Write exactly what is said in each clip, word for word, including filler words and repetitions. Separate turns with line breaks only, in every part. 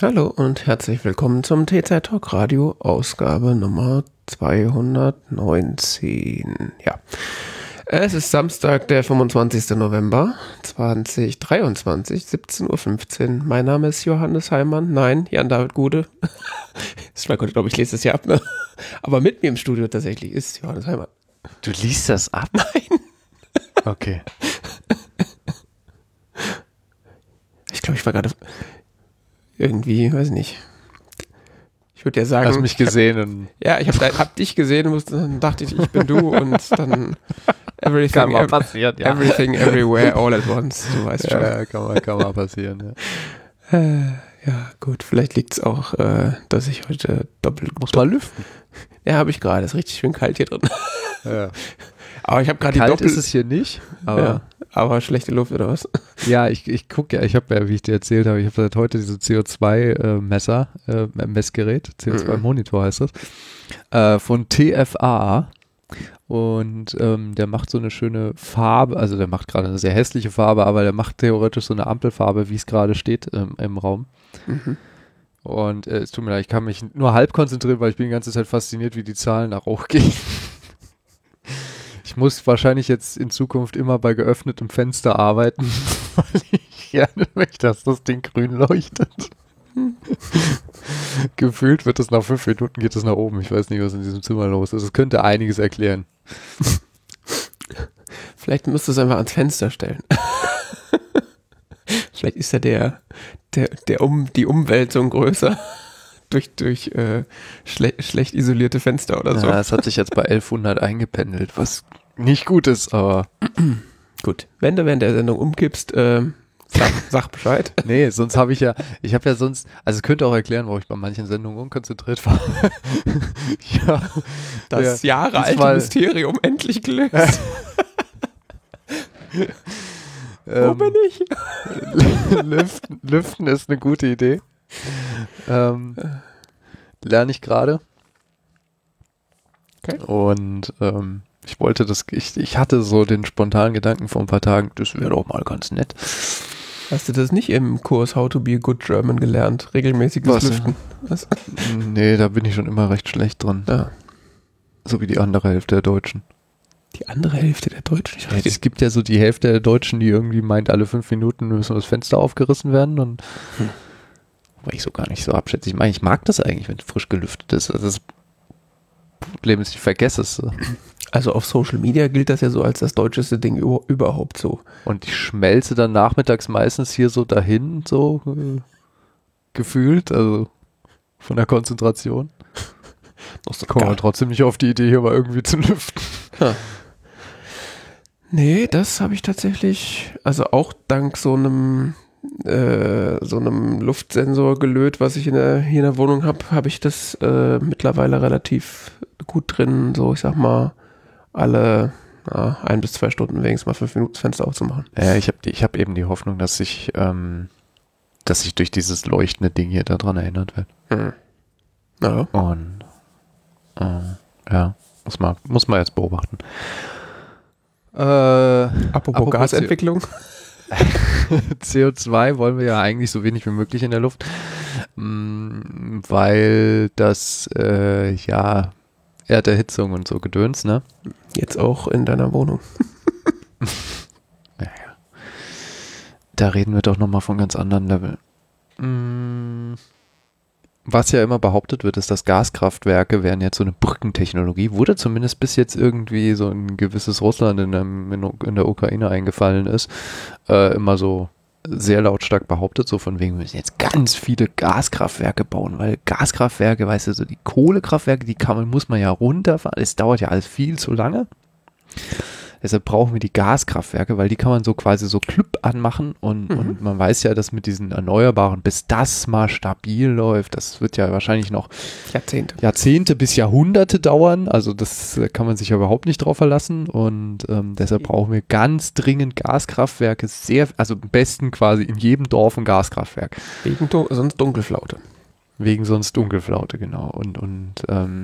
Hallo und herzlich willkommen zum T Z Talk Radio, Ausgabe Nummer zweihundertneunzehn. Ja, es ist Samstag, der fünfundzwanzigster November zweitausenddreiundzwanzig, siebzehn Uhr fünfzehn. Mein Name ist Johannes Heimann, nein, Jan-David Gude. Ich glaube, ich lese das ja ab, ne? Aber mit mir im Studio tatsächlich ist Johannes Heimann.
Du liest das ab?
Nein.
Okay.
Ich glaube, ich war gerade irgendwie, weiß nicht. Ich würde ja sagen.
Hast mich gesehen
ich hab,
und.
Ja, ich habe hab dich gesehen und dann dachte ich, ich bin du und dann everything,
kann mal passieren, ja.
Everything, everywhere, all at once. Du weißt schon.
Ja, kann mal, kann mal passieren,
ja. Äh, ja, gut, vielleicht liegt es auch, äh, dass ich heute doppelt.
Muss mal lüften.
Ja, habe ich gerade. Ist richtig schön kalt hier drin.
Ja.
Aber ich habe gerade die
Kalt
Doppel-
ist es hier nicht, aber.
Ja, aber schlechte Luft oder was?
Ja, ich, ich gucke ja, ich habe ja, wie ich dir erzählt habe, ich habe seit heute diese C O zwei Messer, äh, Messgerät, C O zwei Monitor heißt das, äh, von T F A. Und ähm, der macht so eine schöne Farbe, also der macht gerade eine sehr hässliche Farbe, aber der macht theoretisch so eine Ampelfarbe, wie es gerade steht ähm, im Raum.
Mhm.
Und äh, es tut mir leid, ich kann mich nur halb konzentrieren, weil ich bin die ganze Zeit fasziniert, wie die Zahlen nach hoch gehen. Ich muss wahrscheinlich jetzt in Zukunft immer bei geöffnetem Fenster arbeiten, weil ich gerne möchte, dass das Ding grün leuchtet. Gefühlt wird es nach fünf Minuten geht es nach oben. Ich weiß nicht, was in diesem Zimmer los ist. Es könnte einiges erklären.
Vielleicht müsstest du es einfach ans Fenster stellen. Vielleicht ist ja der, der, der um, die Umwälzung größer durch, durch äh, schle- schlecht isolierte Fenster oder so.
Ja, es hat sich jetzt bei elfhundert eingependelt, was nicht gut ist, aber
gut. Wenn du während der Sendung umkippst, äh, sag, sag Bescheid.
Nee, sonst habe ich ja, ich habe ja sonst, also es könnte auch erklären, warum ich bei manchen Sendungen unkonzentriert war. Ja,
das
ja,
jahrealte Mysterium endlich gelöst.
ähm,
Wo bin ich?
Lüften, Lüften ist eine gute Idee. Ähm, lerne ich gerade.
Okay.
Und ähm, ich wollte das, ich, ich hatte so den spontanen Gedanken vor ein paar Tagen, das wäre doch mal ganz nett.
Hast du das nicht im Kurs How to be a good German gelernt? Regelmäßiges
Was?
Lüften? Was?
Nee, da bin ich schon immer recht schlecht dran.
Ja.
So wie die andere Hälfte der Deutschen.
Die andere Hälfte der Deutschen? Ich
Ja, es gibt ja so die Hälfte der Deutschen, die irgendwie meint, alle fünf Minuten müssen das Fenster aufgerissen werden und
hm.
weil ich so gar nicht so abschätze. Ich meine, ich mag das eigentlich, wenn es frisch gelüftet ist. Also das Problem ist, ich vergesse es.
Also auf Social Media gilt das ja so als das deutscheste Ding über, überhaupt so.
Und ich schmelze dann nachmittags meistens hier so dahin, so äh, gefühlt, also von der Konzentration.
So
kommen wir trotzdem nicht auf die Idee, hier mal irgendwie zu lüften.
Ha. Nee, das habe ich tatsächlich, also auch dank so einem äh, so einem Luftsensor gelöt, was ich in der, hier in der Wohnung habe, habe ich das äh, mittlerweile relativ gut drin, so ich sag mal alle ja, ein bis zwei Stunden wenigstens mal fünf Minuten das Fenster aufzumachen.
Ja, ich habe ich hab eben die Hoffnung, dass ich, ähm, dass ich durch dieses leuchtende Ding hier daran erinnert werde.
Hm. Ja.
Und äh, ja, muss man, muss man jetzt beobachten. Äh,
Apropos,
apropos
Gasentwicklung.
C O zwei wollen wir ja eigentlich so wenig wie möglich in der Luft, mh, weil das, äh, ja, Erderhitzung und so Gedöns, ne?
Jetzt auch in deiner Wohnung.
Naja. Da reden wir doch nochmal von ganz anderen Level. Mh, was ja immer behauptet wird, ist, dass Gaskraftwerke wären jetzt so eine Brückentechnologie. Wurde zumindest bis jetzt irgendwie so ein gewisses Russland in, einem, in der Ukraine eingefallen ist, äh, immer so sehr lautstark behauptet, so von wegen, wir müssen jetzt ganz viele Gaskraftwerke bauen, weil Gaskraftwerke, weißt du, so die Kohlekraftwerke, die kann man, muss man ja runterfahren. Es dauert ja alles viel zu lange. Deshalb brauchen wir die Gaskraftwerke, weil die kann man so quasi so Klüpp anmachen und, mhm. und man weiß ja, dass mit diesen Erneuerbaren, bis das mal stabil läuft, das wird ja wahrscheinlich noch
Jahrzehnte,
Jahrzehnte bis Jahrhunderte dauern, also das kann man sich ja überhaupt nicht drauf verlassen und ähm, deshalb brauchen wir ganz dringend Gaskraftwerke, sehr, also am besten quasi in jedem Dorf ein Gaskraftwerk.
Wegen Dun- sonst Dunkelflaute.
Wegen sonst Dunkelflaute, genau. Und, und ähm,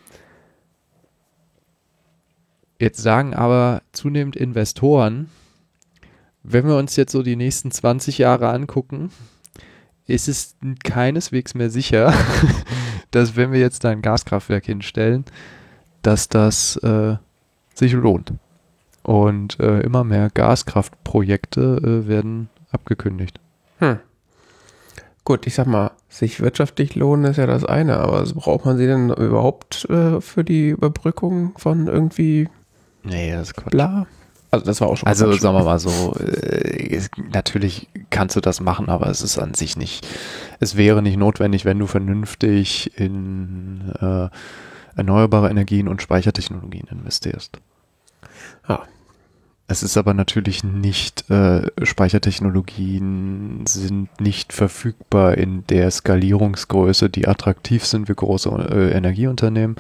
jetzt sagen aber zunehmend Investoren, wenn wir uns jetzt so die nächsten zwanzig Jahre angucken, ist es keineswegs mehr sicher, dass wenn wir jetzt da ein Gaskraftwerk hinstellen, dass das äh, sich lohnt. Und äh, immer mehr Gaskraftprojekte äh, werden abgekündigt.
Hm. Gut, ich sag mal, sich wirtschaftlich lohnen ist ja das eine, aber also braucht man sie denn überhaupt äh, für die Überbrückung von irgendwie
Nee, das ist Quatsch.
bla? Also das war auch schon
Also
Quatsch.
sagen wir mal so, äh, es, natürlich kannst du das machen, aber es ist an sich nicht, es wäre nicht notwendig, wenn du vernünftig in äh, erneuerbare Energien und Speichertechnologien investierst.
Ja.
Es ist aber natürlich nicht, äh, Speichertechnologien sind nicht verfügbar in der Skalierungsgröße, die attraktiv sind für große äh, Energieunternehmen.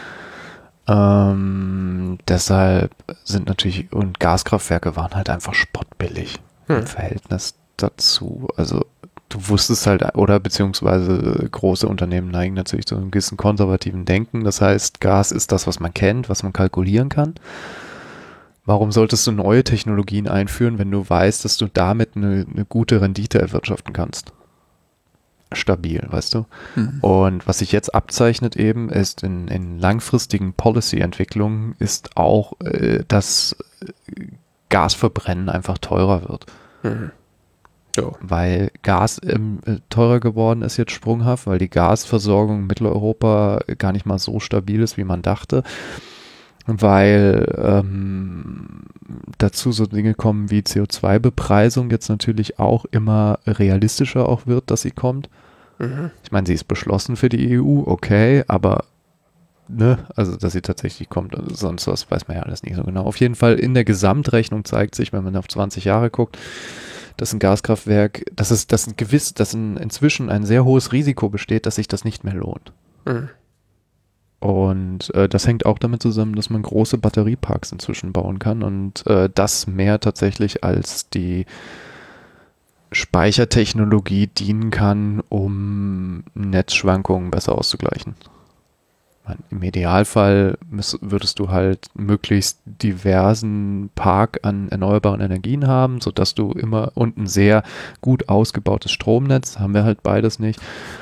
Ähm, deshalb sind natürlich, und Gaskraftwerke waren halt einfach spottbillig
Hm.
im Verhältnis dazu. Also du wusstest halt, oder beziehungsweise große Unternehmen neigen natürlich zu einem gewissen konservativen Denken. Das heißt, Gas ist das, was man kennt, was man kalkulieren kann. Warum solltest du neue Technologien einführen, wenn du weißt, dass du damit eine, eine gute Rendite erwirtschaften kannst? Stabil, weißt du?
Hm.
Und was sich jetzt abzeichnet eben, ist in, in langfristigen Policy-Entwicklungen, ist auch, äh, dass Gasverbrennen einfach teurer wird.
Hm. Ja.
Weil Gas ähm, äh, teurer geworden ist jetzt sprunghaft, weil die Gasversorgung in Mitteleuropa gar nicht mal so stabil ist, wie man dachte. Weil ähm, dazu so Dinge kommen wie C O zwei Bepreisung jetzt natürlich auch immer realistischer auch wird, dass sie kommt.
Mhm.
Ich meine, sie ist beschlossen für die E U, okay, aber ne, also dass sie tatsächlich kommt, also sonst was weiß man ja alles nicht so genau. Auf jeden Fall in der Gesamtrechnung zeigt sich, wenn man auf zwanzig Jahre guckt, dass ein Gaskraftwerk, dass es, dass ein gewiss, dass ein, inzwischen ein sehr hohes Risiko besteht, dass sich das nicht mehr lohnt.
Mhm.
Und äh, das hängt auch damit zusammen, dass man große Batterieparks inzwischen bauen kann und äh, das mehr tatsächlich als die Speichertechnologie dienen kann, um Netzschwankungen besser auszugleichen. Man, im Idealfall müß, würdest du halt möglichst diversen Park an erneuerbaren Energien haben, sodass du immer und ein sehr gut ausgebautes Stromnetz, haben wir halt beides nicht.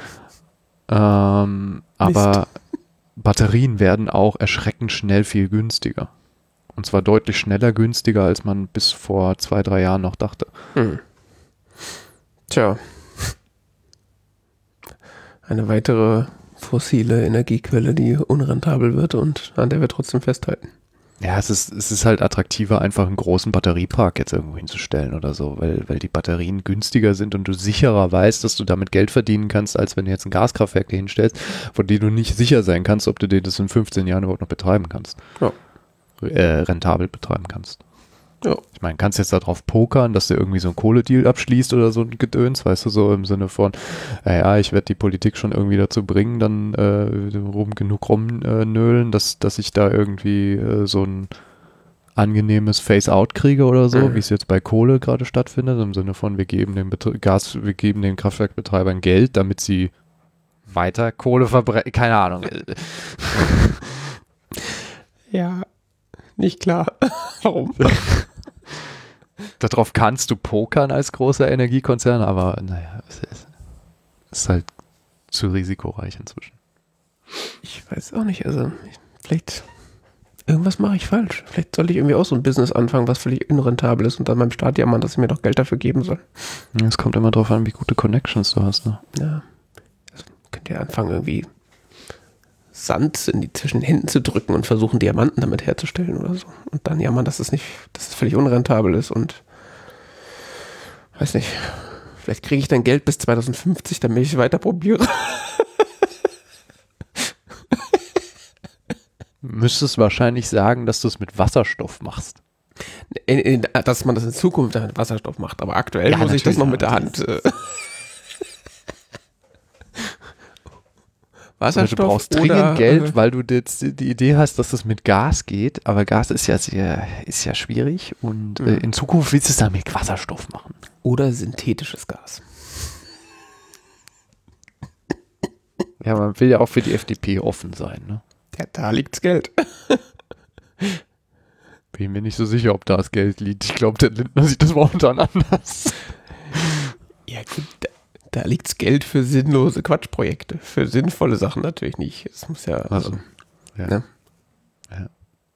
Ähm, aber Batterien werden auch erschreckend schnell viel günstiger. Und zwar deutlich schneller günstiger, als man bis vor zwei, drei Jahren noch dachte.
Hm. Tja. Eine weitere fossile Energiequelle, die unrentabel wird und an der wir trotzdem festhalten.
Ja, es ist, es ist halt attraktiver, einfach einen großen Batteriepark jetzt irgendwo hinzustellen oder so, weil, weil die Batterien günstiger sind und du sicherer weißt, dass du damit Geld verdienen kannst, als wenn du jetzt ein Gaskraftwerk hinstellst, von dem du nicht sicher sein kannst, ob du dir das in fünfzehn Jahren überhaupt noch betreiben kannst.
Ja.
Äh, rentabel betreiben kannst.
Ja.
Ich meine, kannst jetzt darauf pokern, dass du irgendwie so einen Kohledeal abschließt oder so ein Gedöns, weißt du, so im Sinne von, naja, ich werde die Politik schon irgendwie dazu bringen, dann äh, rum genug rumnöhlen, äh, dass, dass ich da irgendwie äh, so ein angenehmes Face-out kriege oder so,
Mhm.
wie es jetzt bei Kohle gerade stattfindet, im Sinne von, wir geben den Bet- Gas, wir geben den Kraftwerkbetreibern Geld, damit sie weiter Kohle verbrennen, keine Ahnung.
Ja, nicht klar. Warum?
Darauf kannst du pokern als großer Energiekonzern, aber naja, es ist, ist halt zu risikoreich inzwischen.
Ich weiß auch nicht, also ich, vielleicht irgendwas mache ich falsch. Vielleicht soll ich irgendwie auch so ein Business anfangen, was völlig unrentabel ist und dann beim Staat jammern, dass sie mir doch Geld dafür geben soll.
Es kommt immer drauf an, wie gute Connections du hast. Ne?
Ja. Also könnt ihr anfangen, irgendwie Sand in die zwischen den Händen zu drücken und versuchen, Diamanten damit herzustellen oder so. Und dann jammern, dass es nicht, dass es völlig unrentabel ist und weiß nicht, vielleicht kriege ich dann Geld bis zwanzig fünfzig, damit ich weiter probiere.
Müsstest wahrscheinlich sagen, dass du es mit Wasserstoff machst.
In, in, dass man das in Zukunft mit Wasserstoff macht, aber aktuell
Ja,
muss ich das noch
natürlich,
mit der Hand. Äh, Wasserstoff
Oder du brauchst
oder,
dringend Geld,
äh,
weil du jetzt die Idee hast, dass das mit Gas geht, aber Gas ist ja sehr, ist ja schwierig und
Mhm.
äh, in Zukunft willst du es dann mit Wasserstoff machen.
oder synthetisches Gas.
Ja, man will ja auch für die F D P offen sein, ne?
Ja, da liegt's Geld.
Bin mir nicht so sicher, ob da das Geld liegt. Ich glaube, der Lindner sieht das momentan anders.
Ja gut, da, Da liegt's Geld für sinnlose Quatschprojekte. Für sinnvolle Sachen natürlich nicht. Es muss ja.
Also, ja.
Ne?
Ja.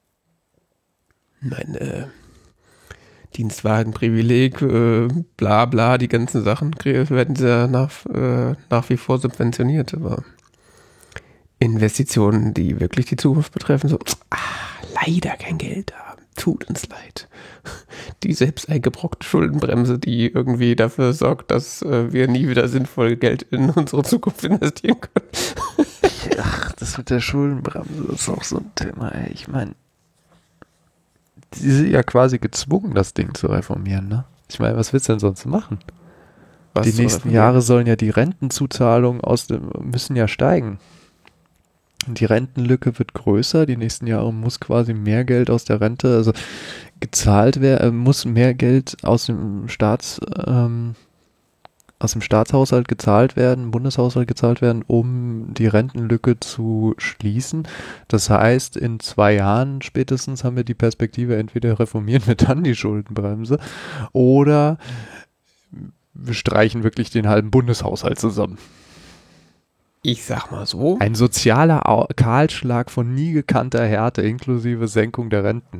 Mein äh, Dienstwagenprivileg, äh, bla bla, die ganzen Sachen werden ja nach, äh, nach wie vor subventioniert, aber Investitionen, die wirklich die Zukunft betreffen, so, ah, leider kein Geld haben, tut uns leid. Die selbst eingebrockte Schuldenbremse, die irgendwie dafür sorgt, dass äh, wir nie wieder sinnvoll Geld in unsere Zukunft investieren können.
Ach, das mit der Schuldenbremse ist auch so ein Thema, ey. Ich meine, die sind ja quasi gezwungen, das Ding zu reformieren, ne? Ich meine, was willst du denn sonst machen?
Was
die nächsten Jahre sollen ja die Rentenzuzahlungen aus dem, müssen ja steigen. Und die Rentenlücke wird größer. Die nächsten Jahre muss quasi mehr Geld aus der Rente, also gezahlt werden, muss mehr Geld aus dem Staats, ähm, aus dem Staatshaushalt gezahlt werden, Bundeshaushalt gezahlt werden, um die Rentenlücke zu schließen. Das heißt, in zwei Jahren spätestens haben wir die Perspektive, entweder reformieren wir dann die Schuldenbremse oder wir streichen wirklich den halben Bundeshaushalt zusammen.
Ich sag mal so.
Ein sozialer Au- Kahlschlag von nie gekannter Härte inklusive Senkung der Renten.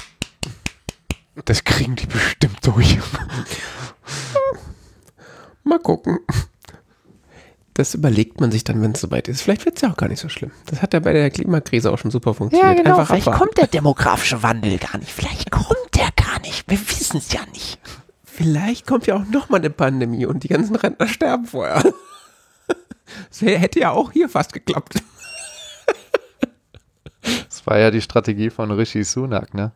Das kriegen die bestimmt durch.
Mal gucken. Das überlegt man sich dann, wenn es soweit ist. Vielleicht wird es ja auch gar nicht so schlimm. Das hat ja bei der Klimakrise auch schon super funktioniert.
Ja, genau.
Einfach
Vielleicht
abwarten.
kommt der demografische Wandel gar nicht. Vielleicht kommt der gar nicht. Wir wissen es ja nicht.
Vielleicht kommt ja auch nochmal eine Pandemie und die ganzen Rentner sterben vorher. Das hätte ja auch hier fast geklappt.
Das war ja die Strategie von Rishi Sunak, ne?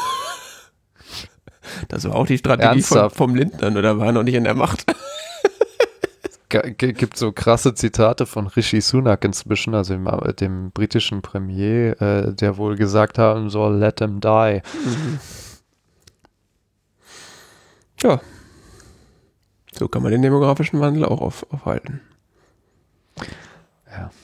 Das war auch die Strategie von, vom Lindner, oder war er noch nicht in der Macht?
G- g- gibt so krasse Zitate von Rishi Sunak inzwischen, also dem, dem britischen Premier, äh, der wohl gesagt haben soll, let them die.
Mhm. Ja. So kann man den demografischen Wandel auch auf, aufhalten.
Ja.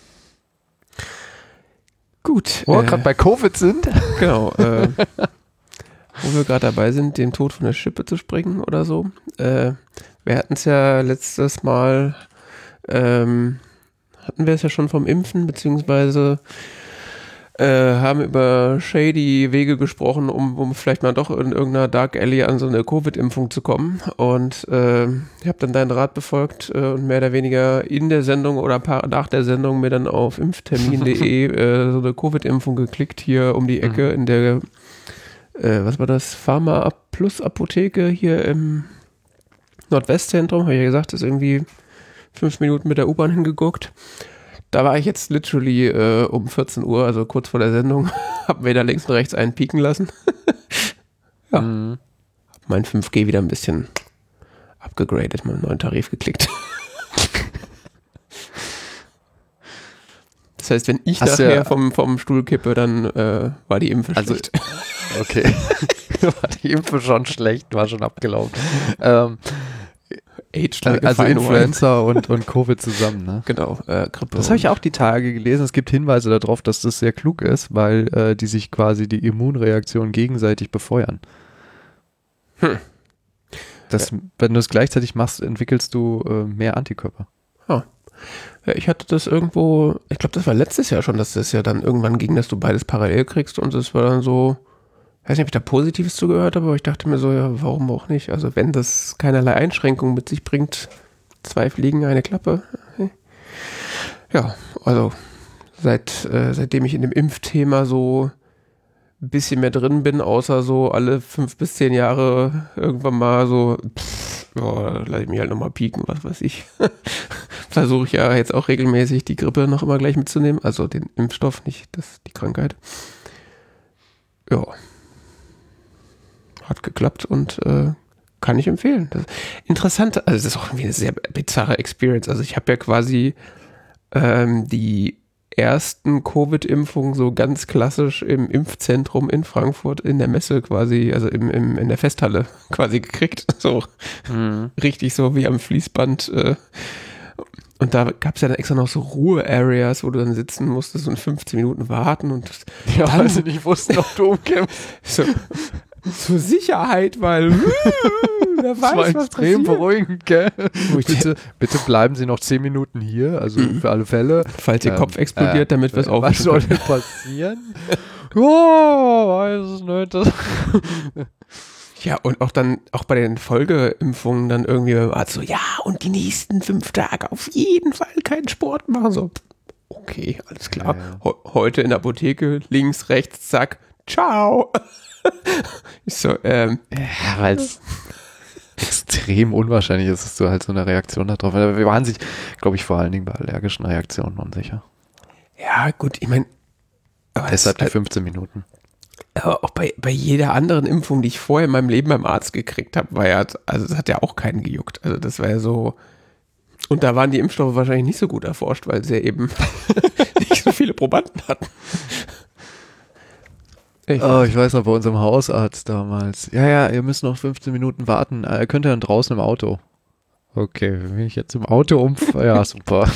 Gut.
Wo wir
äh,
gerade bei Covid sind.
Genau. Äh, wo wir gerade dabei sind, den Tod von der Schippe zu springen oder so. Äh, wir hatten es ja letztes Mal, ähm, hatten wir es ja schon vom Impfen, beziehungsweise äh, haben über shady Wege gesprochen, um, um vielleicht mal doch in irgendeiner Dark Alley an so eine Covid-Impfung zu kommen. Und äh, ich habe dann deinen Rat befolgt äh, und mehr oder weniger in der Sendung oder paar, nach der Sendung mir dann auf impftermin punkt de äh, so eine Covid-Impfung geklickt, hier um die Ecke in der, äh, was war das, Pharma Plus Apotheke hier im Nordwestzentrum, habe ich ja gesagt, ist irgendwie fünf Minuten mit der U-Bahn hingeguckt. Da war ich jetzt literally äh, um vierzehn Uhr, also kurz vor der Sendung, hab mir da links und rechts einen pieken lassen. Ja,
Mhm.
hab mein fünf G wieder ein bisschen abgegradet, mit einem neuen Tarif geklickt. Das heißt, wenn ich
Hast du
nachher
ja-
vom, vom Stuhl kippe, dann äh, war die Impfe
Also-
schlecht.
Okay. War die Impfe schon schlecht, war schon abgelaufen. ähm,
Age like a
also
fine wine.
Influenza und, und Covid zusammen, ne?
Genau, äh, Grippe.
Das habe ich auch die Tage gelesen. Es gibt Hinweise darauf, dass das sehr klug ist, weil äh, die sich quasi die Immunreaktion gegenseitig befeuern.
Hm.
Das, wenn du es gleichzeitig machst, entwickelst du äh, mehr Antikörper.
Ja, ich hatte das irgendwo, ich glaube, das war letztes Jahr schon, dass das ja dann irgendwann ging, dass du beides parallel kriegst und es war dann so, ich weiß nicht, ob ich da Positives zugehört habe, aber ich dachte mir so, ja, warum auch nicht? Also wenn das keinerlei Einschränkungen mit sich bringt, zwei Fliegen, eine Klappe. Ja, also seit äh, seitdem ich in dem Impfthema so ein bisschen mehr drin bin, außer so alle fünf bis zehn Jahre irgendwann mal so, pff, ja, lass ich mich halt nochmal pieken, was weiß ich. Versuche ich ja jetzt auch regelmäßig die Grippe noch immer gleich mitzunehmen, also den Impfstoff, nicht das, die Krankheit. Ja. Hat geklappt und äh, kann ich empfehlen. Das, interessant, also das ist auch irgendwie eine sehr bizarre Experience. Also ich habe ja quasi ähm, die ersten Covid-Impfungen so ganz klassisch im Impfzentrum in Frankfurt in der Messe quasi, also im, im, in der Festhalle quasi gekriegt. So
Mhm.
richtig so wie am Fließband. Äh, und da gab es ja dann extra noch so Ruhe-Areas, wo du dann sitzen musstest und fünfzehn Minuten warten und
Ja,
dann-
weil sie nicht wussten, ob du umkämpfst.
so, zur Sicherheit, weil Wer
Das war
weiß, was
extrem
passiert.
beruhigend, gell?
Wo ich
Bitte, bitte bleiben Sie noch zehn Minuten hier, also
Mhm.
für alle Fälle.
Falls Ihr
Ähm,
Kopf explodiert, damit wir es
äh,
auch
Was soll denn passieren? Oh, weiß es nicht. Das
Ja, und auch dann, auch bei den Folgeimpfungen dann irgendwie war es so, ja, und die nächsten fünf Tage auf jeden Fall keinen Sport machen. So, okay, alles klar.
Ja, ja.
He- heute in der Apotheke, links, rechts, zack, ciao. Ich so, ähm,
Ja, weil es extrem unwahrscheinlich ist, dass du halt so eine Reaktion darauf hast. Aber wir waren sich, glaube ich, vor allen Dingen bei allergischen Reaktionen unsicher.
ja, gut, ich meine, aber
Deshalb die
das-
fünfzehn Minuten.
aber auch bei, bei jeder anderen Impfung, die ich vorher in meinem Leben beim Arzt gekriegt habe, war ja, also das hat ja auch keinen gejuckt. Also das war ja so, und da waren die Impfstoffe wahrscheinlich nicht so gut erforscht, weil sie ja eben nicht so viele Probanden hatten. Ich,
Oh, ich weiß noch, bei unserem Hausarzt damals. Ja, ja, ihr müsst noch fünfzehn Minuten warten. Äh, könnt ihr dann draußen im Auto? Okay, wenn ich jetzt im Auto umf... Ja, super.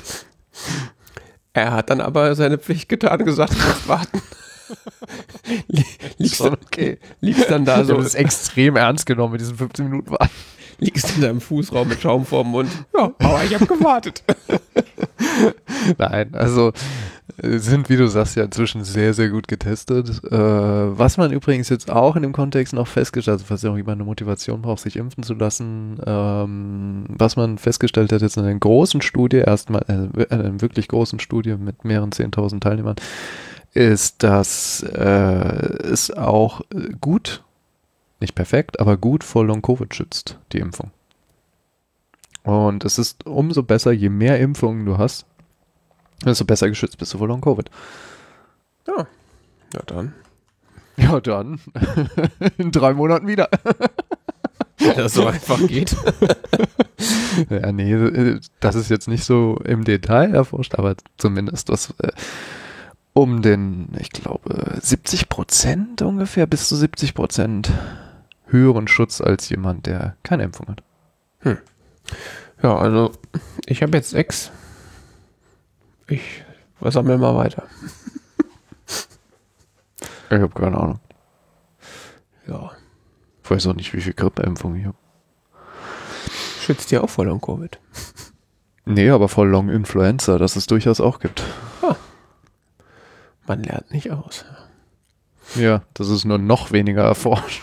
Er hat dann aber seine Pflicht getan und gesagt, du musst warten. Lie- liegst,
Schon
dann,
okay.
liegst dann da
Also,
so,
das ist extrem ernst genommen mit diesen fünfzehn Minuten warten.
liegst in deinem Fußraum mit Schaum vorm Mund. Ja, aber ich habe gewartet.
Nein, also äh, sind, wie du sagst, ja inzwischen sehr, sehr gut getestet. Äh, was man übrigens jetzt auch in dem Kontext noch festgestellt hat, also falls ja auch jemand eine Motivation braucht, sich impfen zu lassen, ähm, was man festgestellt hat jetzt in einer großen Studie, erstmal äh, einer wirklich großen Studie mit mehreren zehntausend Teilnehmern, ist, dass äh, es auch äh, gut, nicht perfekt, aber gut vor Long-Covid schützt, die Impfung. Und es ist umso besser, je mehr Impfungen du hast, desto besser geschützt bist du vor Long-Covid.
Ja, ja dann.
Ja, dann in drei Monaten wieder.
Wenn das so einfach geht.
Ja, nee, äh, das ist jetzt nicht so im Detail erforscht, aber zumindest was äh, um den, ich glaube, siebzig Prozent ungefähr, bis zu siebzig Prozent höheren Schutz als jemand, der keine Impfung hat.
Ja, also ich habe jetzt sechs. Ich sammle mal weiter.
Ich habe keine Ahnung.
Ja,
Ich weiß auch nicht, wie viel Grippeimpfung ich habe.
schützt ja auch vor Long-Covid.
Nee, aber vor Long Influenza, das es durchaus auch gibt.
Man lernt nicht aus.
Ja, das ist nur noch weniger erforscht.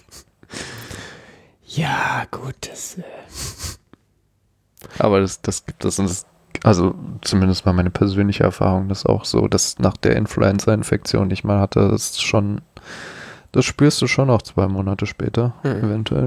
Ja, gut, das... Äh,
Aber das, das gibt es, und das, also zumindest mal meine persönliche Erfahrung, das ist auch so, dass nach der Influenza-Infektion, die ich mal hatte, das ist schon, das spürst du schon auch zwei Monate später,
Hm.
eventuell.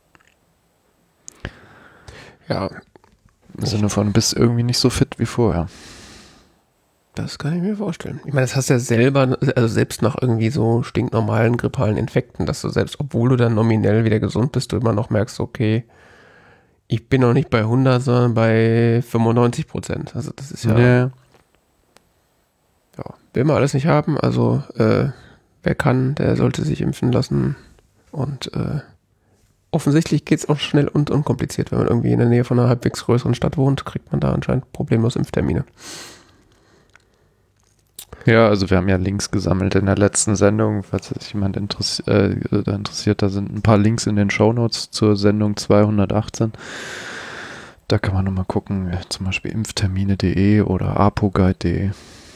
ja,
Im Sinne von, du bist irgendwie nicht so fit wie vorher.
das kann ich mir vorstellen. Ich meine, das hast du ja selber, also selbst nach irgendwie so stinknormalen grippalen Infekten, dass du selbst, obwohl du dann nominell wieder gesund bist, du immer noch merkst, okay, ich bin noch nicht bei hundert, sondern bei fünfundneunzig Prozent. Also das ist ja,
Nee.
ja, will man alles nicht haben. Also äh, wer kann, der sollte sich impfen lassen. Und äh, offensichtlich geht es auch schnell und unkompliziert. Wenn man irgendwie in der Nähe von einer halbwegs größeren Stadt wohnt, kriegt man da anscheinend problemlos Impftermine.
Ja, also wir haben ja Links gesammelt in der letzten Sendung, falls sich jemand interessi äh, da interessiert, da sind ein paar Links in den Shownotes zur Sendung zweihundertachtzehn. Da kann man nochmal gucken, ja, zum Beispiel impftermine punkt de oder apoguide punkt de.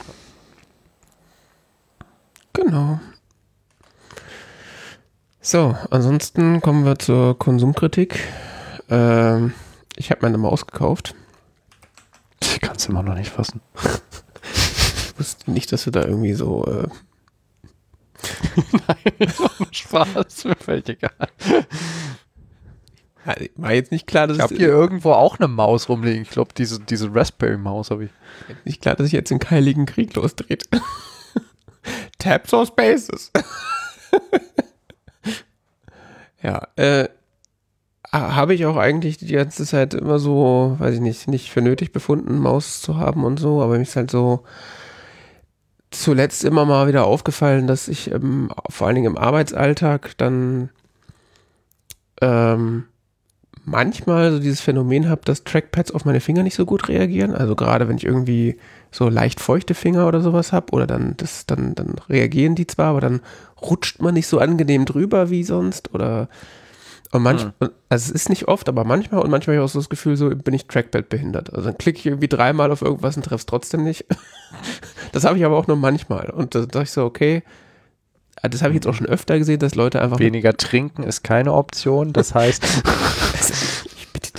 Genau. So, ansonsten kommen wir zur Konsumkritik. Ähm, ich habe meine Maus gekauft.
Ich kann es immer noch nicht fassen.
Ich wusste nicht, dass du da irgendwie so... Äh,
Spaß, mir völlig egal.
war jetzt nicht klar, dass
Ich habe hier irgendwo auch eine Maus rumliegen. Ich glaube, diese, diese Raspberry-Maus habe ich.
nicht klar, dass sich jetzt den heiligen Krieg losdreht. Tabs or Spaces. Ja, äh, habe ich auch eigentlich die ganze Zeit immer so, weiß ich nicht, nicht für nötig befunden, Maus zu haben und so, aber mir ist halt so zuletzt immer mal wieder aufgefallen, dass ich ähm, vor allen Dingen im Arbeitsalltag dann ähm, manchmal so dieses Phänomen habe, dass Trackpads auf meine Finger nicht so gut reagieren. Also gerade wenn ich irgendwie so leicht feuchte Finger oder sowas habe oder dann das dann dann reagieren die zwar, aber dann rutscht man nicht so angenehm drüber wie sonst oder Und manch,
Hm.
und, also es ist nicht oft, aber manchmal und manchmal habe ich auch so das Gefühl, so bin ich Trackpad behindert. Also dann klicke ich irgendwie dreimal auf irgendwas und treffe es trotzdem nicht. Das habe ich aber auch nur manchmal. Und da dachte ich so, okay, das habe ich jetzt auch schon öfter gesehen, dass Leute einfach.
Weniger trinken ist keine Option, das heißt.
Ich bitte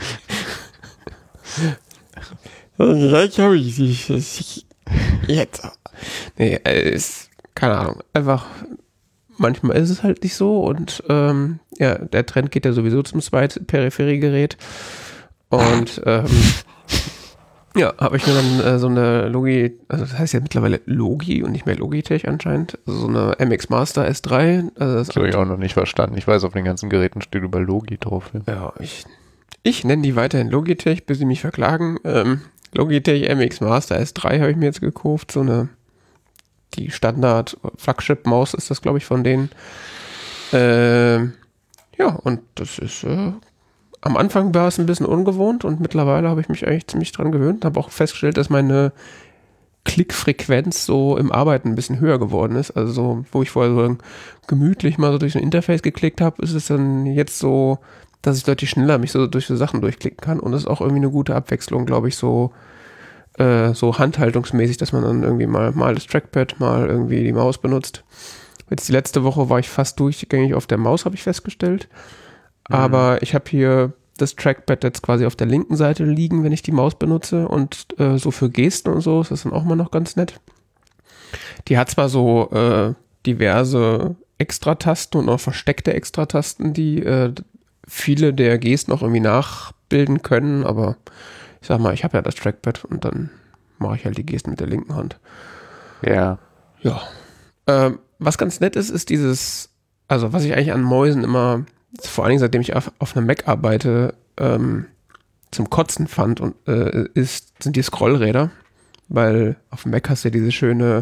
dich. Reich habe ich nicht. Jetzt. Nee, ist, keine Ahnung. Einfach, manchmal ist es halt nicht so und ähm, ja, der Trend geht ja sowieso zum Zweit-Peripheriegerät. Und ähm, ja, habe ich mir dann äh, so eine Logi, also das heißt ja mittlerweile Logi und nicht mehr Logitech anscheinend, also so eine M X Master S drei. Also das
Das habe ich auch noch nicht verstanden. Ich weiß, auf den ganzen Geräten steht über Logi drauf. Ja.
Ja, ich, ich nenne die weiterhin Logitech, bis sie mich verklagen. Ähm, Logitech M X Master S drei habe ich mir jetzt gekauft. So eine, die Standard-Flagship-Maus ist das, glaube ich, von denen. Ähm, ja, und das ist, äh, am Anfang war es ein bisschen ungewohnt und mittlerweile habe ich mich eigentlich ziemlich dran gewöhnt. Habe auch festgestellt, dass meine Klickfrequenz so im Arbeiten ein bisschen höher geworden ist. Also so, wo ich vorher so gemütlich mal so durch ein Interface geklickt habe, ist es dann jetzt so, dass ich deutlich schneller mich so durch so Sachen durchklicken kann. Und das ist auch irgendwie eine gute Abwechslung, glaube ich, so, äh, so handhaltungsmäßig, dass man dann irgendwie mal, mal das Trackpad, mal irgendwie die Maus benutzt. Jetzt die letzte Woche war ich fast durchgängig auf der Maus, habe ich festgestellt. Aber ich habe hier das Trackpad jetzt quasi auf der linken Seite liegen, wenn ich die Maus benutze. Und äh, so für Gesten und so ist das dann auch mal noch ganz nett. Die hat zwar so äh, diverse Extratasten und auch versteckte Extratasten, die äh, viele der Gesten auch irgendwie nachbilden können. Aber ich sag mal, ich habe ja das Trackpad und dann mache ich halt die Gesten mit der linken Hand.
Ja.
Ja. Ähm, was ganz nett ist, ist dieses, also was ich eigentlich an Mäusen immer, vor allen Dingen seitdem ich auf, auf einem Mac arbeite, ähm, zum Kotzen fand, und äh, ist, sind die Scrollräder. Weil auf dem Mac hast du ja diese schöne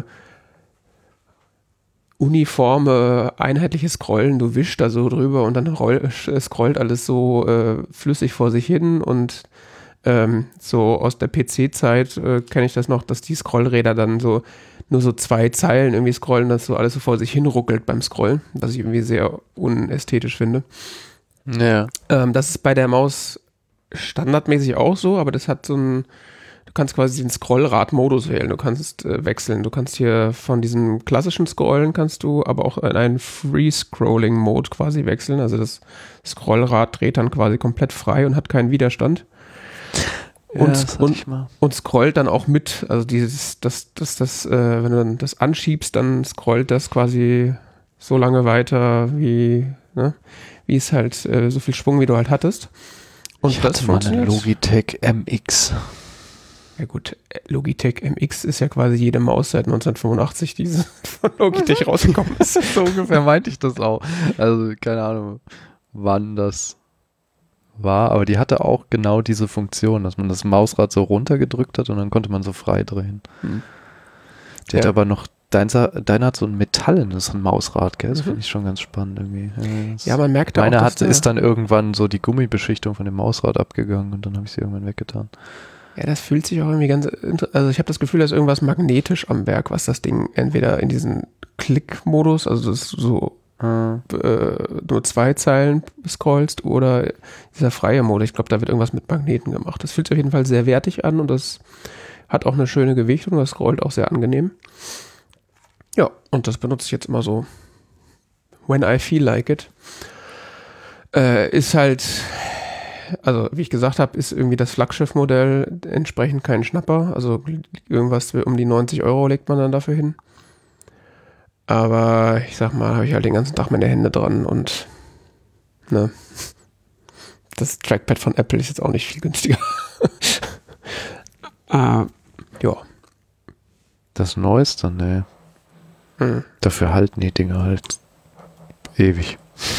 uniforme, einheitliche Scrollen. Du wischst da so drüber und dann roll, scrollt alles so äh, flüssig vor sich hin. Und ähm, so aus der P C-Zeit äh, kenne ich das noch, dass die Scrollräder dann so nur so zwei Zeilen irgendwie scrollen, dass so alles so vor sich hin ruckelt beim Scrollen, was ich irgendwie sehr unästhetisch finde.
Ja.
Ähm, das ist bei der Maus standardmäßig auch so, aber das hat so ein, du kannst quasi den Scrollrad-Modus wählen, du kannst äh, wechseln, du kannst hier von diesem klassischen Scrollen kannst du aber auch in einen Free-Scrolling-Mode quasi wechseln, also das Scrollrad dreht dann quasi komplett frei und hat keinen Widerstand.
Ja,
Und,
das hatte
und,
ich mal.
und scrollt dann auch mit, also dieses, das, das, das, äh, wenn du dann das anschiebst, dann scrollt das quasi so lange weiter, wie, ne, wie es halt, äh, so viel Schwung, wie du halt hattest. Und
Ich
das
hatte mal eine
funktioniert.
Logitech M X.
Ja gut, Logitech M X ist ja quasi jede Maus seit neunzehnhundertfünfundachtzig, die von Logitech rausgekommen ist.
So ungefähr meinte ich das auch. Also keine Ahnung, wann das war, aber die hatte auch genau diese Funktion, dass man das Mausrad so runtergedrückt hat und dann konnte man so frei drehen.
Hm.
Die hat
Ja.
aber noch, dein, deiner hat so ein metallenes Mausrad, gell? Das
Mhm.
finde ich schon ganz spannend irgendwie. Ja, das-
Ja, man merkt da auch,
meine
dass
hat,
der-
ist dann irgendwann so die Gummibeschichtung von dem Mausrad abgegangen und dann habe ich sie irgendwann weggetan.
Ja, das fühlt sich auch irgendwie ganz, inter- also ich habe das Gefühl, da ist irgendwas magnetisch am Werk, was das Ding entweder in diesen Klick-Modus, also das ist so
Ah.
äh, nur zwei Zeilen scrollst, oder dieser freie Mode. Ich glaube, da wird irgendwas mit Magneten gemacht. Das fühlt sich auf jeden Fall sehr wertig an und das hat auch eine schöne Gewichtung, das scrollt auch sehr angenehm. Ja, und das benutze ich jetzt immer so when I feel like it. Äh, ist halt, also wie ich gesagt habe, ist irgendwie das Flaggschiff-Modell entsprechend kein Schnapper. Also irgendwas um die neunzig Euro legt man dann dafür hin. Aber ich sag mal, habe ich halt den ganzen Tag meine Hände dran und ne, das Trackpad von Apple ist jetzt auch nicht viel günstiger. äh, ja.
Das Neueste, ne.
Hm.
Dafür halten die Dinger halt ewig.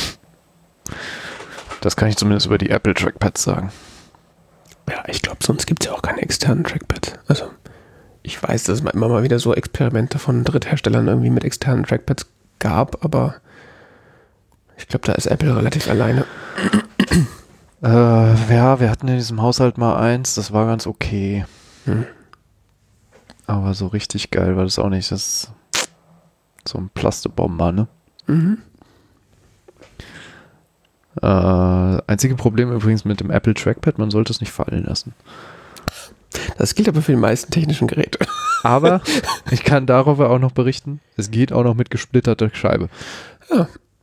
Das kann ich zumindest über die Apple Trackpads sagen.
Ja, ich glaube, sonst gibt es ja auch keine externen Trackpads. Also ich weiß, dass es immer mal wieder so Experimente von Drittherstellern irgendwie mit externen Trackpads gab, aber ich glaube, da ist Apple relativ alleine.
Äh, ja, wir hatten in diesem Haushalt mal eins, das war ganz okay.
Hm.
Aber so richtig geil war das auch nicht. Das ist so ein Plastebomber, ne?
Mhm.
Äh, einzige Problem übrigens mit dem Apple Trackpad, man sollte es nicht fallen lassen.
Das gilt aber für die meisten technischen Geräte.
Aber ich kann darüber auch noch berichten, es geht auch noch mit gesplitterter Scheibe.
Ja.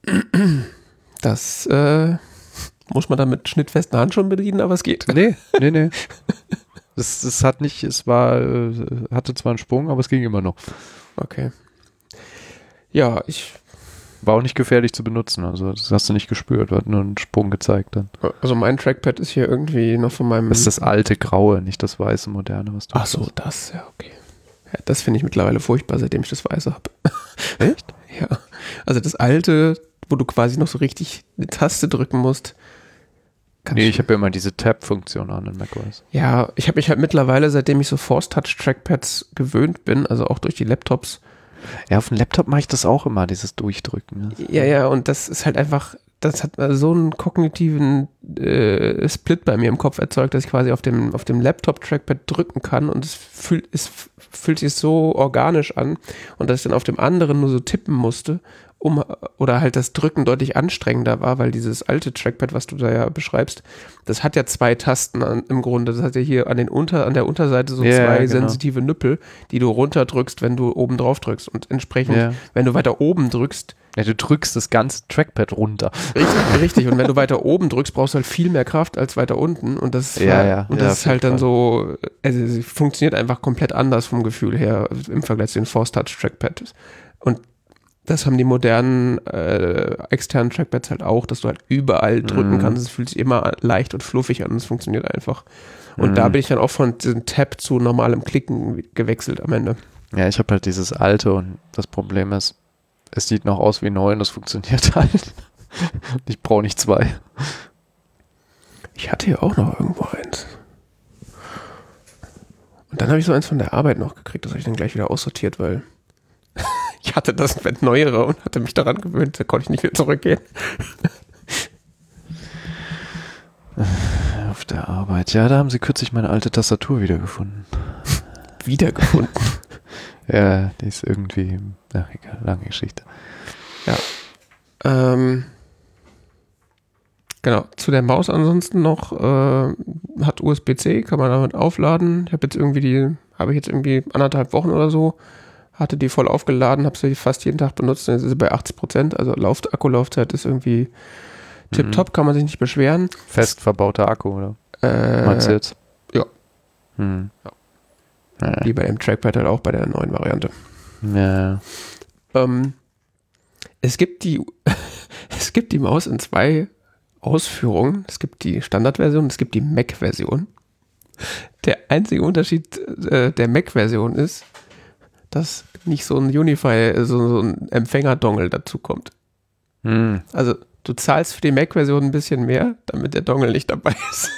Das äh, muss man dann mit schnittfesten Handschuhen bedienen, aber es geht.
Nee, nee, nee. Das, das hat nicht, es war, äh, hatte zwar einen Sprung, aber es ging immer noch.
Okay. Ja, ich...
War auch nicht gefährlich zu benutzen, also das hast du nicht gespürt, hat nur einen Sprung gezeigt dann.
Also mein Trackpad ist hier irgendwie noch von meinem...
Das ist das alte Graue, nicht das weiße Moderne, was du
Ach so, das, ja, okay. Ja, das finde ich mittlerweile furchtbar, seitdem ich das Weiße habe.
Echt?
Ja. Also das alte, wo du quasi noch so richtig eine Taste drücken musst.
Nee, ich habe ja immer diese Tab-Funktion an in macOS.
Ja, ich habe mich halt mittlerweile, seitdem ich so Force-Touch-Trackpads gewöhnt bin, also auch durch die Laptops.
Ja, auf dem Laptop mache ich das auch immer, dieses Durchdrücken. Ne?
Ja, ja, und das ist halt einfach, das hat so einen kognitiven äh, Split bei mir im Kopf erzeugt, dass ich quasi auf dem, auf dem Laptop-Trackpad drücken kann und es fühlt, es fühlt sich so organisch an und dass ich dann auf dem anderen nur so tippen musste, um, oder halt das Drücken deutlich anstrengender war, weil dieses alte Trackpad, was du da ja beschreibst, das hat ja zwei Tasten an, im Grunde. Das hat ja hier an den Unter, an der Unterseite so
ja,
zwei
genau.
sensitive Nüppel, die du runterdrückst, wenn du oben drauf drückst. Und entsprechend,
Ja.
wenn du weiter oben drückst,
Ja, du drückst das ganze Trackpad runter.
richtig, richtig. Und wenn du weiter oben drückst, brauchst du halt viel mehr Kraft als weiter unten. Und das,
Ja,
war,
ja.
und
Ja,
das
auf
ist halt
jeden
dann so, also es funktioniert einfach komplett anders vom Gefühl her im Vergleich zu den Force Touch Trackpads. Und das haben die modernen äh, externen Trackpads halt auch, dass du halt überall drücken
Mhm.
kannst. Es fühlt sich immer leicht und fluffig an. Es funktioniert einfach. Und
Mhm.
da bin ich dann auch von diesem Tab zu normalem Klicken gewechselt am Ende.
Ja, ich habe halt dieses alte und das Problem ist, es sieht noch aus wie neu und das funktioniert halt. Ich brauche nicht zwei.
Ich hatte ja auch noch irgendwo eins. Und dann habe ich so eins von der Arbeit noch gekriegt. Das habe ich dann gleich wieder aussortiert, weil ich hatte das mit neuere und hatte mich daran gewöhnt. Da konnte ich nicht wieder zurückgehen.
Auf der Arbeit. Ja, da haben sie kürzlich meine alte Tastatur wiedergefunden.
Wiedergefunden.
Ja, die ist irgendwie, ach egal, lange Geschichte.
Ähm, genau, zu der Maus ansonsten noch, äh, hat U S B C, kann man damit aufladen. Ich habe jetzt irgendwie die, habe ich jetzt irgendwie anderthalb Wochen oder so, hatte die voll aufgeladen, habe sie fast jeden Tag benutzt, jetzt ist sie bei achtzig Prozent, also Lauf, Akkulaufzeit ist irgendwie tipptopp, kann man sich nicht beschweren.
Fest verbauter Akku, oder?
Äh,
Meinst du jetzt?
ja.
Hm.
Ja. Wie bei dem Trackpad halt auch bei der neuen Variante.
Ja.
Ähm, es gibt die, es gibt die Maus in zwei Ausführungen. Es gibt die Standardversion, es gibt die Mac-Version. Der einzige Unterschied äh, der Mac-Version ist, dass nicht so ein Unify, so, so ein Empfänger-Dongle dazu kommt.
Hm.
Also du zahlst für die Mac-Version ein bisschen mehr, damit der Dongle nicht dabei ist.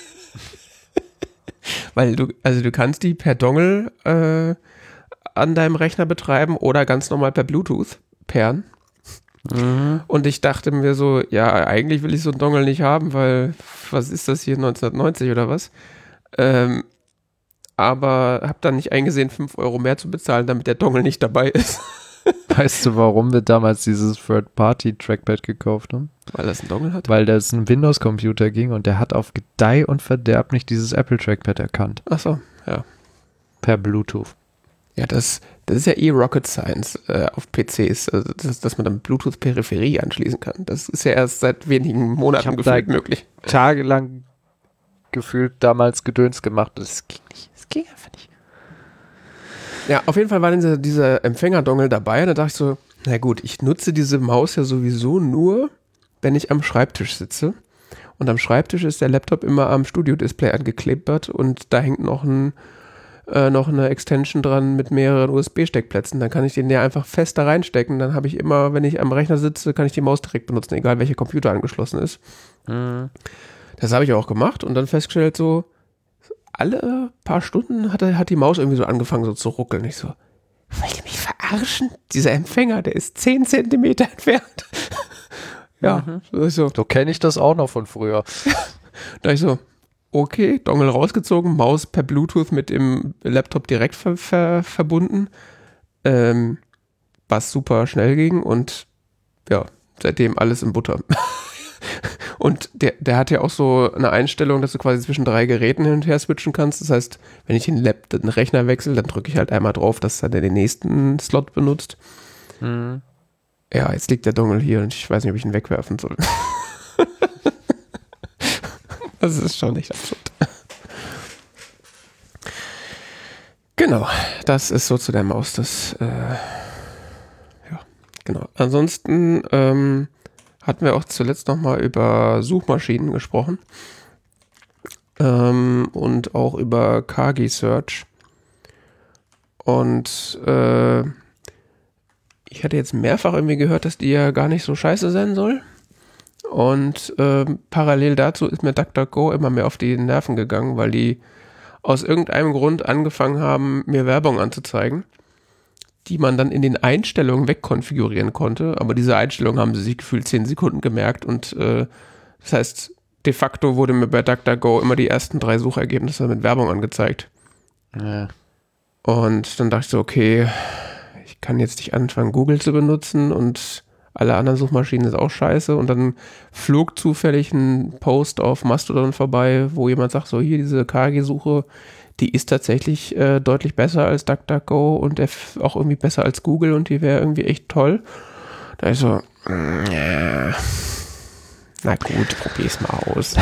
Weil du, also du kannst die per Dongle äh, an deinem Rechner betreiben oder ganz normal per Bluetooth pairen.
Mhm.
Und ich dachte mir so, ja, eigentlich will ich so einen Dongle nicht haben, weil, was ist das hier, neunzehnhundertneunzig oder was? Ähm, aber habe dann nicht eingesehen, fünf Euro mehr zu bezahlen, damit der Dongle nicht dabei ist.
Weißt du, warum wir damals dieses Third-Party-Trackpad gekauft haben?
Weil das einen Dongle hat?
Weil das ein Windows-Computer ging und der hat auf Gedeih und Verderb nicht dieses Apple-Trackpad erkannt.
Ach so, ja.
Per Bluetooth.
Ja, das, das ist ja eh Rocket Science äh, auf P Cs, also das, dass man dann Bluetooth-Peripherie anschließen kann. Das ist ja erst seit wenigen Monaten gefühlt möglich.
Tagelang gefühlt damals Gedöns gemacht. Das ging nicht. Das ging einfach nicht.
Ja, auf jeden Fall war dieser, dieser Empfänger-Dongle dabei und da dachte ich so, na gut, ich nutze diese Maus ja sowieso nur, wenn ich am Schreibtisch sitze. Und am Schreibtisch ist der Laptop immer am Studio-Display angeklebt und da hängt noch ein Äh, noch eine Extension dran mit mehreren U S B-Steckplätzen. Dann kann ich den ja einfach fest da reinstecken. Dann habe ich immer, wenn ich am Rechner sitze, kann ich die Maus direkt benutzen, egal welcher Computer angeschlossen ist.
Mhm.
Das habe ich auch gemacht und dann festgestellt, so alle paar Stunden hat, hat die Maus irgendwie so angefangen so zu ruckeln. Ich so, wollt ihr mich verarschen? Dieser Empfänger, der ist zehn Zentimeter entfernt. Ja,
Mhm.
so, so.
So kenne ich das auch noch von früher.
Da ich so, okay, Dongle rausgezogen, Maus per Bluetooth mit dem Laptop direkt ver ver verbunden, ähm, was super schnell ging und ja, seitdem alles in Butter. Und der, der hat ja auch so eine Einstellung, dass du quasi zwischen drei Geräten hin und her switchen kannst. Das heißt, wenn ich den Lab, den Rechner wechsle, dann drücke ich halt einmal drauf, dass er den nächsten Slot benutzt.
Mhm.
Ja, jetzt liegt der Dongle hier und ich weiß nicht, ob ich ihn wegwerfen soll. Das ist schon nicht absurd. Genau, das ist so zu der Maus. Das, äh, ja, genau. Ansonsten ähm, hatten wir auch zuletzt nochmal über Suchmaschinen gesprochen ähm, und auch über Kagi Search. Und äh, ich hatte jetzt mehrfach irgendwie gehört, dass die ja gar nicht so scheiße sein soll. Und ähm, parallel dazu ist mir DuckDuckGo immer mehr auf die Nerven gegangen, weil die aus irgendeinem Grund angefangen haben, mir Werbung anzuzeigen, die man dann in den Einstellungen wegkonfigurieren konnte. Aber diese Einstellungen haben sie sich gefühlt zehn Sekunden gemerkt und äh, das heißt, de facto wurde mir bei DuckDuckGo immer die ersten drei Suchergebnisse mit Werbung angezeigt.
Ja.
Und dann dachte ich so, okay, ich kann jetzt nicht anfangen, Google zu benutzen und alle anderen Suchmaschinen ist auch scheiße. Und dann flog zufällig ein Post auf Mastodon vorbei, wo jemand sagt, so hier, diese K G-Suche, die ist tatsächlich äh, deutlich besser als DuckDuckGo und F auch irgendwie besser als Google und die wäre irgendwie echt toll. Da ist so, mm, ja, na gut, probier's mal aus.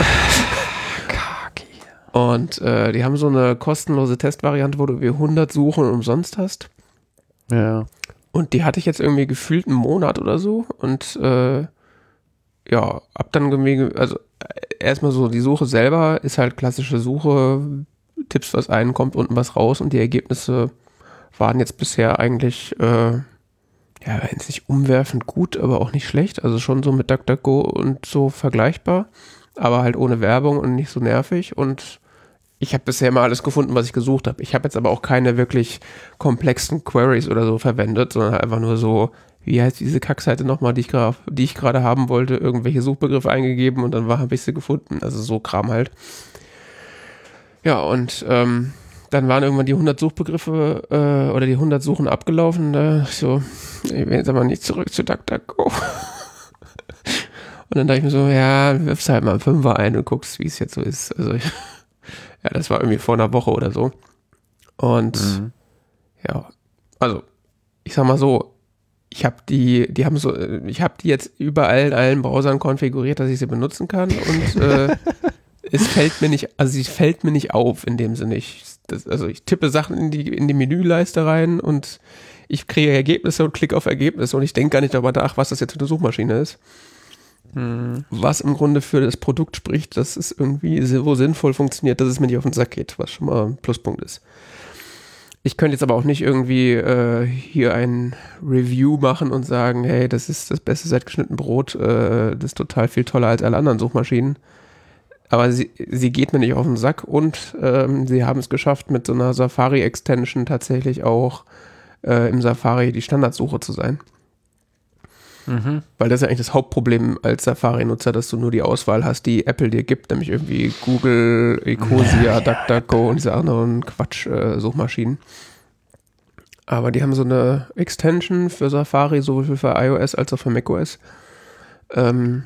Und äh, die haben so eine kostenlose Testvariante, wo du wie hundert Suchen umsonst hast.
Ja.
Und die hatte ich jetzt irgendwie gefühlt einen Monat oder so. Und äh, ja, ab dann irgendwie, also erstmal so, die Suche selber ist halt klassische Suche, tippst was ein, kommt unten was raus und die Ergebnisse waren jetzt bisher eigentlich, äh, ja, jetzt nicht umwerfend gut, aber auch nicht schlecht. Also schon so mit DuckDuckGo und so vergleichbar, aber halt ohne Werbung und nicht so nervig und ich habe bisher immer alles gefunden, was ich gesucht habe. Ich habe jetzt aber auch keine wirklich komplexen Queries oder so verwendet, sondern einfach nur so, wie heißt diese Kackseite nochmal, die ich gerade die ich gerade haben wollte, irgendwelche Suchbegriffe eingegeben und dann habe ich sie gefunden. Also so Kram halt. Ja, und ähm, dann waren irgendwann die hundert Suchbegriffe äh, oder die hundert Suchen abgelaufen. Da ich so, ich will jetzt aber nicht zurück zu DuckDuckGo. Und dann dachte ich mir so, ja, wirfst halt mal einen Fünfer ein und guckst, wie es jetzt so ist. Also ich Ja, das war irgendwie vor einer Woche oder so. Und mhm. ja, also ich sag mal so, ich habe die, die haben so, ich habe die jetzt überall in allen Browsern konfiguriert, dass ich sie benutzen kann und äh, es fällt mir nicht, also sie fällt mir nicht auf in dem Sinne. Ich, das, also ich tippe Sachen in die in die Menüleiste rein und ich kriege Ergebnisse und klicke auf Ergebnisse und ich denke gar nicht darüber nach, was das jetzt für eine Suchmaschine ist. Was im Grunde für das Produkt spricht, dass es irgendwie so sinnvoll funktioniert, dass es mir nicht auf den Sack geht, was schon mal ein Pluspunkt ist. Ich könnte jetzt aber auch nicht irgendwie äh, hier ein Review machen und sagen, hey, das ist das Beste seit geschnitten Brot, äh, das ist total viel toller als alle anderen Suchmaschinen. Aber sie, sie geht mir nicht auf den Sack und ähm, sie haben es geschafft, mit so einer Safari-Extension tatsächlich auch äh, im Safari die Standardsuche zu sein. Mhm. Weil das ist ja eigentlich das Hauptproblem als Safari-Nutzer, dass du nur die Auswahl hast, die Apple dir gibt, nämlich irgendwie Google, Ecosia, DuckDuckGo und diese anderen Quatsch-Suchmaschinen. Äh, Aber die haben so eine Extension für Safari, sowohl für iOS als auch für macOS, ähm,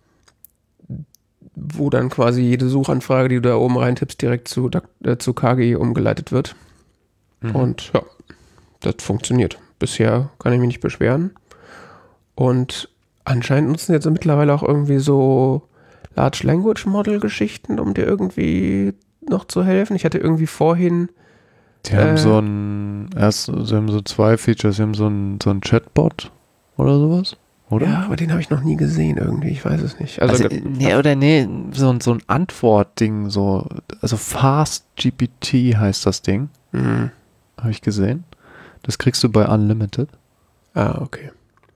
wo dann quasi jede Suchanfrage, die du da oben reintippst, direkt zu, äh, zu K G umgeleitet wird. Mhm. Und ja, das funktioniert. Bisher kann ich mich nicht beschweren. Und anscheinend nutzen jetzt mittlerweile auch irgendwie so Large Language Model Geschichten, um dir irgendwie noch zu helfen. Ich hatte irgendwie vorhin
Die äh, haben so ein, erst, sie haben so zwei Features, sie haben so ein, so ein Chatbot oder sowas, oder?
Ja, aber den habe ich noch nie gesehen irgendwie, ich weiß es nicht. Also,
also nee, oder nee, so, so ein Antwortding, so, also Fast G P T heißt das Ding. Mhm. Habe ich gesehen. Das kriegst du bei Unlimited.
Ah, okay.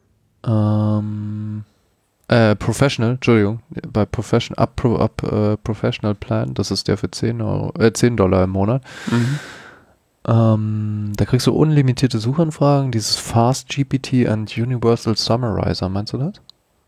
Ähm, äh, Professional, Entschuldigung, bei Professional, ab, Pro, ab äh, Professional Plan, das ist der für zehn Euro, äh, zehn Dollar im Monat. Mhm. Ähm, da kriegst du unlimitierte Suchanfragen, dieses Fast G P T and Universal Summarizer, meinst du das?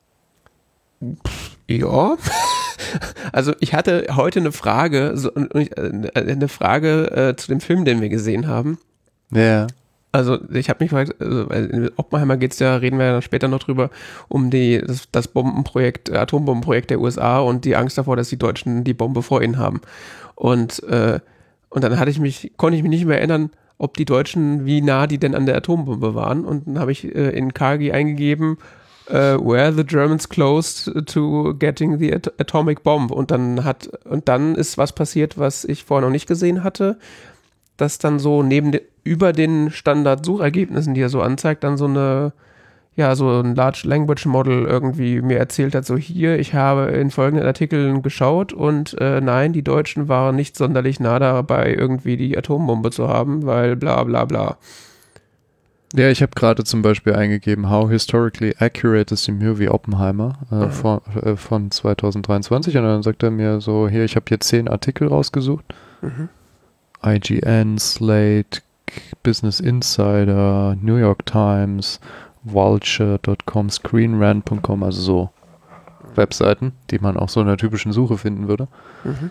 Ja. Also ich hatte heute eine Frage, so, eine Frage äh, zu dem Film, den wir gesehen haben.
Ja.
Also ich habe mich gefragt, also, weil in Oppenheimer geht es ja, reden wir ja dann später noch drüber, um die, das, das Bombenprojekt, äh, Atombombenprojekt der U S A und die Angst davor, dass die Deutschen die Bombe vor ihnen haben. Und, äh, und dann hatte ich mich, konnte ich mich nicht mehr erinnern, ob die Deutschen, wie nah die denn an der Atombombe waren. Und dann habe ich äh, in K G eingegeben, Uh, where the Germans close to getting the at- atomic bomb. Und dann hat, und dann ist was passiert, was ich vorher noch nicht gesehen hatte, dass dann so neben de, über den Standard-Suchergebnissen, die er so anzeigt, dann so eine, ja, so ein Large Language Model irgendwie mir erzählt hat, so hier, ich habe in folgenden Artikeln geschaut und äh, nein, die Deutschen waren nicht sonderlich nah dabei, irgendwie die Atombombe zu haben, weil bla bla bla.
Ja, ich habe gerade zum Beispiel eingegeben, how historically accurate is the movie Oppenheimer äh,
Mhm.
von, äh, von zwanzig dreiundzwanzig und dann sagt er mir so, hier, ich habe hier zehn Artikel rausgesucht.
Mhm.
I G N, Slate, Business Insider, New York Times, Vulture Punkt com, Screenrant Punkt com, also so Webseiten, die man auch so in der typischen Suche finden würde.
Mhm.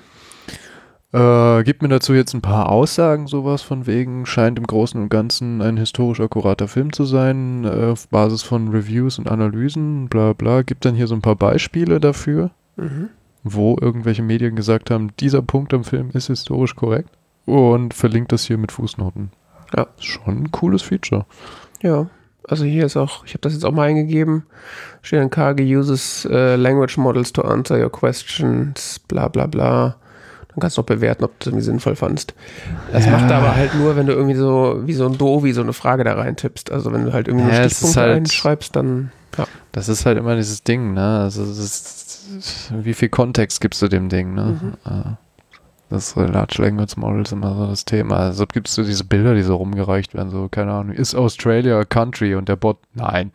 Äh, gibt mir dazu jetzt ein paar Aussagen, sowas von wegen, scheint im Großen und Ganzen ein historisch akkurater Film zu sein, äh, auf Basis von Reviews und Analysen, bla bla. Gibt dann hier so ein paar Beispiele dafür,
Mhm.
wo irgendwelche Medien gesagt haben, dieser Punkt am Film ist historisch korrekt und verlinkt das hier mit Fußnoten.
Ja.
Schon ein cooles Feature.
Ja, also hier ist auch, ich habe das jetzt auch mal eingegeben, steht dann K G uses uh, language models to answer your questions, bla bla bla. Dann kannst du noch bewerten, ob du das irgendwie sinnvoll fandst. Das
Ja.
macht er aber halt nur, wenn du irgendwie so, wie so ein Dovi, so eine Frage da reintippst. Also wenn du halt irgendwie
Ja,
nur
es ist
Stichpunkte
halt-
reinschreibst, dann, ja.
Das ist halt immer dieses Ding, ne? Also das ist, wie viel Kontext gibst du dem Ding, ne?
Mhm.
Äh, Das Large Language Model ist immer so das Thema. Also gibst du diese Bilder, die so rumgereicht werden, so, keine Ahnung, ist Australia a country? Und der Bot, nein.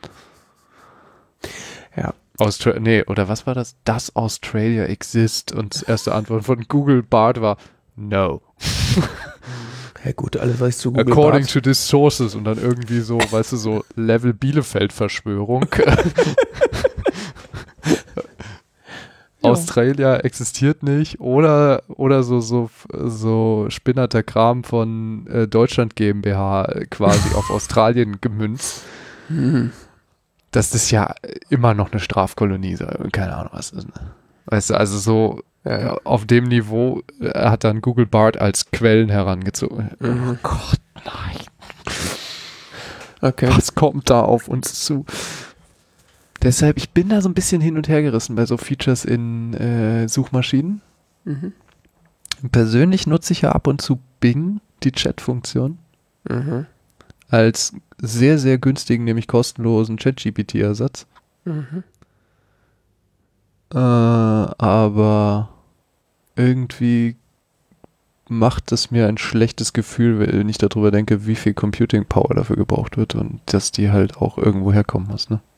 Ja.
Austra nee, oder was war das? Does Australia exist? Und die erste Antwort von Google Bard war, no.
Ja gut, alles, was ich zu Google
According
Bart-
to these sources. Und dann irgendwie so, weißt du, so Level Bielefeld-Verschwörung.
Ja.
Australia existiert nicht oder oder so so so spinnerter Kram von äh, Deutschland GmbH quasi auf Australien gemünzt.
Mhm.
Das ist ja immer noch eine Strafkolonie, so, keine Ahnung was ist. Ne? Weißt du, also so
Ja, ja.
auf dem Niveau äh, hat dann Google Bard als Quellen herangezogen.
Mhm.
Oh Gott, nein.
Okay.
Was kommt da auf uns zu? Deshalb, ich bin da so ein bisschen hin und her gerissen bei so Features in äh, Suchmaschinen.
Mhm.
Persönlich nutze ich ja ab und zu Bing, die Chat-Funktion,
Mhm.
als sehr, sehr günstigen, nämlich kostenlosen ChatGPT-Ersatz.
Mhm.
Äh, aber irgendwie macht es mir ein schlechtes Gefühl, wenn ich darüber denke, wie viel Computing Power dafür gebraucht wird und dass die halt auch irgendwo herkommen muss, ne?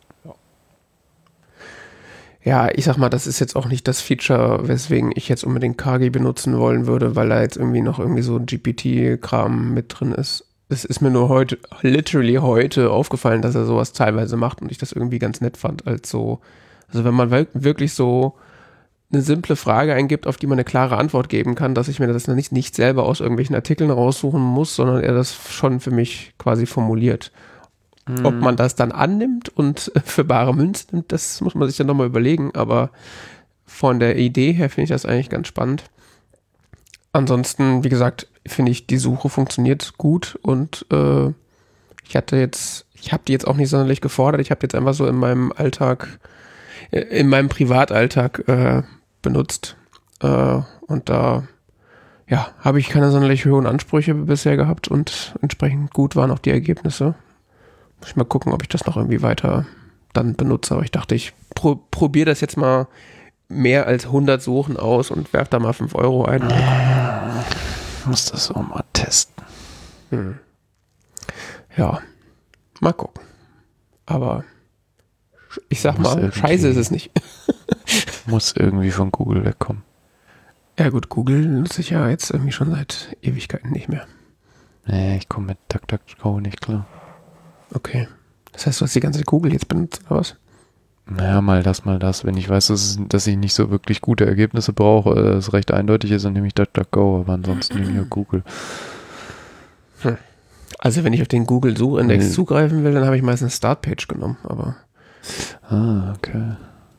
Ja, ich sag mal, das ist jetzt auch nicht das Feature, weswegen ich jetzt unbedingt K G benutzen wollen würde, weil da jetzt irgendwie noch irgendwie so ein G P T-Kram mit drin ist. Es ist mir nur heute, literally heute aufgefallen, dass er sowas teilweise macht und ich das irgendwie ganz nett fand, als so, also wenn man wirk- wirklich so eine simple Frage eingibt, auf die man eine klare Antwort geben kann, dass ich mir das nicht, nicht selber aus irgendwelchen Artikeln raussuchen muss, sondern er das schon für mich quasi formuliert. Ob man das dann annimmt und für bare Münze nimmt, das muss man sich dann nochmal überlegen, aber von der Idee her finde ich das eigentlich ganz spannend. Ansonsten, wie gesagt, finde ich, die Suche funktioniert gut und äh, ich hatte jetzt, ich habe die jetzt auch nicht sonderlich gefordert, ich habe jetzt einfach so in meinem Alltag, äh, in meinem Privatalltag äh, benutzt äh, und da, ja, habe ich keine sonderlich hohen Ansprüche bisher gehabt und entsprechend gut waren auch die Ergebnisse. Muss ich mal gucken, ob ich das noch irgendwie weiter dann benutze. Aber ich dachte, ich pro, probiere das jetzt mal mehr als hundert Suchen aus und werfe da mal fünf Euro ein.
Ich muss das auch mal testen.
Hm. Ja, mal gucken. Aber ich sag
Muss
mal,
irgendwie-
scheiße ist es nicht.
Muss irgendwie von Google wegkommen.
Ja gut, Google nutze ich ja jetzt irgendwie schon seit Ewigkeiten nicht mehr.
Nee, ich komme mit DuckDuckGo nicht klar.
Okay. Das heißt, du hast die ganze Google jetzt benutzt, oder was?
Naja, mal das, mal das. Wenn ich weiß, dass, es, dass ich nicht so wirklich gute Ergebnisse brauche, äh, es recht eindeutig ist, dann nehme ich DuckDuckGo, aber ansonsten nehme ich auch Google.
Also wenn ich auf den Google-Suchindex
Mhm.
zugreifen will, dann habe ich meistens Startpage genommen, aber
Ah, okay.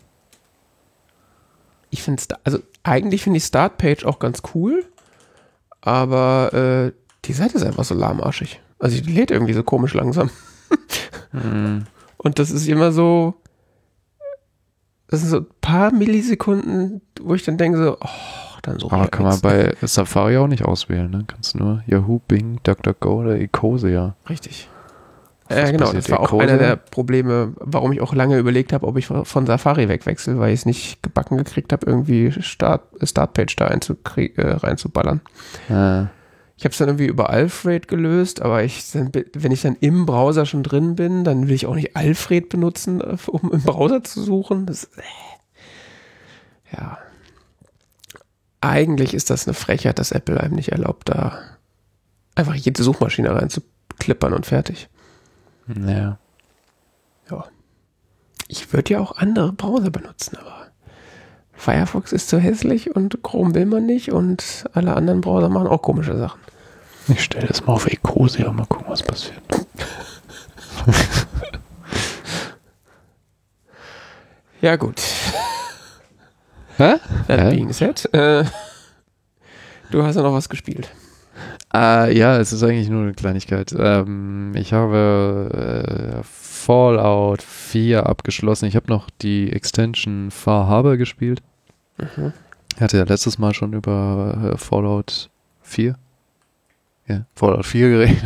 ich finde, also eigentlich finde ich Startpage auch ganz cool, aber äh, die Seite ist einfach so lahmarschig. Also die lädt irgendwie so komisch langsam.
Mhm.
Und das ist immer so, das sind so ein paar Millisekunden, wo ich dann denke so, oh, dann suche
Aber
ich
kann man
jetzt.
bei Safari auch nicht auswählen, ne? Kannst nur Yahoo, Bing, DuckDuckGo oder Ecosia.
Richtig.
Was
Ja, genau,
passiert
das war auch
Ecosia?
einer der Probleme, warum ich auch lange überlegt habe, ob ich von Safari wegwechsel, weil ich es nicht gebacken gekriegt habe, irgendwie Start, Startpage da einzukrie- äh, reinzuballern.
Ah.
Ich habe es dann irgendwie über Alfred gelöst, aber ich, dann, wenn ich dann im Browser schon drin bin, dann will ich auch nicht Alfred benutzen, um im Browser zu suchen. Das, äh, ja. Eigentlich ist das eine Frechheit, dass Apple einem nicht erlaubt, da einfach jede Suchmaschine reinzuklippern und fertig.
Ja.
Ja. Ich würde ja auch andere Browser benutzen, aber Firefox ist zu hässlich und Chrome will man nicht und alle anderen Browser machen auch komische Sachen.
Ich stelle das mal auf Ecosia, mal gucken, was passiert.
Ja gut,
Hä?
that
Hä?
being said, äh, du hast ja noch was gespielt.
Äh, ja, es ist eigentlich nur eine Kleinigkeit. Ähm, ich habe äh, Fallout vier abgeschlossen. Ich habe noch die Extension Far Harbor gespielt.
Mhm.
Ich hatte ja letztes Mal schon über äh, Fallout vier. Ja, Fallout vier geredet.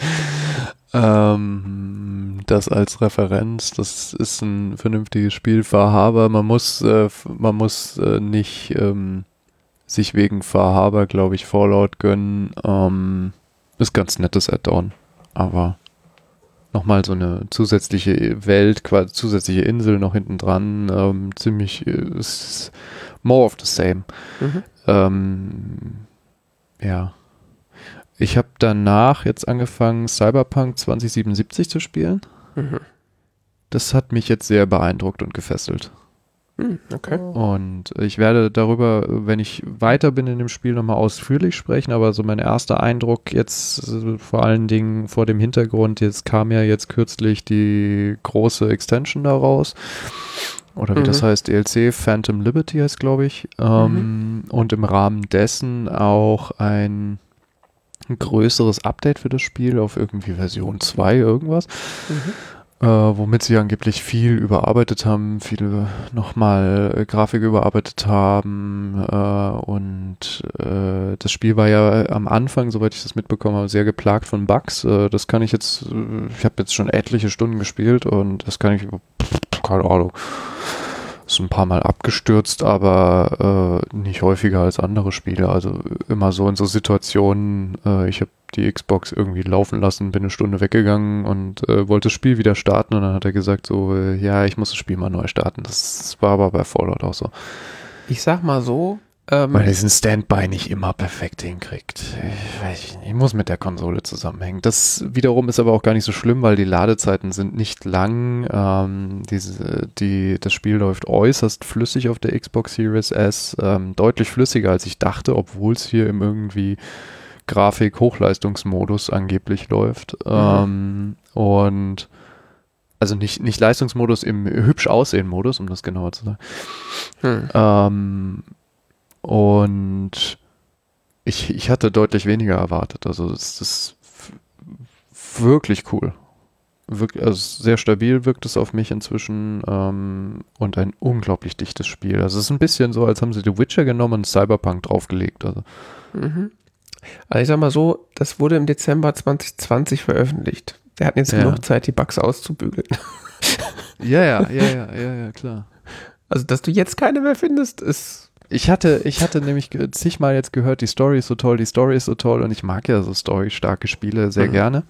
ähm, das als Referenz. Das ist ein vernünftiges Spiel. Far Harbor. Man muss, äh, f- man muss äh, nicht ähm, sich wegen Far Harbor, glaube ich, Fallout gönnen. Ähm, ist ganz nettes Add-on. Aber nochmal so eine zusätzliche Welt, quasi zusätzliche Insel noch hinten dran. Ähm, ziemlich äh, ist more of the same.
Mhm.
Ähm, ja. Ich habe danach jetzt angefangen, Cyberpunk zwanzig siebenundsiebzig zu spielen.
Mhm.
Das hat mich jetzt sehr beeindruckt und gefesselt.
Hm, okay.
Und ich werde darüber, wenn ich weiter bin in dem Spiel, nochmal ausführlich sprechen, aber so mein erster Eindruck jetzt äh, vor allen Dingen vor dem Hintergrund, jetzt kam ja jetzt kürzlich die große Extension daraus. Oder wie
Mhm.
das heißt, D L C, Phantom Liberty heißt, glaube ich. Ähm, und im Rahmen dessen auch ein größeres Update für das Spiel auf irgendwie Version zwei irgendwas.
Mhm.
Äh, womit sie angeblich viel überarbeitet haben, viele nochmal äh, Grafik überarbeitet haben äh, und äh, das Spiel war ja am Anfang, soweit ich das mitbekommen habe, sehr geplagt von Bugs. Äh, das kann ich jetzt, äh, ich habe jetzt schon etliche Stunden gespielt und das kann ich, pff, keine Ahnung, ist ein paar Mal abgestürzt, aber äh, nicht häufiger als andere Spiele. Also immer so in so Situationen, äh, ich habe die Xbox irgendwie laufen lassen, bin eine Stunde weggegangen und äh, wollte das Spiel wieder starten und dann hat er gesagt so, äh, ja, ich muss das Spiel mal neu starten. Das war aber bei Fallout auch so.
Ich sag mal so, ähm,
Weil er diesen Standby nicht immer perfekt hinkriegt. Ich weiß nicht, ich muss mit der Konsole zusammenhängen. Das wiederum ist aber auch gar nicht so schlimm, weil die Ladezeiten sind nicht lang. Ähm, diese, die, das Spiel läuft äußerst flüssig auf der Xbox Series S. Ähm, deutlich flüssiger, als ich dachte, obwohl es hier im irgendwie Grafik-Hochleistungsmodus angeblich läuft.
Mhm.
Ähm, und also nicht, nicht Leistungsmodus im hübsch aussehen Modus, um das genauer zu sagen.
hm.
Ähm, und ich, ich hatte deutlich weniger erwartet. Also es ist f- wirklich cool. Wirk, also sehr stabil wirkt es auf mich inzwischen ähm, und ein unglaublich dichtes Spiel. Also es ist ein bisschen so, als haben sie The Witcher genommen und Cyberpunk draufgelegt. Also
Mhm. Also ich sag mal so, das wurde im Dezember zwanzig zwanzig veröffentlicht. Wir hatten jetzt
Ja.
genug Zeit, die Bugs auszubügeln.
ja, ja, ja, ja, ja, ja, klar.
Also, dass du jetzt keine mehr findest, ist...
Ich hatte, ich hatte nämlich ge- zigmal jetzt gehört, die Story ist so toll, die Story ist so toll und ich mag ja so storystarke Spiele sehr
Mhm.
gerne.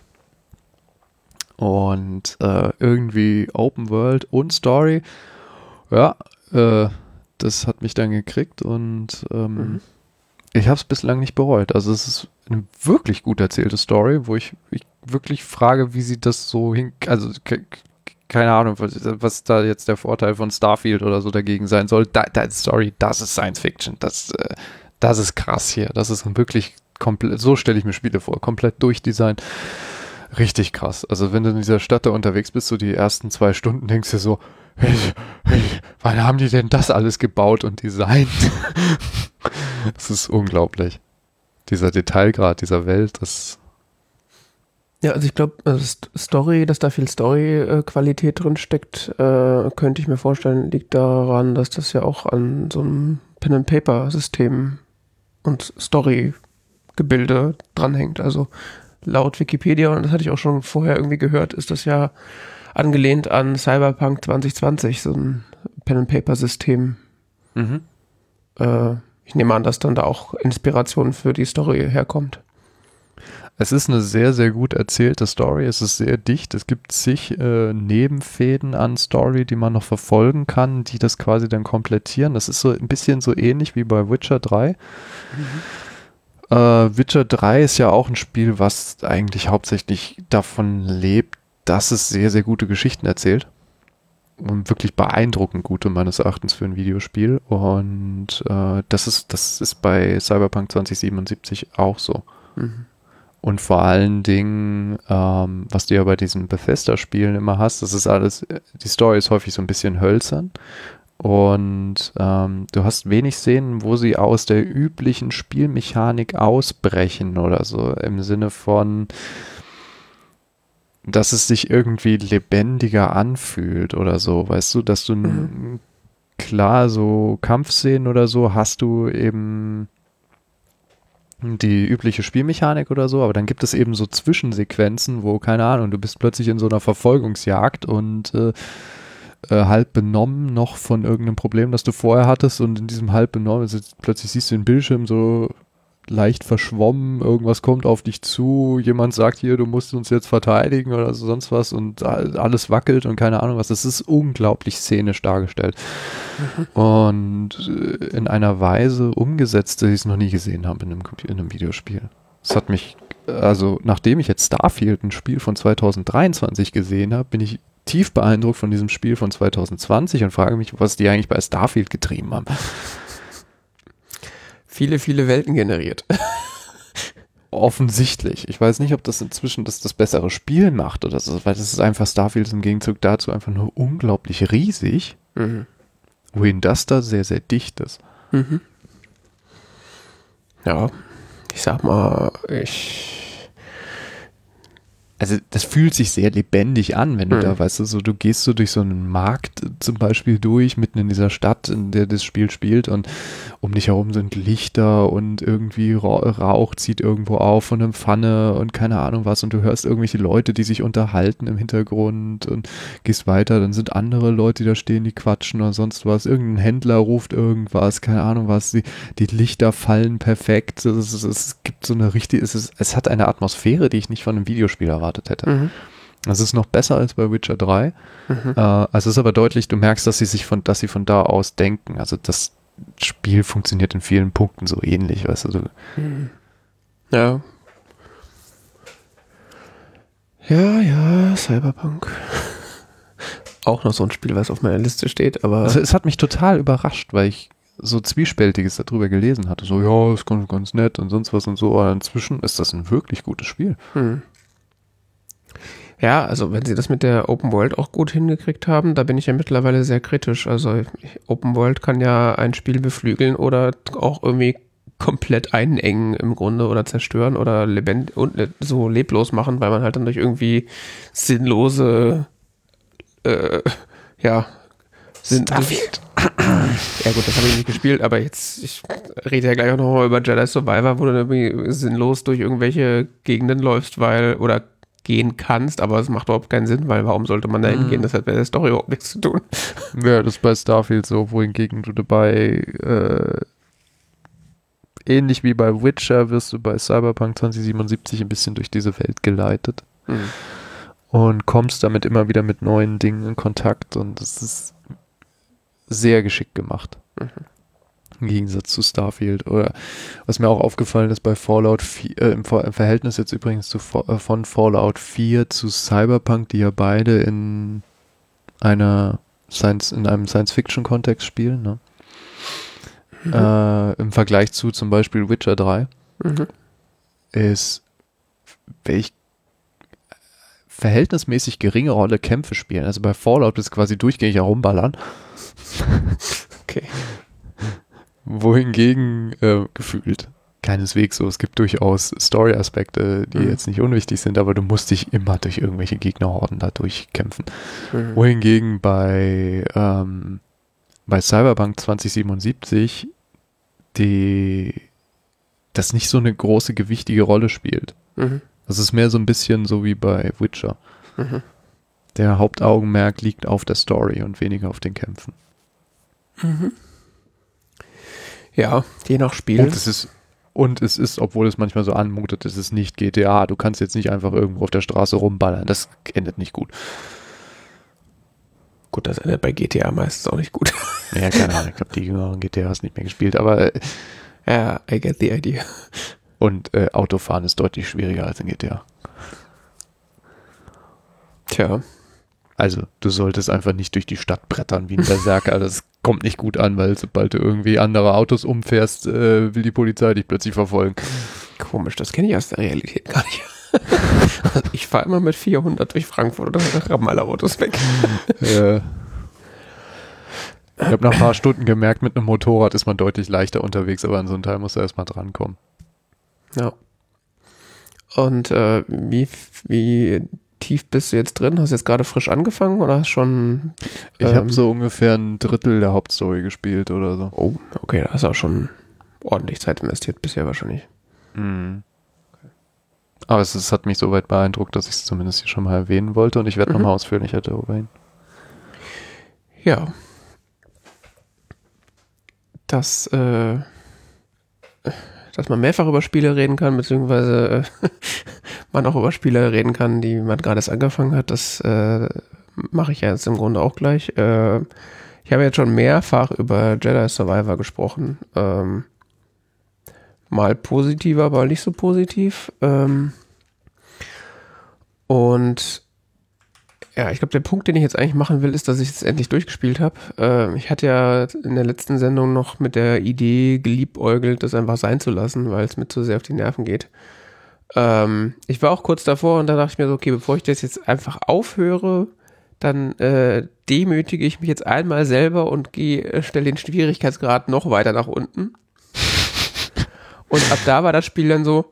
Und äh, irgendwie Open World und Story, ja, äh, das hat mich dann gekriegt und ähm,
Mhm.
ich habe es bislang nicht bereut. Also es ist eine wirklich gut erzählte Story, wo ich, ich wirklich frage, wie sie das so hin... Also ke- keine Ahnung, was, was da jetzt der Vorteil von Starfield oder so dagegen sein soll. Da, da, sorry, das ist Science Fiction. Das, äh, das ist krass hier. Das ist wirklich komplett, so stelle ich mir Spiele vor, komplett durchdesignt. Richtig krass. Also wenn du in dieser Stadt da unterwegs bist, so die ersten zwei Stunden denkst du so, hey, hey, wann haben die denn das alles gebaut und designt? Das ist unglaublich. Dieser Detailgrad dieser Welt, das...
Ja, also ich glaube, also St- Story, dass da viel Story-Qualität drin steckt, äh, könnte ich mir vorstellen, liegt daran, dass das ja auch an so einem Pen-and-Paper-System und Story-Gebilde dranhängt. Also laut Wikipedia, und das hatte ich auch schon vorher irgendwie gehört, ist das ja angelehnt an Cyberpunk zwanzig zwanzig, so ein Pen-and-Paper-System.
Mhm.
Äh, ich nehme an, dass dann da auch Inspiration für die Story herkommt.
Es ist eine sehr, sehr gut erzählte Story. Es ist sehr dicht. Es gibt zig äh, Nebenfäden an Story, die man noch verfolgen kann, die das quasi dann komplettieren. Das ist so ein bisschen so ähnlich wie bei Witcher drei. Mhm. Äh, Witcher drei ist ja auch ein Spiel, was eigentlich hauptsächlich davon lebt, dass es sehr, sehr gute Geschichten erzählt. Und wirklich beeindruckend gute, meines Erachtens, für ein Videospiel. Und äh, das ist, das ist bei Cyberpunk zwanzig siebenundsiebzig auch so. Mhm. Und vor allen Dingen, ähm, was du ja bei diesen Bethesda-Spielen immer hast, das ist alles, die Story ist häufig so ein bisschen hölzern. Und ähm, du hast wenig Szenen, wo sie aus der üblichen Spielmechanik ausbrechen oder so. Im Sinne von, dass es sich irgendwie lebendiger anfühlt oder so. Weißt du, dass du mhm. klar so Kampfszenen oder so hast du eben die übliche Spielmechanik oder so, aber dann gibt es eben so Zwischensequenzen, wo, keine Ahnung, du bist plötzlich in so einer Verfolgungsjagd und äh, äh, halb benommen noch von irgendeinem Problem, das du vorher hattest, und in diesem halb benommen, also plötzlich siehst du den Bildschirm so leicht verschwommen, irgendwas kommt auf dich zu, jemand sagt hier, du musst uns jetzt verteidigen oder so, sonst was, und alles wackelt und keine Ahnung was. Das ist unglaublich szenisch dargestellt. Mhm. Und in einer Weise umgesetzt, die ich es noch nie gesehen habe in einem, in einem Videospiel. Das hat mich, also nachdem ich jetzt Starfield, ein Spiel von zwanzig dreiundzwanzig gesehen habe, bin ich tief beeindruckt von diesem Spiel von zwanzig zwanzig und frage mich, was die eigentlich bei Starfield getrieben haben.
Viele, viele Welten generiert.
Offensichtlich. Ich weiß nicht, ob das inzwischen das, das bessere Spiel macht oder so, weil das ist einfach, Starfield ist im Gegenzug dazu einfach nur unglaublich riesig, mhm. wohin das da sehr, sehr dicht ist.
Mhm. Ja, ich sag mal, ich...
Also das fühlt sich sehr lebendig an, wenn du mhm. da, weißt du, so du gehst so durch so einen Markt zum Beispiel durch, mitten in dieser Stadt, in der das Spiel spielt, und um dich herum sind Lichter und irgendwie Rauch zieht irgendwo auf von einer Pfanne und keine Ahnung was, und du hörst irgendwelche Leute, die sich unterhalten im Hintergrund, und gehst weiter, dann sind andere Leute, die da stehen, die quatschen oder sonst was, irgendein Händler ruft irgendwas, keine Ahnung was, die, die Lichter fallen perfekt, es, es, es gibt so eine richtige, es, ist, es hat eine Atmosphäre, die ich nicht von einem Videospiel erwarte. hätte. Mhm. Das ist noch besser als bei Witcher drei. Mhm. Äh, also es ist aber deutlich, du merkst, dass sie sich von, dass sie von da aus denken. Also das Spiel funktioniert in vielen Punkten so ähnlich, weißt du.
Mhm. Ja. Ja, ja, Cyberpunk. Auch noch so ein Spiel, was auf meiner Liste steht, aber...
Also es hat mich total überrascht, weil ich so Zwiespältiges darüber gelesen hatte. So, ja, ist ganz, ganz nett und sonst was und so, aber inzwischen ist das ein wirklich gutes Spiel.
Mhm. Ja, also wenn sie das mit der Open World auch gut hingekriegt haben, da bin ich ja mittlerweile sehr kritisch. Also Open World kann ja ein Spiel beflügeln oder auch irgendwie komplett einengen im Grunde oder zerstören oder lebend und so leblos machen, weil man halt dann durch irgendwie sinnlose äh, ja
Starfield.
Ja gut, das habe ich nicht gespielt, aber jetzt, ich rede ja gleich auch noch mal über Jedi Survivor, wo du irgendwie sinnlos durch irgendwelche Gegenden läufst, weil, oder gehen kannst, aber es macht überhaupt keinen Sinn, weil warum sollte man da hingehen? Das hat mit der Story überhaupt nichts zu tun.
Ja, das ist bei Starfield so, wohingegen du dabei äh, ähnlich wie bei Witcher wirst du bei Cyberpunk zwanzig siebenundsiebzig ein bisschen durch diese Welt geleitet mhm. und kommst damit immer wieder mit neuen Dingen in Kontakt, und das ist sehr geschickt gemacht. Mhm. Im Gegensatz zu Starfield. Oder was mir auch aufgefallen ist bei Fallout vier, äh, im, Ver- im Verhältnis jetzt übrigens zu, äh, von Fallout vier zu Cyberpunk, die ja beide in einer Science, in einem Science-Fiction-Kontext spielen, ne? Mhm. Äh, im Vergleich zu zum Beispiel Witcher drei mhm. ist, welch, verhältnismäßig geringe Rolle Kämpfe spielen. Also bei Fallout ist quasi durchgängig herumballern.
Okay.
Wohingegen äh, gefühlt keineswegs so. Es gibt durchaus Story-Aspekte, die
mhm.
jetzt nicht unwichtig sind, aber du musst dich immer durch irgendwelche Gegnerhorden da durchkämpfen.
Mhm.
Wohingegen bei, ähm, bei Cyberpunk zwanzig siebenundsiebzig die das nicht so eine große, gewichtige Rolle spielt.
Mhm.
Das ist mehr so ein bisschen so wie bei Witcher.
Mhm.
Der Hauptaugenmerk liegt auf der Story und weniger auf den Kämpfen.
Mhm. Ja, je nach Spiel.
Und es ist, und es ist, obwohl es manchmal so anmutet, es ist nicht G T A. Du kannst jetzt nicht einfach irgendwo auf der Straße rumballern. Das endet nicht gut.
Gut, das endet bei G T A meistens auch nicht gut.
Ja, keine Ahnung. Ich glaube, die jüngeren G T As nicht mehr gespielt. Aber äh,
ja, I get the idea.
Und äh, Autofahren ist deutlich schwieriger als in G T A.
Tja.
Also, du solltest einfach nicht durch die Stadt brettern wie ein Berserker. Das kommt nicht gut an, weil sobald du irgendwie andere Autos umfährst, äh, will die Polizei dich plötzlich verfolgen.
Komisch, das kenne ich aus der Realität gar nicht. Also ich fahre immer mit vierhundert durch Frankfurt oder rammen alle Autos weg.
äh, ich habe nach ein paar Stunden gemerkt, mit einem Motorrad ist man deutlich leichter unterwegs, aber an so einen Teil muss er erstmal drankommen.
Ja. Und äh, wie, wie tief bist du jetzt drin? Hast du jetzt gerade frisch angefangen oder hast schon...
Ich
ähm,
habe so ungefähr ein Drittel der Hauptstory gespielt oder so.
Oh, okay, da hast du auch schon ordentlich Zeit investiert bisher wahrscheinlich.
Mhm. Aber es, es hat mich so weit beeindruckt, dass ich es zumindest hier schon mal erwähnen wollte und ich werde
Mhm.
nochmal ausführlicher darüber hin.
Ja. Dass, äh, dass man mehrfach über Spiele reden kann, beziehungsweise äh, man auch über Spiele reden kann, die man gerade erst angefangen hat, das äh, mache ich ja jetzt im Grunde auch gleich. Äh, ich habe jetzt schon mehrfach über Jedi Survivor gesprochen. Ähm, mal positiver, mal nicht so positiv. Ähm, und ja, ich glaube, der Punkt, den ich jetzt eigentlich machen will, ist, dass ich es endlich durchgespielt habe. Äh, ich hatte ja in der letzten Sendung noch mit der Idee geliebäugelt, das einfach sein zu lassen, weil es mir zu sehr auf die Nerven geht. Ähm, ich war auch kurz davor und da dachte ich mir so, okay, bevor ich das jetzt einfach aufhöre, dann äh, demütige ich mich jetzt einmal selber und gehe, stelle den Schwierigkeitsgrad noch weiter nach unten. Und ab da war das Spiel dann so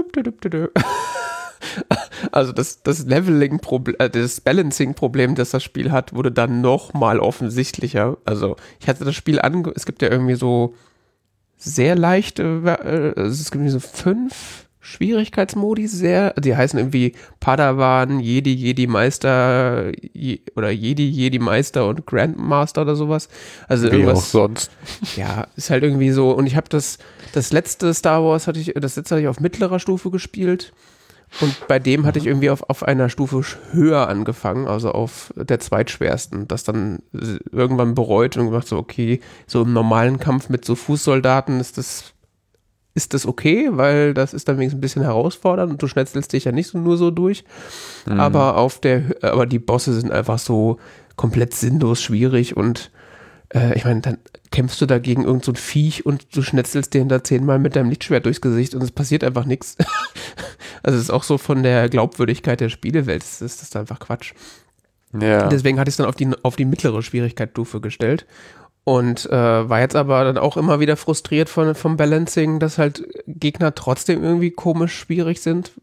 also das, das Leveling-Problem, äh, das Balancing-Problem, das das Spiel hat, wurde dann noch mal offensichtlicher. Also ich hatte das Spiel ange... Es gibt ja irgendwie so sehr leichte, äh, es gibt irgendwie so fünf Schwierigkeitsmodi, sehr, die heißen irgendwie Padawan, Jedi, Jedi-Meister Je, oder Jedi, Jedi-Meister und Grandmaster oder sowas. Also
Wie
irgendwas,
auch sonst.
Ja, ist halt irgendwie so. Und ich habe das, das letzte Star Wars hatte ich, das letzte hatte ich auf mittlerer Stufe gespielt. Und bei dem hatte ich irgendwie auf, auf einer Stufe höher angefangen, also auf der zweitschwersten. Das dann irgendwann bereut und gemacht so, okay, so im normalen Kampf mit so Fußsoldaten ist das, ist das okay, weil das ist dann wenigstens ein bisschen herausfordernd und du schnetzelst dich ja nicht so nur so durch. Mhm. Aber auf der, aber die Bosse sind einfach so komplett sinnlos schwierig und äh, ich meine, dann kämpfst du da gegen irgend so ein Viech und du schnetzelst den da zehnmal mit deinem Lichtschwert durchs Gesicht und es passiert einfach nichts. Also es ist auch so von der Glaubwürdigkeit der Spielewelt, ist das ist einfach Quatsch.
Ja.
Deswegen hatte ich es dann auf die, auf die mittlere Schwierigkeitsstufe gestellt und äh, war jetzt aber dann auch immer wieder frustriert von, vom Balancing, dass halt Gegner trotzdem irgendwie komisch schwierig sind.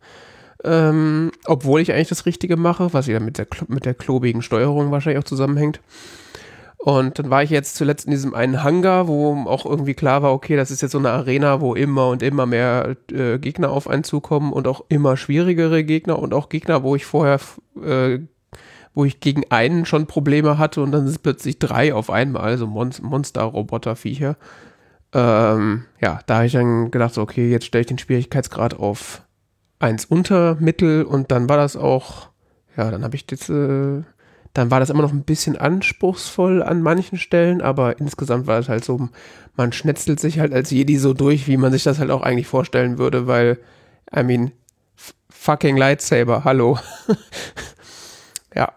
Ähm, obwohl ich eigentlich das Richtige mache, was wieder mit der, mit der klobigen Steuerung wahrscheinlich auch zusammenhängt. Und dann war ich jetzt zuletzt in diesem einen Hangar, wo auch irgendwie klar war, okay, das ist jetzt so eine Arena, wo immer und immer mehr äh, Gegner auf einen zukommen und auch immer schwierigere Gegner und auch Gegner, wo ich vorher, äh, wo ich gegen einen schon Probleme hatte und dann sind es plötzlich drei auf einmal, so Mon- Monster-Roboter-Viecher. Ähm, ja, da habe ich dann gedacht, so, okay, jetzt stelle ich den Schwierigkeitsgrad auf eins unter, mittel und dann war das auch, ja, dann habe ich jetzt, äh, dann war das immer noch ein bisschen anspruchsvoll an manchen Stellen, aber insgesamt war es halt so, man schnetzelt sich halt als Jedi so durch, wie man sich das halt auch eigentlich vorstellen würde, weil, I mean, f- fucking Lightsaber, hallo. Ja.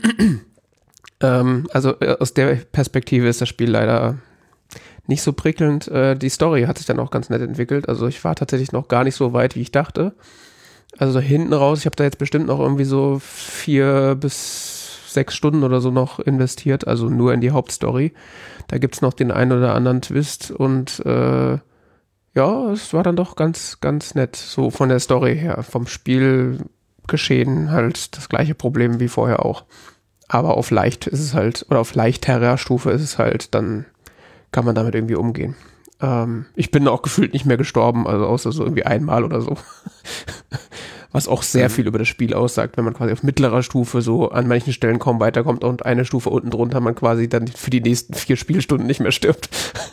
ähm, also aus der Perspektive ist das Spiel leider nicht so prickelnd. Äh, die Story hat sich dann auch ganz nett entwickelt, also ich war tatsächlich noch gar nicht so weit, wie ich dachte. Also hinten raus, ich habe da jetzt bestimmt noch irgendwie so vier bis sechs Stunden oder so noch investiert, also nur in die Hauptstory. Da gibt's noch den einen oder anderen Twist und äh, ja, es war dann doch ganz, ganz nett, so von der Story her. Vom Spielgeschehen halt das gleiche Problem wie vorher auch. Aber auf leicht ist es halt, oder auf leichterer Stufe ist es halt, dann kann man damit irgendwie umgehen. Ähm, ich bin auch gefühlt nicht mehr gestorben, also außer so irgendwie einmal oder so. Was auch sehr viel über das Spiel aussagt, wenn man quasi auf mittlerer Stufe so an manchen Stellen kaum weiterkommt und eine Stufe unten drunter man quasi dann für die nächsten vier Spielstunden nicht mehr stirbt.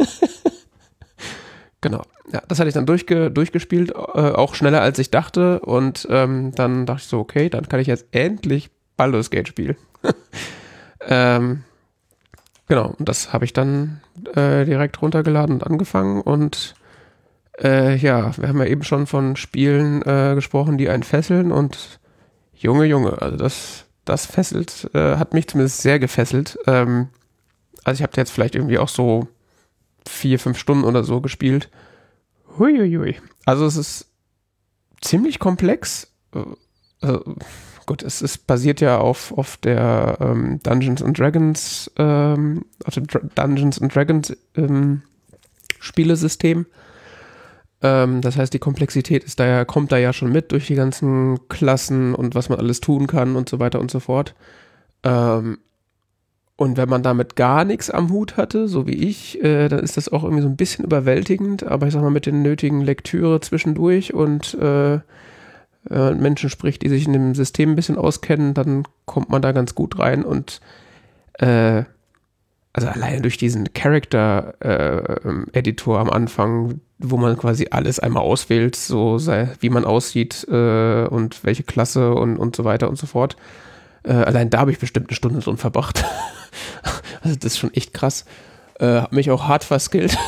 Genau. Ja, das hatte ich dann durchge durchgespielt, äh, auch schneller als ich dachte und ähm, dann dachte ich so, okay, dann kann ich jetzt endlich Baldur's Gate spielen. ähm, genau, und das habe ich dann äh, direkt runtergeladen und angefangen und äh, ja, wir haben ja eben schon von Spielen äh, gesprochen, die einen fesseln und Junge, Junge, also das, das fesselt, äh, hat mich zumindest sehr gefesselt. Ähm, also ich habe jetzt vielleicht irgendwie auch so vier, fünf Stunden oder so gespielt. Huiuiui. Also es ist ziemlich komplex. Also, gut, es ist basiert ja auf, auf der ähm, Dungeons and Dragons ähm, auf dem Dr- Dungeons and Dragons ähm, Spielesystem. Ähm, das heißt, die Komplexität ist da ja, kommt da ja schon mit durch die ganzen Klassen und was man alles tun kann und so weiter und so fort. Ähm, Und wenn man damit gar nichts am Hut hatte, so wie ich, äh, dann ist das auch irgendwie so ein bisschen überwältigend. Aber ich sag mal, mit den nötigen Lektüre zwischendurch und äh, äh, Menschen spricht, die sich in dem System ein bisschen auskennen, dann kommt man da ganz gut rein. Und äh, also allein durch diesen Character-Editor äh, am Anfang, wo man quasi alles einmal auswählt, so sei, wie man aussieht äh, und welche Klasse und, und so weiter und so fort. Äh, allein da habe ich bestimmt eine Stunde drin verbracht. Also das ist schon echt krass. Äh, hab mich auch hart verskillt.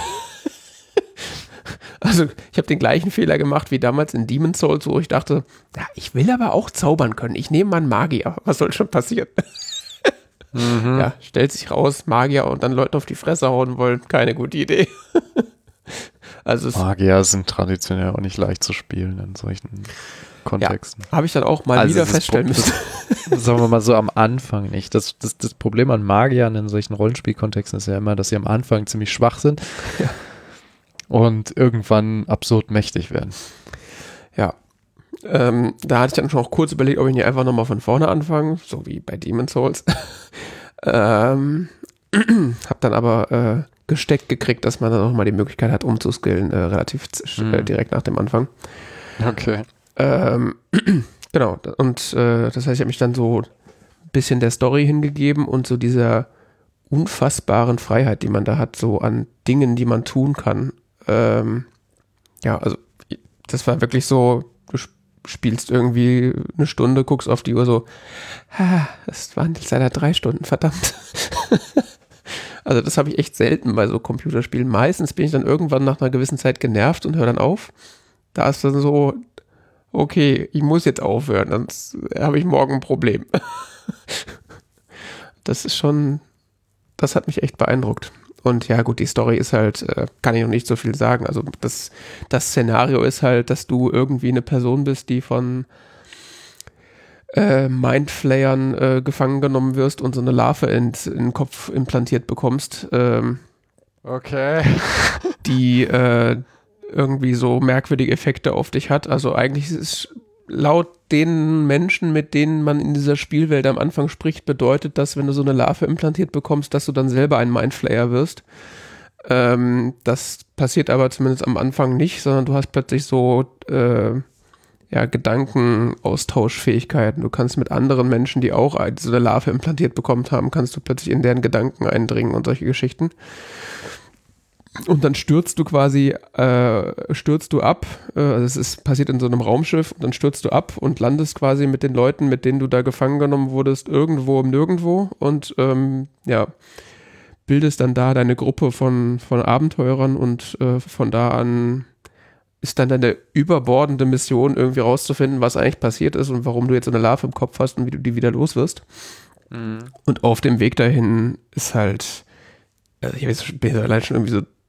Also ich habe den gleichen Fehler gemacht wie damals in Demon's Souls, wo ich dachte, ja, ich will aber auch zaubern können. Ich nehme mal einen Magier. Was soll schon passieren? Mhm. Ja, stellt sich raus, Magier und dann Leute auf die Fresse hauen wollen. Keine gute Idee. Also
Magier sind traditionell auch nicht leicht zu spielen in solchen Kontexten.
Ja, habe ich dann auch mal also wieder feststellen müssen.
Das, sagen wir mal so am Anfang nicht. Das, das, das Problem an Magiern in solchen Rollenspielkontexten ist ja immer, dass sie am Anfang ziemlich schwach sind ja. und irgendwann absurd mächtig werden. Ja. Ähm, da hatte ich dann schon auch kurz überlegt, ob ich nicht einfach nochmal von vorne anfange, so wie bei Demon's Souls. ähm, hab dann aber äh, gesteckt gekriegt, dass man dann nochmal die Möglichkeit hat, umzuskillen, äh, relativ mhm. äh, direkt nach dem Anfang. Okay.
Ähm, genau, und äh, das heißt, ich habe mich dann so ein bisschen der Story hingegeben und so dieser unfassbaren Freiheit, die man da hat, so an Dingen, die man tun kann. Ähm, ja, also das war wirklich so, du spielst irgendwie eine Stunde, guckst auf die Uhr so, ah, das waren jetzt leider drei Stunden, verdammt. Also das habe ich echt selten bei so Computerspielen. Meistens bin ich dann irgendwann nach einer gewissen Zeit genervt und höre dann auf. Da ist dann so, okay, ich muss jetzt aufhören, sonst habe ich morgen ein Problem. Das ist schon, das hat mich echt beeindruckt. Und ja gut, die Story ist halt, äh, kann ich noch nicht so viel sagen. Also das, das Szenario ist halt, dass du irgendwie eine Person bist, die von äh, Mindflayern äh, gefangen genommen wirst und so eine Larve in, in den Kopf implantiert bekommst. Ähm,
okay.
Die äh, irgendwie so merkwürdige Effekte auf dich hat. Also eigentlich ist es laut den Menschen, mit denen man in dieser Spielwelt am Anfang spricht, bedeutet das, wenn du so eine Larve implantiert bekommst, dass du dann selber ein Mindflayer wirst. Ähm, das passiert aber zumindest am Anfang nicht, sondern du hast plötzlich so äh, ja, Gedankenaustauschfähigkeiten. Du kannst mit anderen Menschen, die auch so eine Larve implantiert bekommen haben, kannst du plötzlich in deren Gedanken eindringen und solche Geschichten. Und dann stürzt du quasi, äh, stürzt du ab, äh, also es ist passiert in so einem Raumschiff, und dann stürzt du ab und landest quasi mit den Leuten, mit denen du da gefangen genommen wurdest, irgendwo im Nirgendwo und ähm, ja, bildest dann da deine Gruppe von, von Abenteurern und äh, von da an ist dann deine überbordende Mission, irgendwie rauszufinden, was eigentlich passiert ist und warum du jetzt eine Larve im Kopf hast und wie du die wieder los wirst. Mhm. Und auf dem Weg dahin ist halt, also ich bin allein schon irgendwie so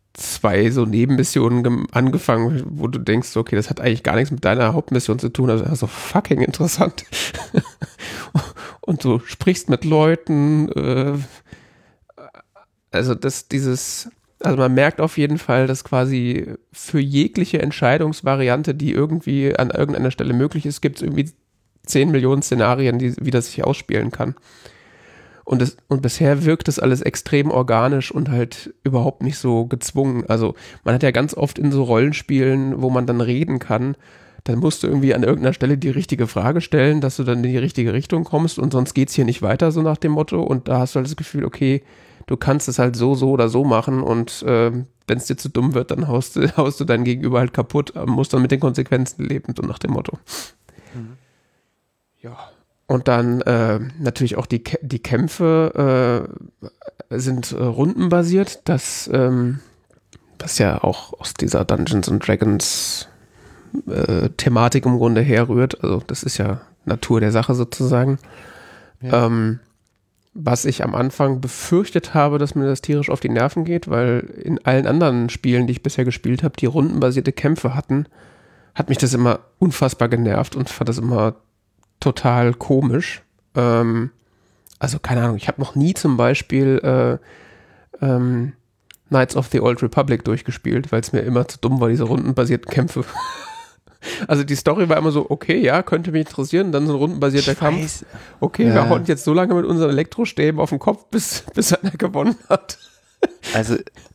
zwei so Nebenmissionen gem- angefangen, wo du denkst, okay, das hat eigentlich gar nichts mit deiner Hauptmission zu tun, also so fucking interessant. Und du sprichst mit Leuten, äh, also das, dieses, also man merkt auf jeden Fall, dass quasi für jegliche Entscheidungsvariante, die irgendwie an irgendeiner Stelle möglich ist, gibt es irgendwie zehn Millionen Szenarien, die, wie das sich ausspielen kann. Und, das, und bisher wirkt das alles extrem organisch und halt überhaupt nicht so gezwungen. Also man hat ja ganz oft in so Rollenspielen, wo man dann reden kann, dann musst du irgendwie an irgendeiner Stelle die richtige Frage stellen, dass du dann in die richtige Richtung kommst und sonst geht's hier nicht weiter, so nach dem Motto. Und da hast du halt das Gefühl, okay, du kannst es halt so, so oder so machen und äh, wenn es dir zu dumm wird, dann haust du, haust du dein Gegenüber halt kaputt, musst dann mit den Konsequenzen leben, so nach dem Motto. Mhm. Ja. Und dann äh, natürlich auch die, die Kämpfe äh, sind äh, rundenbasiert, das, ähm, das ja auch aus dieser Dungeons and Dragons äh, Thematik im Grunde herrührt. Also das ist ja Natur der Sache sozusagen. Ja. Ähm, was ich am Anfang befürchtet habe, dass mir das tierisch auf die Nerven geht, weil in allen anderen Spielen, die ich bisher gespielt habe, die rundenbasierte Kämpfe hatten, hat mich das immer unfassbar genervt und fand das immer total komisch. Ähm, also keine Ahnung, ich habe noch nie zum Beispiel äh, ähm, Knights of the Old Republic durchgespielt, weil es mir immer zu dumm war, diese rundenbasierten Kämpfe. Also die Story war immer so, okay, ja, könnte mich interessieren, dann so ein rundenbasierter
Ich
Kampf.
weiß.
Okay,
Ja.
wir hauen jetzt so lange mit unseren Elektrostäben auf den Kopf, bis, bis einer gewonnen hat.
Also,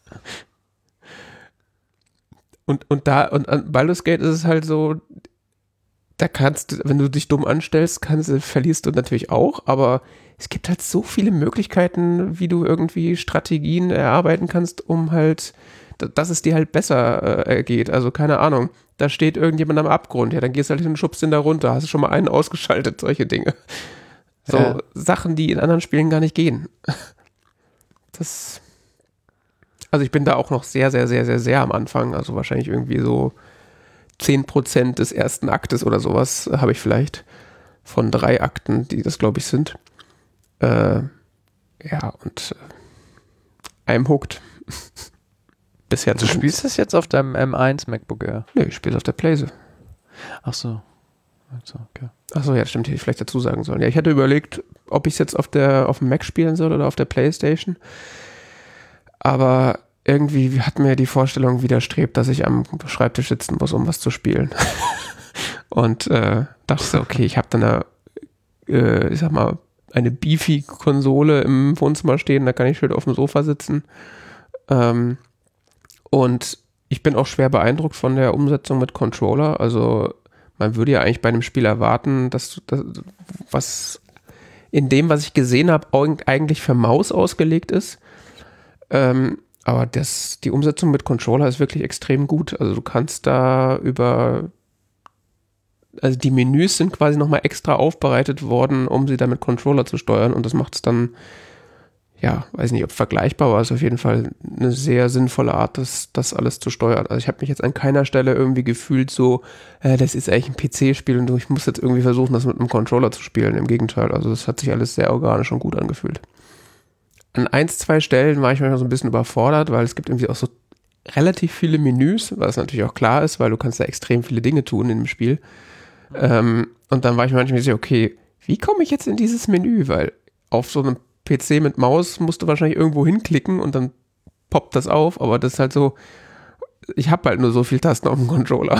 Und, und da, und an Baldur's Gate ist es halt so, da kannst du, wenn du dich dumm anstellst, kannst, verlierst du natürlich auch, aber es gibt halt so viele Möglichkeiten, wie du irgendwie Strategien erarbeiten kannst, um halt, dass es dir halt besser äh, geht. Also keine Ahnung, da steht irgendjemand am Abgrund, ja, dann gehst du halt hin und schubst ihn da runter, hast du schon mal einen ausgeschaltet, solche Dinge. So
Ja.
Sachen, die in anderen Spielen gar nicht gehen. Das, also ich bin da auch noch sehr, sehr, sehr, sehr, sehr am Anfang, also wahrscheinlich irgendwie so zehn Prozent des ersten Aktes oder sowas habe ich vielleicht von drei Akten, die das, glaube ich, sind. Äh, ja, und äh, I'm hooked. Bisher
du
zu
spielst das jetzt auf deinem M eins MacBook Air?
Nee, ich spiele auf der Playse.
Ach so. Also, okay.
Achso, ja, stimmt, hätte ich vielleicht dazu sagen sollen. Ja, ich hatte überlegt, ob ich es jetzt auf der auf dem Mac spielen soll oder auf der Playstation. Aber irgendwie hat mir die Vorstellung widerstrebt, dass ich am Schreibtisch sitzen muss, um was zu spielen. Und äh, dachte so, okay, ich habe dann eine, äh, ich sag mal, eine Beefy-Konsole im Wohnzimmer stehen, da kann ich schön auf dem Sofa sitzen. Ähm, und ich bin auch schwer beeindruckt von der Umsetzung mit Controller. Also man würde ja eigentlich bei einem Spiel erwarten, dass das, was in dem, was ich gesehen habe, eigentlich für Maus ausgelegt ist. Ähm, aber das, die Umsetzung mit Controller ist wirklich extrem gut. Also du kannst da über, also die Menüs sind quasi nochmal extra aufbereitet worden, um sie dann mit Controller zu steuern. Und das macht es dann, ja, weiß nicht, ob vergleichbar, aber es ist auf jeden Fall eine sehr sinnvolle Art, das, das alles zu steuern. Also ich habe mich jetzt an keiner Stelle irgendwie gefühlt so, äh, das ist eigentlich ein P C-Spiel und ich muss jetzt irgendwie versuchen, das mit einem Controller zu spielen. Im Gegenteil, also das hat sich alles sehr organisch und gut angefühlt. An eins, zwei Stellen war ich manchmal so ein bisschen überfordert, weil es gibt irgendwie auch so relativ viele Menüs, was natürlich auch klar ist, weil du kannst da extrem viele Dinge tun in dem Spiel. Mhm. Ähm, und dann war ich manchmal so, okay, wie komme ich jetzt in dieses Menü? Weil auf so einem P C mit Maus musst du wahrscheinlich irgendwo hinklicken und dann poppt das auf, aber das ist halt so, ich habe halt nur so viele Tasten auf dem Controller.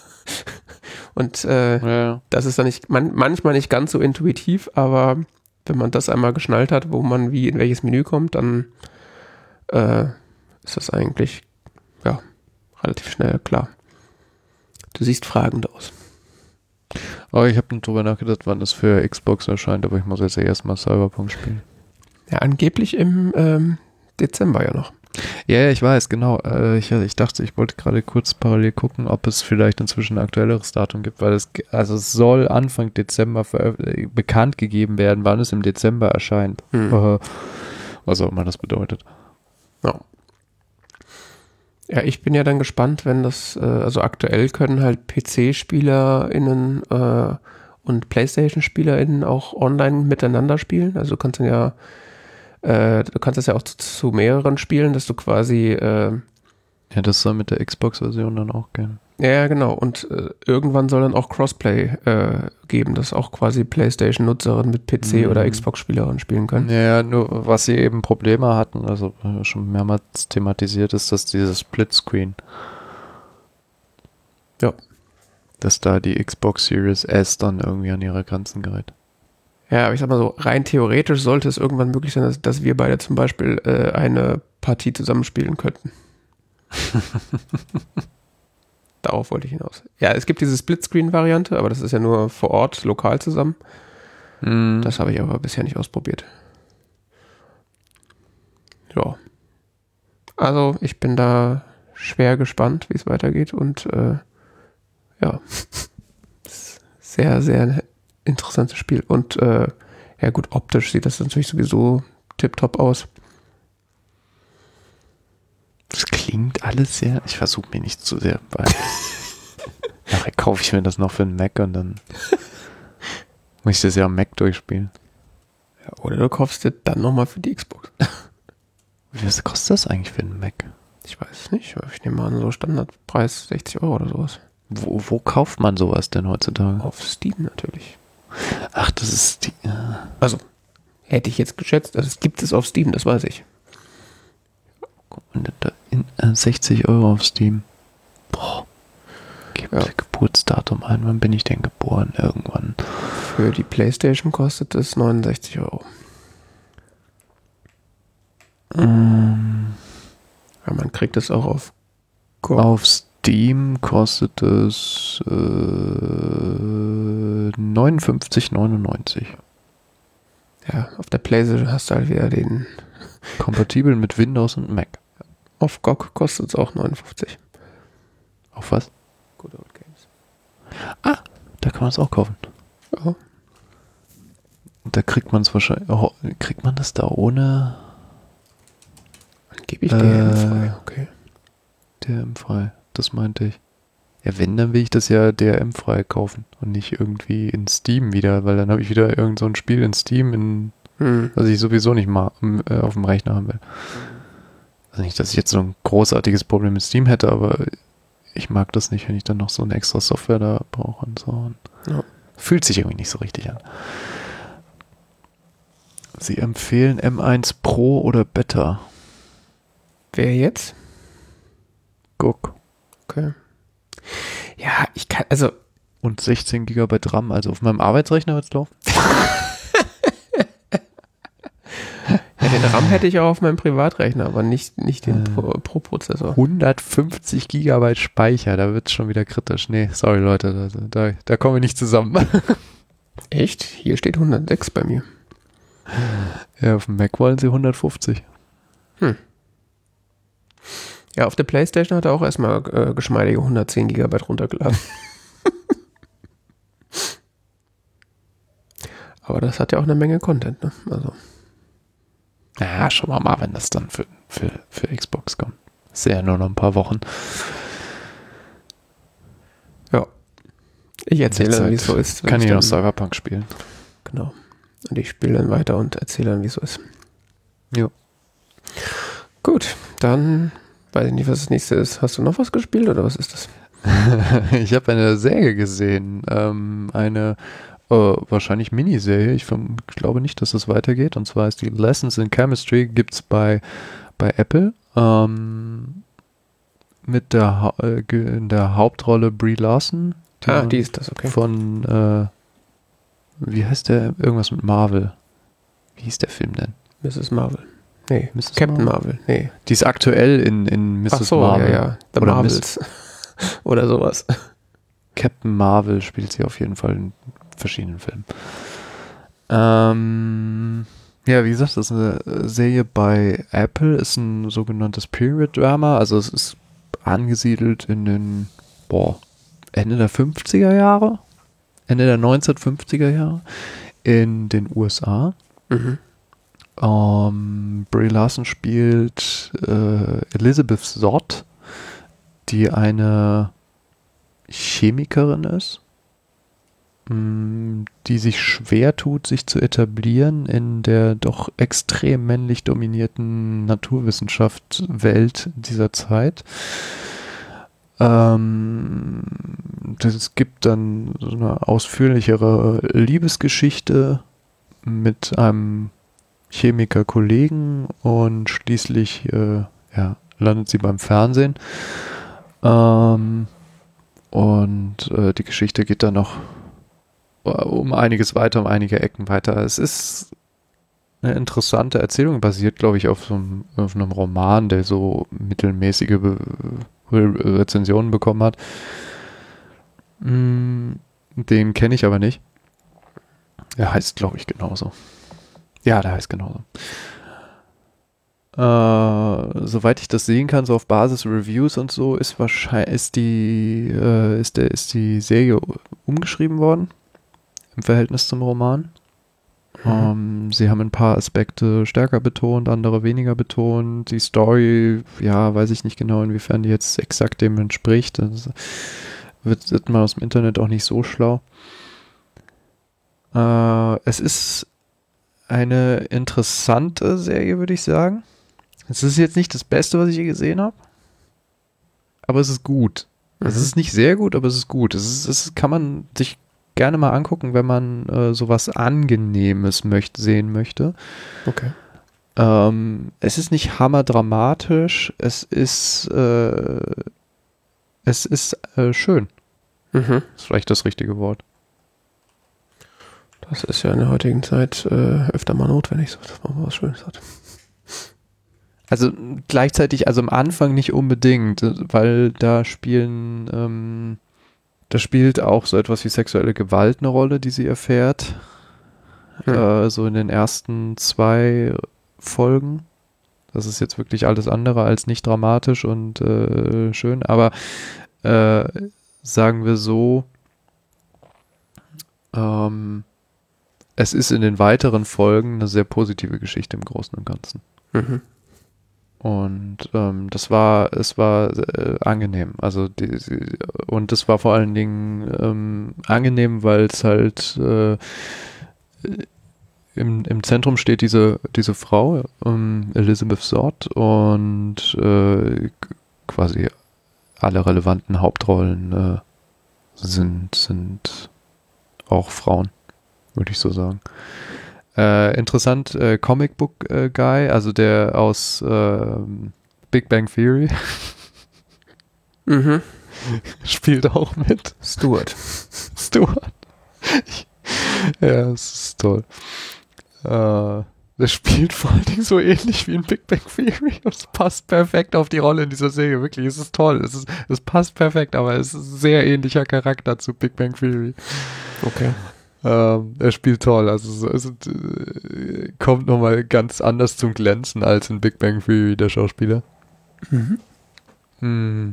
Und äh,
Ja.
das ist dann nicht, man, manchmal nicht ganz so intuitiv, aber wenn man das einmal geschnallt hat, wo man wie in welches Menü kommt, dann äh, ist das eigentlich ja relativ schnell klar. Du siehst fragend aus.
Aber ich habe nur drüber nachgedacht, wann das für Xbox erscheint, aber ich muss jetzt erstmal Cyberpunk spielen.
Ja, angeblich im ähm, Dezember ja noch.
Ja, ja, ich weiß, genau. Äh, ich, ich dachte, ich wollte gerade kurz parallel gucken, ob es vielleicht inzwischen ein aktuelleres Datum gibt, weil es, also es soll Anfang Dezember veröf- bekannt gegeben werden, wann es im Dezember erscheint.
Hm.
Äh, was auch immer das bedeutet.
Ja. Ja, ich bin ja dann gespannt, wenn das, äh, also aktuell können halt P C-SpielerInnen äh, und PlayStation-SpielerInnen auch online miteinander spielen. Also du kannst dann ja, äh, du kannst das ja auch zu, zu mehreren spielen, dass du quasi, äh,
Ja, das soll mit der Xbox-Version dann auch gehen.
Ja, genau. Und äh, irgendwann soll dann auch Crossplay äh, geben, dass auch quasi PlayStation-Nutzerinnen mit P C-
Mhm.
oder Xbox-Spielerinnen spielen können.
Ja, nur was sie eben Probleme hatten, also äh, schon mehrmals thematisiert ist, dass dieses Splitscreen.
Ja.
Dass da die Xbox Series S dann irgendwie an ihre Grenzen gerät.
Ja, aber ich sag mal so, rein theoretisch sollte es irgendwann möglich sein, dass, dass wir beide zum Beispiel äh, eine Partie zusammenspielen könnten. Darauf wollte ich hinaus. Ja, es gibt diese Splitscreen-Variante, aber das ist ja nur vor Ort, lokal zusammen.
Mhm.
Das habe ich aber bisher nicht ausprobiert. Ja. Also, ich bin da schwer gespannt, wie es weitergeht und äh, ja, sehr, sehr interessantes Spiel. Und äh, ja gut, optisch sieht das natürlich sowieso tipptopp aus.
Das klingt alles sehr. Ich versuche mir nicht zu sehr, weil nachher kaufe ich mir das noch für einen Mac und dann muss ich das ja am Mac durchspielen.
Ja, oder du kaufst dir dann nochmal für die Xbox.
Wie viel kostet das eigentlich für einen Mac?
Ich weiß es nicht, aber ich nehme an, so Standardpreis sechzig Euro oder sowas.
Wo, wo kauft man sowas denn heutzutage?
Auf Steam natürlich.
Ach, das ist die. Ja.
Also, hätte ich jetzt geschätzt, also es gibt es auf Steam, das weiß ich.
Und da in, äh, sechzig Euro auf Steam. Boah. Gib
Ja.
Geburtsdatum ein. Wann bin ich denn geboren? Irgendwann.
Für die PlayStation kostet es neunundsechzig Euro.
Ähm,
Ja, man kriegt es auch auf Go.
auf Steam kostet es äh, neunundfünfzig neunundneunzig.
Ja, auf der PlayStation hast du halt wieder den.
Kompatibel mit Windows und Mac.
Auf G O G kostet es auch neunundfünfzig.
Auf was?
Good Old Games.
Da kann man es auch kaufen.
Ja.
Und da kriegt man es wahrscheinlich. Oh, kriegt man das da ohne
Dann gebe ich
Äh,
D R M frei. Okay.
D R M-frei? Das meinte ich. Ja, wenn, dann will ich das ja D R M-frei kaufen und nicht irgendwie in Steam wieder, weil dann habe ich wieder irgend so ein Spiel in Steam, in,
Hm.
was ich sowieso nicht mal äh, auf dem Rechner haben will. Also nicht, dass ich jetzt so ein großartiges Problem mit Steam hätte, aber ich mag das nicht, wenn ich dann noch so eine extra Software da brauche und so. Und
Ja.
fühlt sich irgendwie nicht so richtig an. Sie empfehlen M eins Pro oder Beta.
Wer jetzt?
Guck.
Okay. Ja, ich kann, also,
Und sechzehn Gigabyte RAM, also auf meinem Arbeitsrechner wird es laufen.
ja, den RAM hätte ich auch auf meinem Privatrechner, aber nicht, nicht den
Äh.
Pro- Pro-Prozessor.
hundertfünfzig Gigabyte Speicher, da wird es schon wieder kritisch. Nee, sorry Leute, da, da, da kommen wir nicht zusammen.
Echt? Hier steht hundertsechs bei mir.
Ja, auf dem Mac wollen sie hundertfünfzig.
Ja, auf der PlayStation hat er auch erstmal äh, geschmeidige hundertzehn Gigabyte runtergeladen. Aber das hat ja auch eine Menge Content, ne? Also,
Ja, schauen wir mal, wenn das dann für, für, für Xbox kommt. Das ist ja nur noch ein paar Wochen.
ja. Ich erzähle
In der
dann, wie es
Zeit
so ist. wenn
Kann ich
dann-
noch Cyberpunk spielen?
Genau. Und ich spiele dann weiter und erzähle dann, wie es so ist.
Jo.
Gut, dann weiß ich nicht, was das nächste ist. Hast du noch was gespielt oder was ist das?
Ich habe eine Serie gesehen. Ähm, eine äh, wahrscheinlich Miniserie. Ich verm- glaube nicht, dass es weitergeht. Und zwar ist die Lessons in Chemistry. Gibt es bei, bei Apple. Ähm, mit der, Ha- äh, ge- in der Hauptrolle Brie Larson.
Ah,
man
die ist das, okay.
Von, äh, wie heißt der? Irgendwas mit Marvel. Wie hieß der Film denn?
Misses Marvel. Nee,
Misses
Captain
Marvel?
Marvel. Nee.
Die ist aktuell in, in Misses
Ach so,
Marvel.
ja, ja. The
Oder
Marvels. Oder sowas.
Captain Marvel spielt sie auf jeden Fall in verschiedenen Filmen. Ähm, ja, wie gesagt, das ist eine Serie bei Apple, ist ein sogenanntes Period Drama, also es ist angesiedelt in den, boah, Ende der fünfziger Jahre, Ende der neunzehnhundertfünfziger Jahre in den U S A.
Mhm.
Ähm, Brie Larson spielt äh, Elizabeth Zott, die eine Chemikerin ist, mh, die sich schwer tut, sich zu etablieren in der doch extrem männlich dominierten Naturwissenschaftswelt dieser Zeit. Ähm, es gibt dann so eine ausführlichere Liebesgeschichte mit einem Chemiker-Kollegen und schließlich äh, ja, landet sie beim Fernsehen. Ähm, und äh, die Geschichte geht dann noch um einiges weiter, um einige Ecken weiter. Es ist eine interessante Erzählung, basiert, glaube ich, auf so einem, auf einem Roman, der so mittelmäßige Be Re Rezensionen bekommen hat. Den kenne ich aber nicht. Der heißt, glaube ich, genauso. Ja, der heißt genauso. Äh, soweit ich das sehen kann, so auf Basis Reviews und so, ist wahrscheinlich ist die äh, ist der ist die Serie umgeschrieben worden im Verhältnis zum Roman. Mhm. Ähm, sie haben ein paar Aspekte stärker betont, andere weniger betont. Die Story, ja, weiß ich nicht genau, inwiefern die jetzt exakt dem entspricht. Das wird, wird man aus dem Internet auch nicht so schlau. Äh, es ist eine interessante Serie, würde ich sagen. Es ist jetzt nicht das Beste, was ich je gesehen habe, aber es ist gut. Mhm. Es ist nicht sehr gut, aber es ist gut. Es ist, es kann man sich gerne mal angucken, wenn man äh, sowas Angenehmes möchte, sehen möchte.
Okay.
Ähm, es ist nicht hammerdramatisch, es ist äh, es ist äh, schön.
Mhm.
Ist vielleicht das richtige Wort.
Das ist ja in der heutigen Zeit äh, öfter mal notwendig, so, dass man was Schönes hat.
Also gleichzeitig, also am Anfang nicht unbedingt, weil da spielen, ähm, da spielt auch so etwas wie sexuelle Gewalt eine Rolle, die sie erfährt. Hm. Äh, so in den ersten zwei Folgen. Das ist jetzt wirklich alles andere als nicht dramatisch und äh, schön, aber äh, sagen wir so, ähm, es ist in den weiteren Folgen eine sehr positive Geschichte im Großen und Ganzen.
Mhm.
Und ähm, das war, es war äh, angenehm. Also die, die, und das war vor allen Dingen ähm, angenehm, weil es halt äh, im, im Zentrum steht diese, diese Frau, ähm, Elizabeth Zott, und äh, quasi alle relevanten Hauptrollen äh, sind, sind auch Frauen, würde ich so sagen. Äh, interessant, äh, Comic Book äh, Guy, also der aus äh, Big Bang Theory,
mhm.
spielt auch mit.
Stuart.
Stuart. Ja, das ist toll. Äh, der spielt vor allen Dingen so ähnlich wie in Big Bang Theory. Das passt perfekt auf die Rolle in dieser Serie. Wirklich, es ist toll. Es, ist, es passt perfekt, aber es ist ein sehr ähnlicher Charakter zu Big Bang Theory.
Okay.
Ähm, er spielt toll, also es äh, kommt nochmal ganz anders zum Glänzen als in Big Bang Theory, der Schauspieler.
Mhm.
Hm.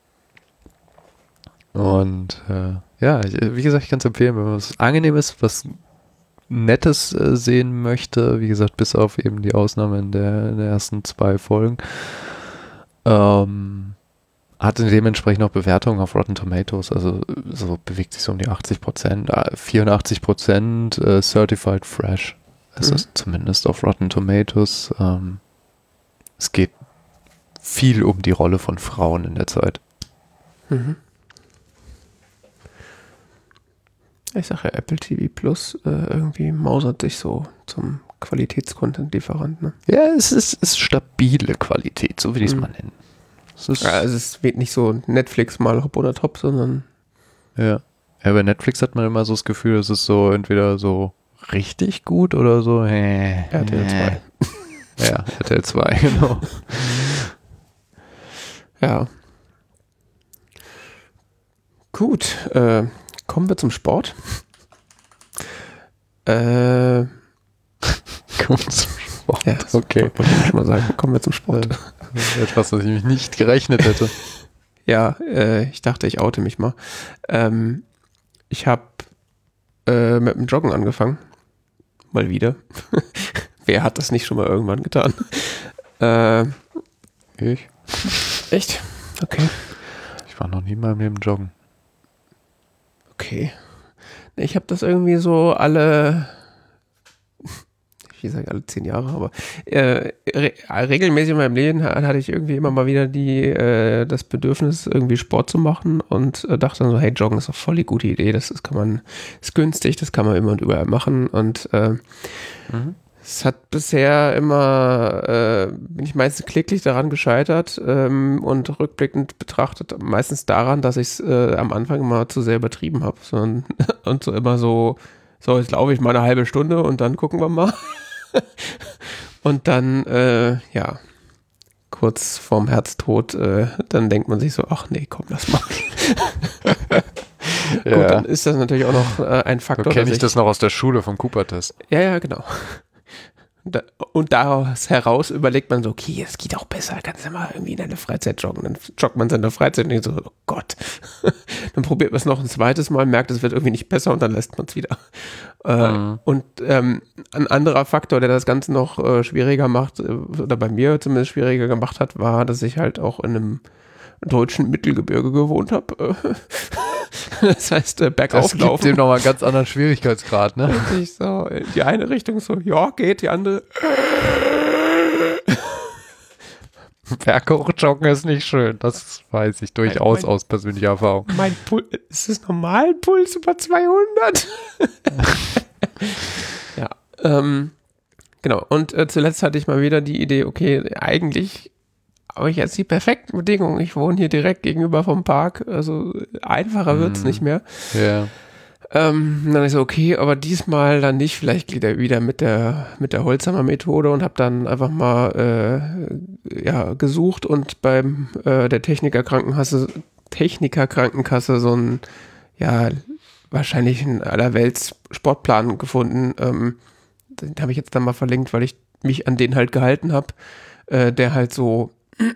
Und äh, ja, ich, wie gesagt, ich kann es empfehlen, wenn man was Angenehmes, was Nettes äh, sehen möchte, wie gesagt, bis auf eben die Ausnahme in der, in der ersten zwei Folgen. Ähm, hatte dementsprechend auch Bewertungen auf Rotten Tomatoes, also so bewegt sich so um die achtzig Prozent, vierundachtzig Prozent äh, Certified Fresh. Es mhm. ist zumindest auf Rotten Tomatoes. Ähm, es geht viel um die Rolle von Frauen in der Zeit.
Mhm. Ich sage ja, Apple T V Plus äh, irgendwie mausert sich so zum Qualitätscontent-Lieferant, ne?
Ja, es ist, ist stabile Qualität, so will ich es mhm. mal nennen.
Es ist ja, also es wird nicht so Netflix mal hopp oder top, sondern
ja. Ja, bei Netflix hat man immer so das Gefühl, es ist so entweder so richtig gut oder so äh,
R T L zwei.
Ja, R T L zwei, genau.
Ja. Gut, äh, kommen wir zum Sport. Äh,
kommen zum Sport.
Ja, okay. Wollte ich schon mal sagen, kommen wir zum Sport.
Etwas, was ich mich nicht gerechnet hätte.
Ja, äh, ich dachte, ich oute mich mal. Ähm, ich habe äh, mit dem Joggen angefangen. Mal wieder. Wer hat das nicht schon mal irgendwann getan? Äh,
ich.
Echt? Okay.
Ich war noch nie in meinem Leben joggen.
Okay. Ich habe das irgendwie so alle, ich sage alle zehn Jahre, aber äh, re regelmäßig in meinem Leben hatte ich irgendwie immer mal wieder die äh, das Bedürfnis, irgendwie Sport zu machen und äh, dachte dann so, hey, Joggen ist doch voll die gute Idee, das ist, kann man, ist günstig, das kann man immer und überall machen und äh, mhm. es hat bisher immer, äh, bin ich meistens kläglich daran gescheitert ähm, und rückblickend betrachtet meistens daran, dass ich es äh, am Anfang immer zu sehr übertrieben habe so, und so immer so, so jetzt laufe ich mal eine halbe Stunde und dann gucken wir mal. Und dann, äh, ja, kurz vorm Herztod, äh, dann denkt man sich so, ach nee, komm, lass mal. Ja. Gut, dann ist das natürlich auch noch äh, ein Faktor.
So kenne ich, ich das noch aus der Schule vom Cooper-Test.
Ja, ja, genau. Da, und daraus heraus überlegt man so, okay, es geht auch besser, kannst du mal irgendwie in deine Freizeit joggen. Dann joggt man seine Freizeit und denkt so, oh Gott. Dann probiert man es noch ein zweites Mal, merkt, es wird irgendwie nicht besser und dann lässt man es wieder. Äh, mhm. Und ähm, ein anderer Faktor, der das Ganze noch äh, schwieriger macht, oder bei mir zumindest schwieriger gemacht hat, war, dass ich halt auch in einem deutschen Mittelgebirge gewohnt habe. Das heißt, äh, bergauf laufen.
Das gibt dem nochmal einen ganz anderen Schwierigkeitsgrad, ne?
Richtig so. In die eine Richtung so, ja, geht, die andere.
Berghoch joggen ist nicht schön. Das weiß ich durchaus mein, aus persönlicher Erfahrung.
Mein Puls, ist das normal? Puls über zweihundert? Ja, ähm, genau. Und äh, zuletzt hatte ich mal wieder die Idee, okay, eigentlich habe ich jetzt die perfekten Bedingungen. Ich wohne hier direkt gegenüber vom Park, also einfacher wird's mm. nicht mehr.
Ja. Yeah.
Ähm, dann ist so, okay, aber diesmal dann nicht, vielleicht geht er wieder mit der mit der Holzhammer Methode und habe dann einfach mal äh, ja gesucht und beim äh, der Techniker Krankenkasse Techniker Krankenkasse so ein ja wahrscheinlich ein allerwelts Sportplan gefunden. Ähm, den habe ich jetzt dann mal verlinkt, weil ich mich an den halt gehalten habe, äh, der halt so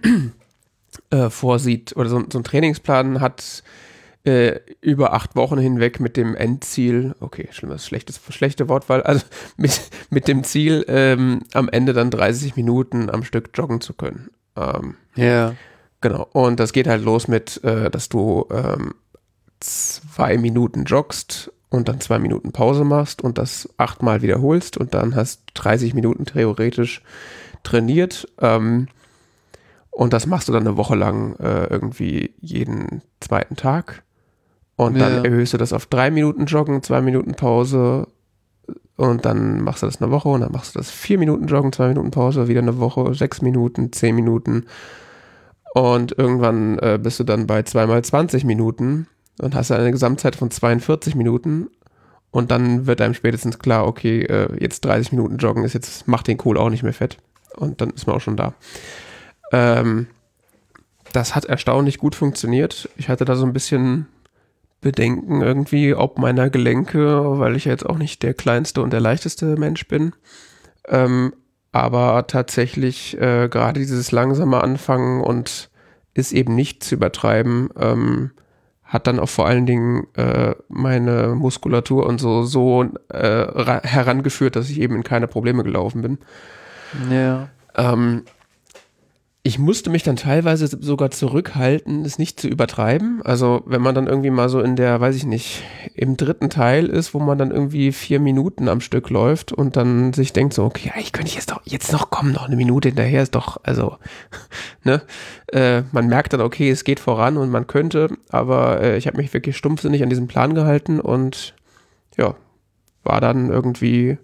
äh, vorsieht oder so, so ein Trainingsplan hat äh, über acht Wochen hinweg mit dem Endziel, okay, schlimmes, schlechtes, schlechte Wortwahl, also mit, mit dem Ziel, ähm, am Ende dann dreißig Minuten am Stück joggen zu können. Ähm,
ja. Yeah.
Genau, und das geht halt los mit, äh, dass du ähm, zwei Minuten joggst und dann zwei Minuten Pause machst und das achtmal wiederholst und dann hast dreißig Minuten theoretisch trainiert, ähm, und das machst du dann eine Woche lang äh, irgendwie jeden zweiten Tag und dann ja. erhöhst du das auf drei Minuten Joggen, zwei Minuten Pause und dann machst du das eine Woche und dann machst du das vier Minuten Joggen, zwei Minuten Pause, wieder eine Woche, sechs Minuten, zehn Minuten und irgendwann äh, bist du dann bei zweimal zwanzig Minuten und hast eine Gesamtzeit von zweiundvierzig Minuten und dann wird einem spätestens klar, okay, äh, jetzt dreißig Minuten Joggen ist jetzt, macht den Kohl auch nicht mehr fett und dann ist man auch schon da. Ähm, das hat erstaunlich gut funktioniert. Ich hatte da so ein bisschen Bedenken irgendwie, ob meiner Gelenke, weil ich ja jetzt auch nicht der kleinste und der leichteste Mensch bin. Ähm, aber tatsächlich äh, gerade dieses langsame Anfangen und ist eben nicht zu übertreiben, ähm, hat dann auch vor allen Dingen äh, meine Muskulatur und so so äh, herangeführt, dass ich eben in keine Probleme gelaufen bin.
Ja.
Ähm, Ich musste mich dann teilweise sogar zurückhalten, es nicht zu übertreiben. Also wenn man dann irgendwie mal so in der, weiß ich nicht, im dritten Teil ist, wo man dann irgendwie vier Minuten am Stück läuft und dann sich denkt so, okay, ich könnte jetzt doch jetzt noch kommen, noch eine Minute hinterher ist doch, also, ne, äh, man merkt dann, okay, es geht voran und man könnte, aber äh, ich habe mich wirklich stumpfsinnig an diesem Plan gehalten und ja, war dann irgendwie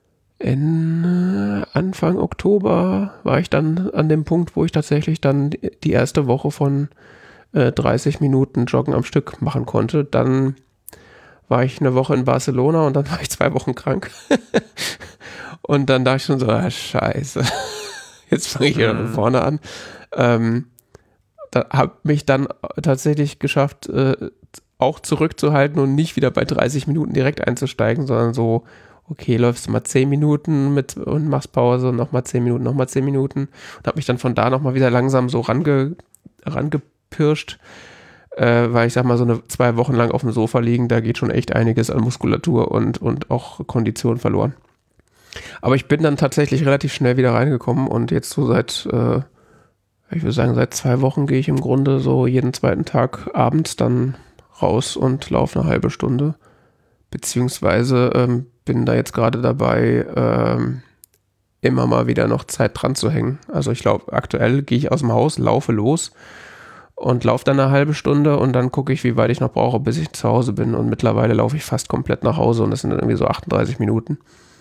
in Anfang Oktober war ich dann an dem Punkt, wo ich tatsächlich dann die erste Woche von äh, dreißig Minuten Joggen am Stück machen konnte. Dann war ich eine Woche in Barcelona und dann war ich zwei Wochen krank. Und dann dachte ich schon so, ah, scheiße, jetzt fange ich wieder von vorne an. Ähm, da habe mich dann tatsächlich geschafft, äh, auch zurückzuhalten und nicht wieder bei dreißig Minuten direkt einzusteigen, sondern so, okay, läufst du mal zehn Minuten mit und machst Pause, nochmal zehn Minuten, nochmal zehn Minuten und habe mich dann von da nochmal wieder langsam so range, rangepirscht, äh, weil ich sag mal, so eine zwei Wochen lang auf dem Sofa liegen, da geht schon echt einiges an Muskulatur und, und auch Kondition verloren. Aber ich bin dann tatsächlich relativ schnell wieder reingekommen und jetzt so seit, äh, ich würde sagen, seit zwei Wochen gehe ich im Grunde so jeden zweiten Tag abends dann raus und laufe eine halbe Stunde. beziehungsweise ähm, bin da jetzt gerade dabei, ähm, immer mal wieder noch Zeit dran zu hängen. Also ich glaube, aktuell gehe ich aus dem Haus, laufe los und laufe dann eine halbe Stunde und dann gucke ich, wie weit ich noch brauche, bis ich zu Hause bin. Und mittlerweile laufe ich fast komplett nach Hause und das sind dann irgendwie so achtunddreißig Minuten.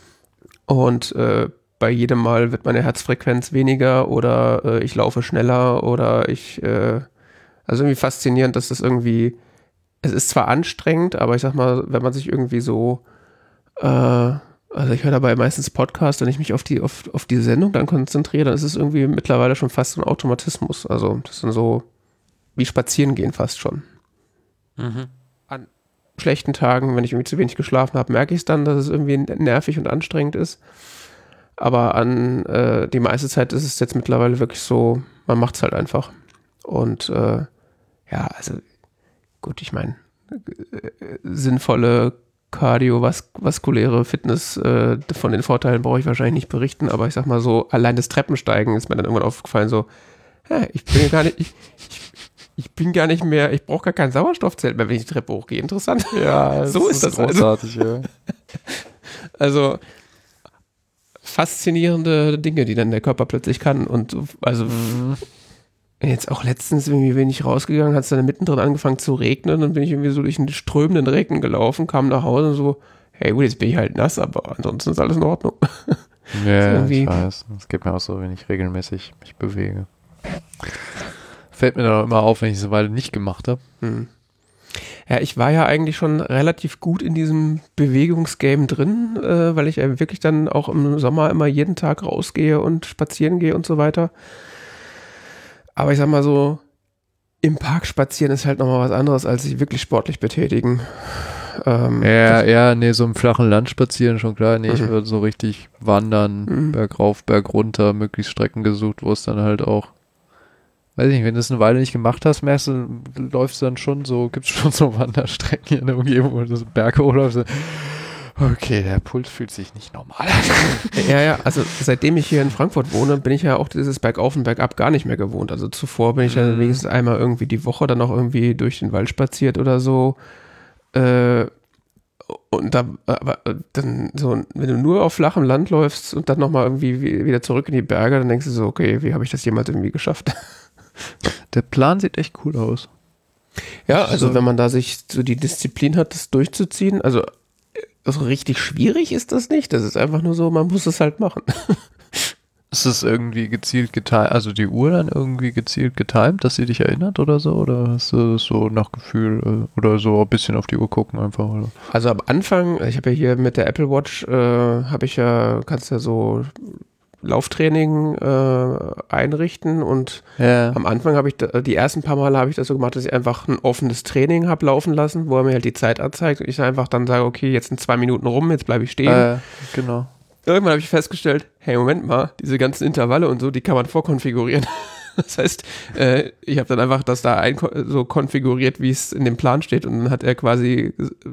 Und äh, bei jedem Mal wird meine Herzfrequenz weniger oder äh, ich laufe schneller oder ich, äh, also irgendwie faszinierend, dass das irgendwie, es ist zwar anstrengend, aber ich sag mal, wenn man sich irgendwie so, äh, also ich höre dabei meistens Podcast, wenn ich mich auf die, auf, auf die Sendung dann konzentriere, dann ist es irgendwie mittlerweile schon fast so ein Automatismus. Also das sind so wie spazieren gehen fast schon.
Mhm.
An schlechten Tagen, wenn ich irgendwie zu wenig geschlafen habe, merke ich es dann, dass es irgendwie nervig und anstrengend ist. Aber an äh, die meiste Zeit ist es jetzt mittlerweile wirklich so, man macht es halt einfach. Und äh, ja, also gut, ich meine, äh, sinnvolle kardiovaskuläre Fitness, äh, von den Vorteilen brauche ich wahrscheinlich nicht berichten, aber ich sag mal so, allein das Treppensteigen ist mir dann irgendwann aufgefallen, so, hä, ich bin ja gar nicht, ich, ich, ich bin gar nicht mehr, ich brauche gar kein Sauerstoffzelt mehr, wenn ich die Treppe hochgehe. Interessant.
Ja,
so ist das
großartig,
also.
Ja.
Also faszinierende Dinge, die dann der Körper plötzlich kann und also
Mhm.
jetzt auch letztens irgendwie bin ich rausgegangen, hat es dann mittendrin angefangen zu regnen und bin ich irgendwie so durch einen strömenden Regen gelaufen, kam nach Hause und so, hey gut, jetzt bin ich halt nass, aber ansonsten ist alles in Ordnung.
Ja,
irgendwie-
ich weiß. Es geht mir auch so, wenn ich regelmäßig mich bewege. Fällt mir dann auch immer auf, wenn ich es eine Weile nicht gemacht habe.
Hm. Ja, ich war ja eigentlich schon relativ gut in diesem Bewegungsgame drin, äh, weil ich ja wirklich dann auch im Sommer immer jeden Tag rausgehe und spazieren gehe und so weiter. Aber ich sag mal so, im Park spazieren ist halt nochmal was anderes, als sich wirklich sportlich betätigen. Ähm,
Ja,
das-
ja, nee, so im flachen Land spazieren, schon klar. Nee, ich
Mhm.
würde so richtig wandern,
Mhm.
bergauf, bergunter, möglichst Strecken gesucht, wo es dann halt auch, weiß ich nicht, wenn du es eine Weile nicht gemacht hast, merkst du, du läufst dann schon so, gibt's schon so Wanderstrecken hier in der Umgebung, wo du so Berge hochläufst. so, Okay, der Puls fühlt sich nicht normal an.
Ja, ja, also seitdem ich hier in Frankfurt wohne, bin ich ja auch dieses Bergauf und Bergab gar nicht mehr gewohnt. Also zuvor bin ich ja
Mhm.
wenigstens einmal irgendwie die Woche dann auch irgendwie durch den Wald spaziert oder so. Äh, und da, aber dann so, wenn du nur auf flachem Land läufst und dann nochmal irgendwie wie- wieder zurück in die Berge, dann denkst du so, okay, wie habe ich das jemals irgendwie geschafft?
Der Plan sieht echt cool aus.
Ja, also
So-
wenn man da sich so die Disziplin hat, das durchzuziehen, also so richtig schwierig ist das nicht. Das ist einfach nur so, man muss es halt machen.
Ist es irgendwie gezielt getimt, also die Uhr dann irgendwie gezielt getimt, dass sie dich erinnert oder so? Oder hast du das so nach Gefühl äh, oder so ein bisschen auf die Uhr gucken einfach? Oder?
Also am Anfang, ich habe ja hier mit der Apple Watch, äh, habe ich ja, kannst ja so Lauftraining äh, einrichten und
Ja.
am Anfang habe ich, da, die ersten paar Male habe ich das so gemacht, dass ich einfach ein offenes Training habe laufen lassen, wo er mir halt die Zeit anzeigt und ich einfach dann sage, okay, jetzt sind zwei Minuten rum, jetzt bleibe ich stehen.
Äh, genau.
Irgendwann habe ich festgestellt, hey, Moment mal, diese ganzen Intervalle und so, die kann man vorkonfigurieren. Das heißt, äh, ich habe dann einfach das da ein, so konfiguriert, wie es in dem Plan steht und dann hat er quasi,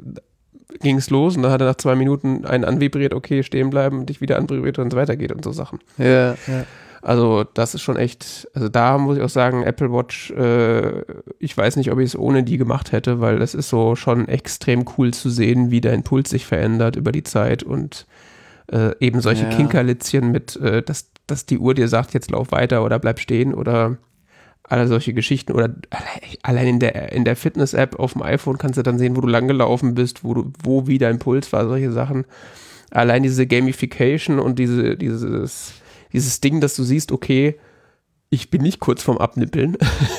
ging es los und dann hat er nach zwei Minuten einen anvibriert, okay, stehen bleiben, dich wieder anvibriert und so weiter geht und so Sachen.
Ja, ja.
Also das ist schon echt, also da muss ich auch sagen, Apple Watch, äh, ich weiß nicht, ob ich es ohne die gemacht hätte, weil es ist so schon extrem cool zu sehen, wie dein Puls sich verändert über die Zeit und äh, eben solche
Ja.
Kinkerlitzchen mit, äh, dass, dass die Uhr dir sagt, jetzt lauf weiter oder bleib stehen oder alle solche Geschichten oder allein in der, in der Fitness-App auf dem iPhone kannst du dann sehen, wo du lang gelaufen bist, wo du, wo wie dein Puls war, solche Sachen. Allein diese Gamification und diese, dieses, dieses Ding, dass du siehst, okay, ich bin nicht kurz vorm Abnippeln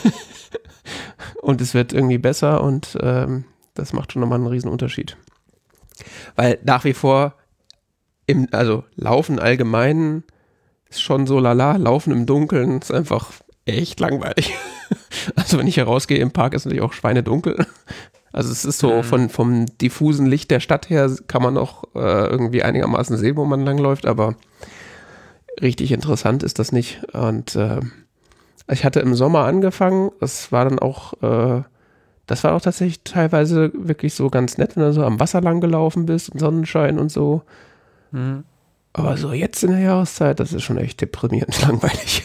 und es wird irgendwie besser und ähm, das macht schon nochmal einen riesen Unterschied. Weil nach wie vor im, also Laufen allgemein ist schon so lala, Laufen im Dunkeln ist einfach echt langweilig. Also wenn ich herausgehe im Park ist natürlich auch schweinedunkel. Also es ist so
Mhm.
von, vom diffusen Licht der Stadt her kann man auch äh, irgendwie einigermaßen sehen, wo man langläuft, aber richtig interessant ist das nicht. Und äh, ich hatte im Sommer angefangen, das war dann auch, äh, das war auch tatsächlich teilweise wirklich so ganz nett, wenn du so am Wasser lang gelaufen bist und Sonnenschein und so.
Mhm.
Aber so jetzt in der Jahreszeit, das ist schon echt deprimierend langweilig.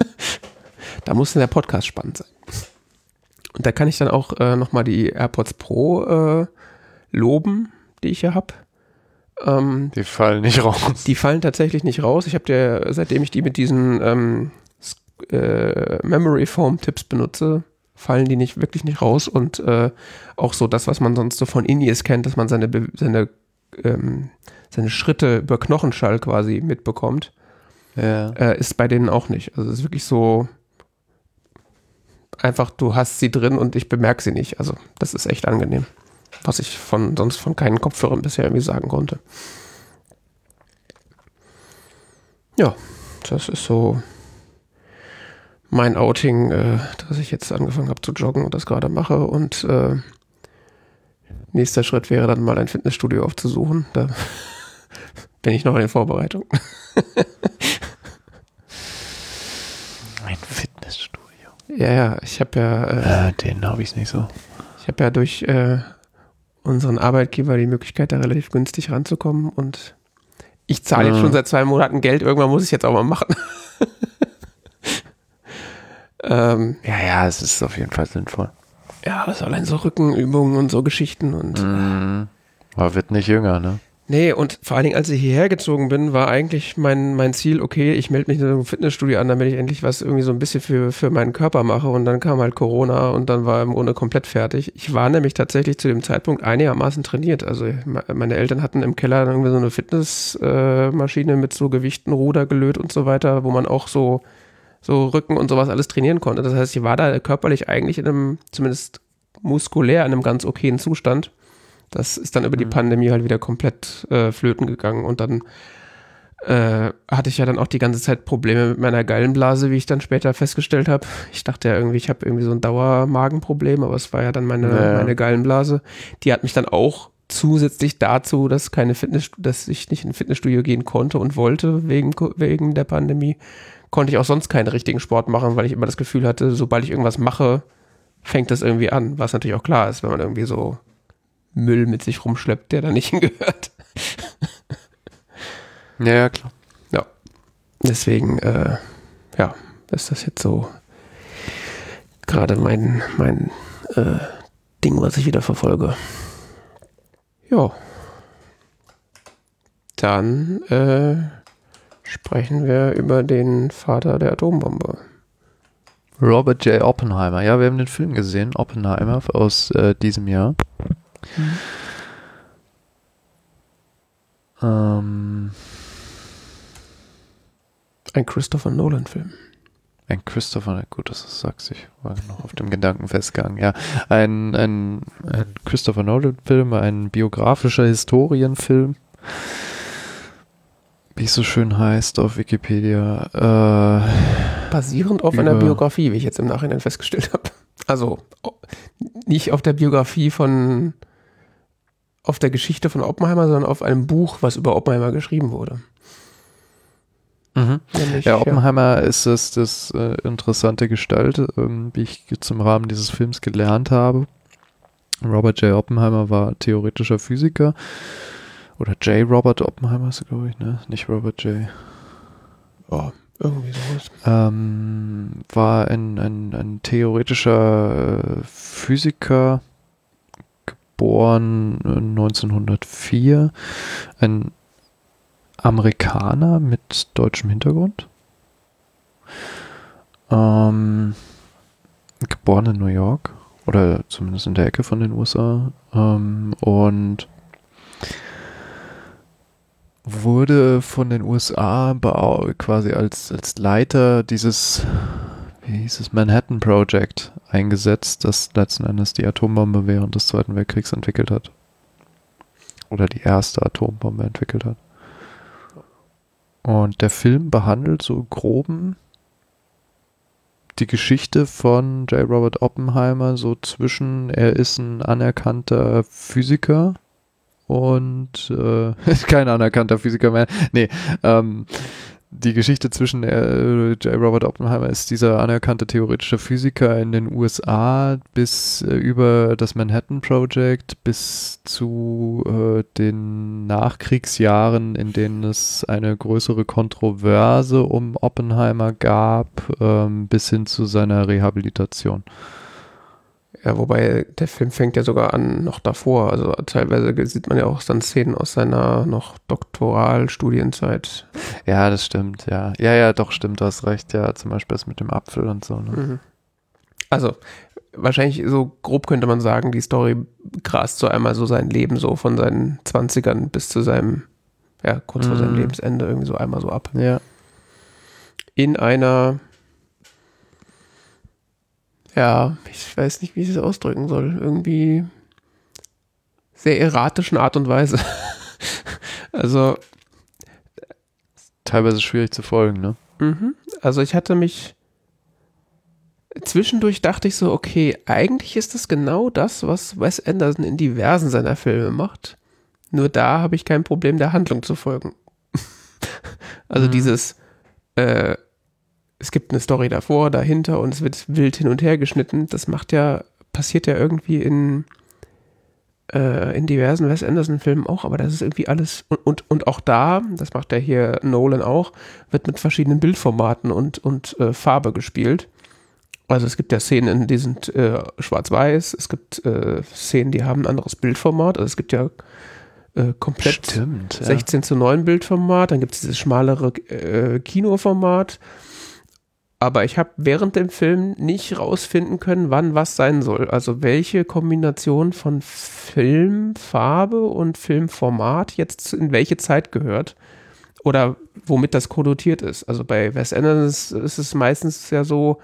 Da muss der Podcast spannend sein. Und da kann ich dann auch äh, nochmal die AirPods Pro äh, loben. die ich hier habe. Ähm,
Die fallen nicht raus.
die fallen tatsächlich nicht raus. Ich habe dir, seitdem ich die mit diesen ähm, äh, Memory Foam Tipps benutze, fallen die nicht wirklich nicht raus. Und äh, auch so das, was man sonst so von In-Ears kennt, dass man seine, Be- seine, ähm, seine Schritte über Knochenschall quasi mitbekommt,
Ja.
äh, ist bei denen auch nicht. Also es ist wirklich so einfach, du hast sie drin und ich bemerke sie nicht. Also das ist echt angenehm. Was ich von sonst von keinen Kopfhörern bisher irgendwie sagen konnte. Ja, das ist so mein Outing, äh, dass ich jetzt angefangen habe zu joggen und das gerade mache. Und äh, nächster Schritt wäre dann mal ein Fitnessstudio aufzusuchen. Da bin ich noch in den Vorbereitungen.
Ein Fitnessstudio.
Ja, ja, ich habe ja, äh,
Äh, den habe ich nicht so.
ich habe ja durch äh, unseren Arbeitgeber die Möglichkeit, da relativ günstig ranzukommen. Und ich zahle jetzt
Mhm.
schon seit zwei Monaten Geld. Irgendwann muss ich jetzt auch mal machen. ähm,
Ja, ja, es ist auf jeden Fall sinnvoll.
ja, was allein so Rückenübungen und so Geschichten und
Mhm. Aber wird nicht jünger, ne?
nee, und vor allen Dingen, als ich hierher gezogen bin, war eigentlich mein, mein Ziel, okay, ich melde mich in einem Fitnessstudio an, damit ich endlich was irgendwie so ein bisschen für, für meinen Körper mache. Und dann kam halt Corona und dann war im Grunde komplett fertig. Ich war nämlich tatsächlich zu dem Zeitpunkt einigermaßen trainiert. Also me- meine Eltern hatten im Keller irgendwie so eine Fitnessmaschine mit so Gewichten, Ruder gelöt und so weiter, wo man auch so, so Rücken und sowas alles trainieren konnte. Das heißt, ich war da körperlich eigentlich in einem, zumindest muskulär, in einem ganz okayen Zustand. Das ist dann über die Pandemie halt wieder komplett äh, flöten gegangen und dann äh, hatte ich ja dann auch die ganze Zeit Probleme mit meiner Gallenblase, wie ich dann später festgestellt habe. Ich dachte ja irgendwie, ich habe irgendwie so ein Dauermagenproblem, aber es war ja dann meine,
Ja.
meine Gallenblase. Die hat mich dann auch zusätzlich dazu, dass keine Fitness, dass ich nicht in ein Fitnessstudio gehen konnte und wollte wegen, wegen der Pandemie, konnte ich auch sonst keinen richtigen Sport machen, weil ich immer das Gefühl hatte, sobald ich irgendwas mache, fängt das irgendwie an, was natürlich auch klar ist, wenn man irgendwie so Müll mit sich rumschleppt, der da nicht hingehört.
Ja, ja, klar.
Ja, deswegen, äh, ja, ist das jetzt so gerade mein, mein äh, Ding, was ich wieder verfolge. Ja. Dann äh, sprechen wir über den Vater der Atombombe.
Robert J. Oppenheimer. Ja, wir haben den Film gesehen, Oppenheimer aus äh, diesem Jahr. Ähm,
Ein Christopher Nolan-Film.
ein Christopher, gut, dass du das sagst, ich war noch auf dem Gedanken festgegangen. Ja, ein, ein, ein Christopher Nolan-Film, ein biografischer Historienfilm, wie es so schön heißt auf Wikipedia. Äh,
Basierend auf einer
Über-
Biografie, wie ich jetzt im Nachhinein festgestellt habe. Also o- nicht auf der Biografie von, auf der Geschichte von Oppenheimer, sondern auf einem Buch, was über Oppenheimer geschrieben wurde.
mhm.
Nämlich,
Ja, Oppenheimer ist das, das äh, interessante Gestalt, ähm, wie ich jetzt im Rahmen dieses Films gelernt habe. Robert J. Oppenheimer war theoretischer Physiker. Oder J. Robert Oppenheimer ist er, glaube ich, ne? Nicht Robert J.
Ja, irgendwie sowas.
Ähm, war ein, ein, ein theoretischer äh, Physiker, geboren äh, neunzehnhundertvier, ein Amerikaner mit deutschem Hintergrund, ähm, geboren in New York oder zumindest in der Ecke von den U S A, ähm, und wurde von den U S A beau- quasi als, als Leiter dieses, wie hieß es, Manhattan Project eingesetzt, das letzten Endes die Atombombe während des Zweiten Weltkriegs entwickelt hat. Oder die erste Atombombe entwickelt hat. Und der Film behandelt so im Groben die Geschichte von J. Robert Oppenheimer so zwischen, er ist ein anerkannter Physiker und äh, kein anerkannter Physiker mehr. Nee, ähm, die Geschichte zwischen äh, J. Robert Oppenheimer ist dieser anerkannte theoretische Physiker in den U S A bis äh, über das Manhattan Project bis zu äh, den Nachkriegsjahren, in denen es eine größere Kontroverse um Oppenheimer gab, ähm, bis hin zu seiner Rehabilitation.
Ja, wobei der Film fängt ja sogar an noch davor. Also teilweise sieht man ja auch dann Szenen aus seiner noch Doktoralstudienzeit.
Ja, das stimmt, ja. Ja, ja, doch, stimmt, du hast recht. Ja, zum Beispiel das mit dem Apfel und so. Ne?
Mhm. Also wahrscheinlich so grob könnte man sagen, die Story grast so einmal so sein Leben so von seinen zwanzigern bis zu seinem, ja, kurz vor
Mhm.
seinem Lebensende irgendwie so einmal so ab.
Ja.
In einer, ja, ich weiß nicht, wie ich es ausdrücken soll, irgendwie sehr erratischen Art und Weise. Also,
Teilweise schwierig zu folgen, ne?
mhm. Also ich hatte mich, zwischendurch dachte ich so, okay, eigentlich ist das genau das, was Wes Anderson in diversen seiner Filme macht. Nur da habe ich kein Problem, der Handlung zu folgen. Also
Mhm.
dieses, äh, es gibt eine Story davor, dahinter und es wird wild hin und her geschnitten. Das macht ja, passiert ja irgendwie in, äh, in diversen Wes Anderson-Filmen auch, aber das ist irgendwie alles, und, und, und auch da, das macht ja hier Nolan auch, wird mit verschiedenen Bildformaten und, und äh, Farbe gespielt. Also es gibt ja Szenen, in die sind äh, schwarz-weiß, es gibt äh, Szenen, die haben ein anderes Bildformat, also es gibt ja äh, komplett
Stimmt, ja.
sechzehn zu neun Bildformat, dann gibt es dieses schmalere äh, Kinoformat. Aber ich habe während dem Film nicht rausfinden können, wann was sein soll. Also welche Kombination von Filmfarbe und Filmformat jetzt in welche Zeit gehört. Oder womit das konnotiert ist. Also bei Wes Anderson ist es meistens ja so,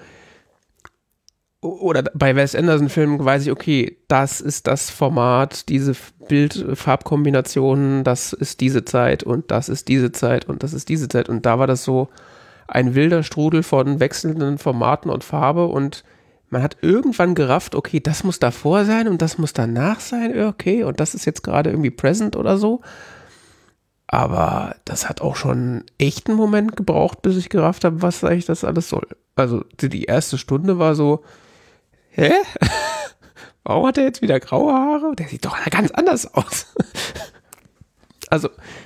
oder bei Wes Anderson-Filmen weiß ich, okay, das ist das Format, diese Bild-Farbkombinationen, das ist diese Zeit und das ist diese Zeit und das ist diese Zeit. Und da war das so ein wilder Strudel von wechselnden Formaten und Farbe und man hat irgendwann gerafft, okay, das muss davor sein und das muss danach sein, okay, und das ist jetzt gerade irgendwie present oder so. Aber das hat auch schon echt einen Moment gebraucht, bis ich gerafft habe, was eigentlich das alles soll. Also die, die erste Stunde war so, hä? Warum hat er jetzt wieder graue Haare? Der sieht doch ganz anders aus. Also,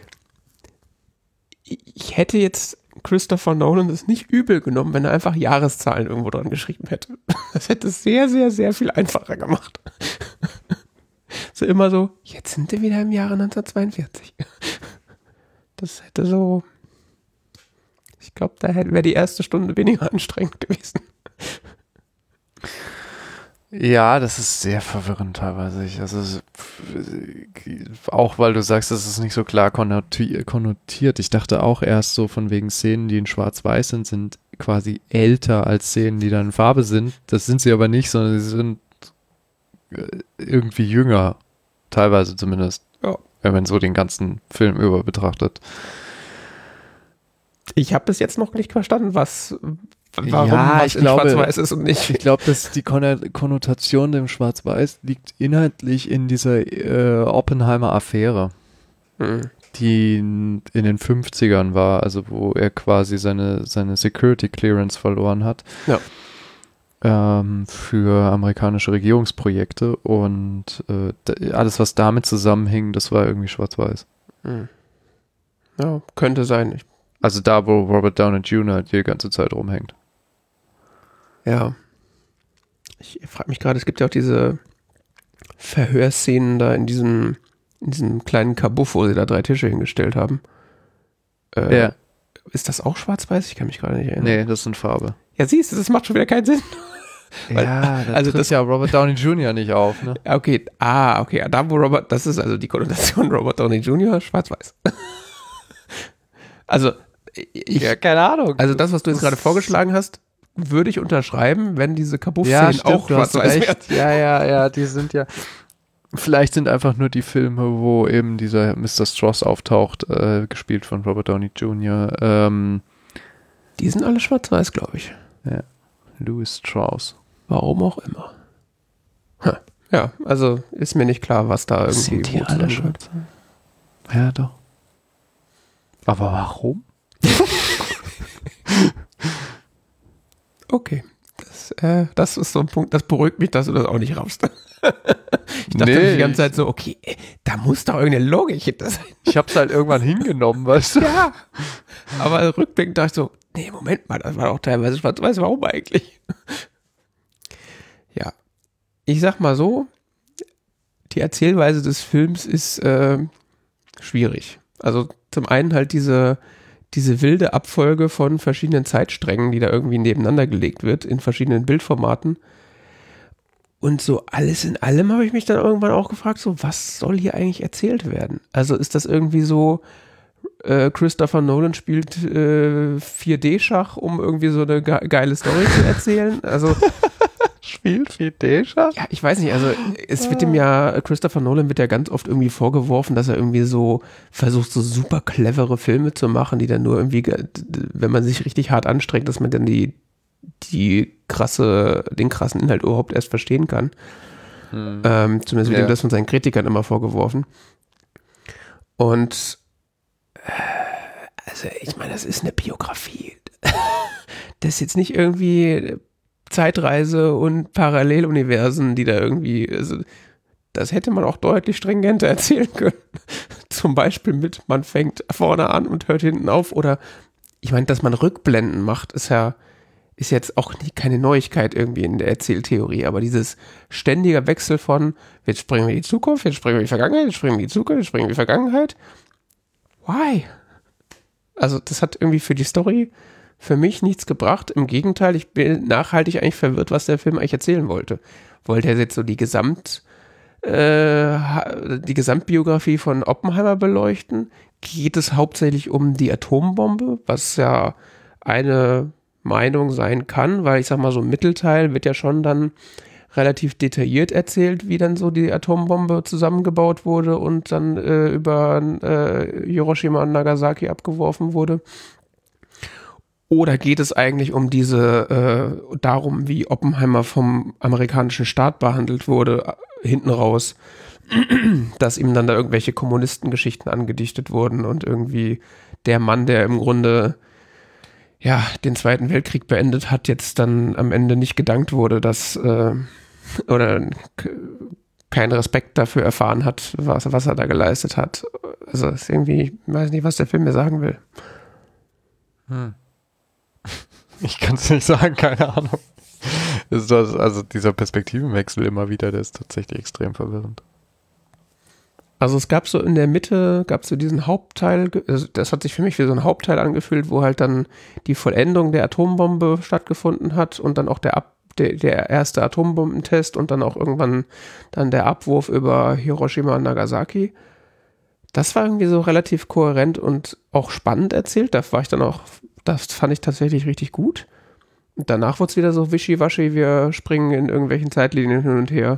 ich hätte jetzt Christopher Nolan das nicht übel genommen, wenn er einfach Jahreszahlen irgendwo dran geschrieben hätte. Das hätte es sehr, sehr, sehr viel einfacher gemacht. So immer so, jetzt sind wir wieder im Jahre neunzehnhundertzweiundvierzig. Das hätte so, ich glaube, da wäre die erste Stunde weniger anstrengend gewesen.
Ja, das ist sehr verwirrend teilweise. Ich- Also es- auch weil du sagst, es ist nicht so klar konnoti- konnotiert. Ich dachte auch erst so von wegen Szenen, die in Schwarz-Weiß sind, sind quasi älter als Szenen, die dann in Farbe sind. Das sind sie aber nicht, sondern sie sind äh, irgendwie jünger. Teilweise zumindest.
Ja.
Wenn man so den ganzen Film über betrachtet.
Ich habe bis jetzt noch nicht verstanden, was, warum
Ja,
was
ich
in
glaube-
Schwarz-Weiß ist und nicht.
Ich glaube, dass die Kon- Konnotation dem Schwarz-Weiß liegt inhaltlich in dieser äh, Oppenheimer-Affäre,
Hm.
die in, in den fünfzigern war, also wo er quasi seine, seine Security Clearance verloren hat.
Ja.
Ähm, für amerikanische Regierungsprojekte und äh, d- alles, was damit zusammenhing, das war irgendwie Schwarz-Weiß.
Hm. Ja, könnte sein. Ich,
Also da, wo Robert Downey Junior die ganze Zeit rumhängt.
ja. Ich frage mich gerade, es gibt ja auch diese Verhörszenen da in diesem, in diesem kleinen Kabuff, wo sie da drei Tische hingestellt haben. Äh,
Ja.
Ist das auch schwarz-weiß? Ich kann mich gerade nicht erinnern.
Nee, das sind Farbe.
Ja, siehst du, das macht schon wieder keinen Sinn. Weil-
ja, da
also
also
das-
das ja Robert Downey Junior nicht auf, ne?
Ja, okay, ah, okay, da wo Robert, das ist also die Konnotation Robert Downey Junior, schwarz-weiß. Also, ich,
Ja, keine Ahnung.
also das, was du jetzt gerade
Das-
vorgeschlagen hast, würde ich unterschreiben, wenn diese
Ja,
Kabuff-Szenen
stimmt,
auch
du hast
schwarz-weiß wären.
recht. Ja, ja, ja, die sind ja. Vielleicht sind einfach nur die Filme, wo eben dieser Mister Strauss auftaucht, äh, gespielt von Robert Downey Junior Ähm,
Die sind alle schwarz-weiß, glaube ich.
Louis Strauss.
Warum auch immer. Ha. Ja, also ist mir nicht klar, was da irgendwie
Sind die
wo
alle
zusammengehört.
schwarz? Ja, doch. Aber warum?
Okay. Das, äh, das ist so ein Punkt, das beruhigt mich, dass du das auch nicht raffst. Ich dachte
Nee,
die ganze Zeit so, okay, äh, da muss doch irgendeine Logik hinter sein.
Ich hab's halt irgendwann hingenommen, weißt du?
Ja. Aber rückblickend dachte ich so, nee, Moment mal, das war doch teilweise schwarz-weiß, warum eigentlich? Ja. ich sag mal so, die Erzählweise des Films ist äh, schwierig. Also zum einen halt diese, diese wilde Abfolge von verschiedenen Zeitsträngen, die da irgendwie nebeneinander gelegt wird, in verschiedenen Bildformaten. Und so alles in allem habe ich mich dann irgendwann auch gefragt, so was soll hier eigentlich erzählt werden? Also ist das irgendwie so, äh, Christopher Nolan spielt äh, vier D-Schach, um irgendwie so eine ge- geile Story zu erzählen? Also
Spielt vier D-Schach?
ja, ich weiß nicht, also es wird ihm ja, Christopher Nolan wird ja ganz oft irgendwie vorgeworfen, dass er irgendwie so versucht, so super clevere Filme zu machen, die dann nur irgendwie, wenn man sich richtig hart anstrengt, dass man dann die, die krasse, den krassen Inhalt überhaupt erst verstehen kann. Hm. Ähm, zumindest wird
Ja.
ihm das von seinen Kritikern immer vorgeworfen. Und äh, also ich meine, das ist eine Biografie. Das ist jetzt nicht irgendwie Zeitreise und Paralleluniversen, die da irgendwie, also das hätte man auch deutlich stringenter erzählen können. Zum Beispiel mit, man fängt vorne an und hört hinten auf, oder ich meine, dass man Rückblenden macht, ist ja, ist jetzt auch nie, keine Neuigkeit irgendwie in der Erzähltheorie, aber dieses ständige Wechsel von, jetzt springen wir in die Zukunft, jetzt springen wir in die Vergangenheit, jetzt springen wir in die Zukunft, jetzt springen wir in die Vergangenheit. Why? Also das hat irgendwie für die Story für mich nichts gebracht. Im Gegenteil, ich bin nachhaltig eigentlich verwirrt, was der Film eigentlich erzählen wollte. Wollte er jetzt so die Gesamt, äh, die Gesamtbiografie von Oppenheimer beleuchten? Geht es hauptsächlich um die Atombombe, was ja eine Meinung sein kann, weil ich sag mal, so ein Mittelteil wird ja schon dann relativ detailliert erzählt, wie dann so die Atombombe zusammengebaut wurde und dann äh, über äh, Hiroshima und Nagasaki abgeworfen wurde. Oder geht es eigentlich um diese, äh, darum, wie Oppenheimer vom amerikanischen Staat behandelt wurde, äh, hinten raus, dass ihm dann da irgendwelche Kommunistengeschichten angedichtet wurden und irgendwie der Mann, der im Grunde ja den Zweiten Weltkrieg beendet hat, jetzt dann am Ende nicht gedankt wurde, dass äh, oder k- keinen Respekt dafür erfahren hat, was, was er da geleistet hat. Also ist irgendwie, ich weiß nicht, was der Film mir sagen will.
Hm. Ich kann es nicht sagen, keine Ahnung. Ist das, also dieser Perspektivenwechsel immer wieder, der ist tatsächlich extrem verwirrend.
Also es gab so in der Mitte, gab es so diesen Hauptteil, also das hat sich für mich wie so ein Hauptteil angefühlt, wo halt dann die Vollendung der Atombombe stattgefunden hat und dann auch der, Ab, der, der erste Atombombentest und dann auch irgendwann dann der Abwurf über Hiroshima und Nagasaki. Das war irgendwie so relativ kohärent und auch spannend erzählt. Da war ich dann auch, das fand ich tatsächlich richtig gut. Und danach wurde es wieder so wischiwaschi, wir springen in irgendwelchen Zeitlinien hin und her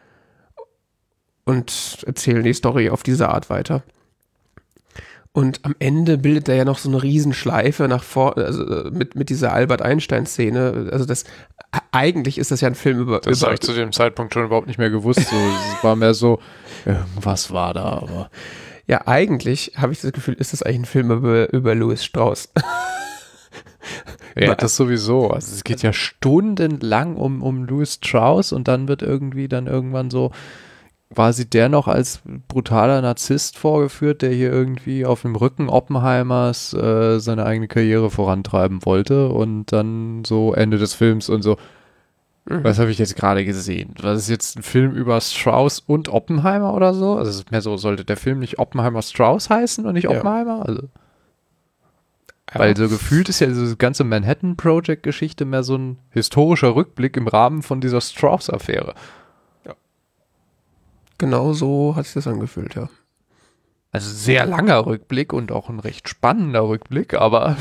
und erzählen die Story auf diese Art weiter. Und am Ende bildet er ja noch so eine Riesenschleife nach vor, also mit, mit dieser Albert-Einstein-Szene. Also das, eigentlich ist das ja ein Film über...
Das
über
habe ich zu dem Zeitpunkt schon überhaupt nicht mehr gewusst. So, es war mehr so, irgendwas war da, aber...
Ja, eigentlich habe ich das Gefühl, ist das eigentlich ein Film über, über Louis Strauss.
Ja, das sowieso. Also es geht ja stundenlang um, um Louis Strauss und dann wird irgendwie dann irgendwann so quasi der noch als brutaler Narzisst vorgeführt, der hier irgendwie auf dem Rücken Oppenheimers äh, seine eigene Karriere vorantreiben wollte und dann so Ende des Films und so, mhm. Was habe ich jetzt gerade gesehen? Was ist jetzt ein Film über Strauss und Oppenheimer oder so? Also es ist mehr so, sollte der Film nicht Oppenheimer Strauss heißen und nicht Oppenheimer? Ja. Also ja. Weil so gefühlt ist ja diese ganze Manhattan-Project-Geschichte mehr so ein historischer Rückblick im Rahmen von dieser Strauss-Affäre.
Ja. Genau so hat sich das angefühlt, ja.
Also sehr langer Rückblick und auch ein recht spannender Rückblick, aber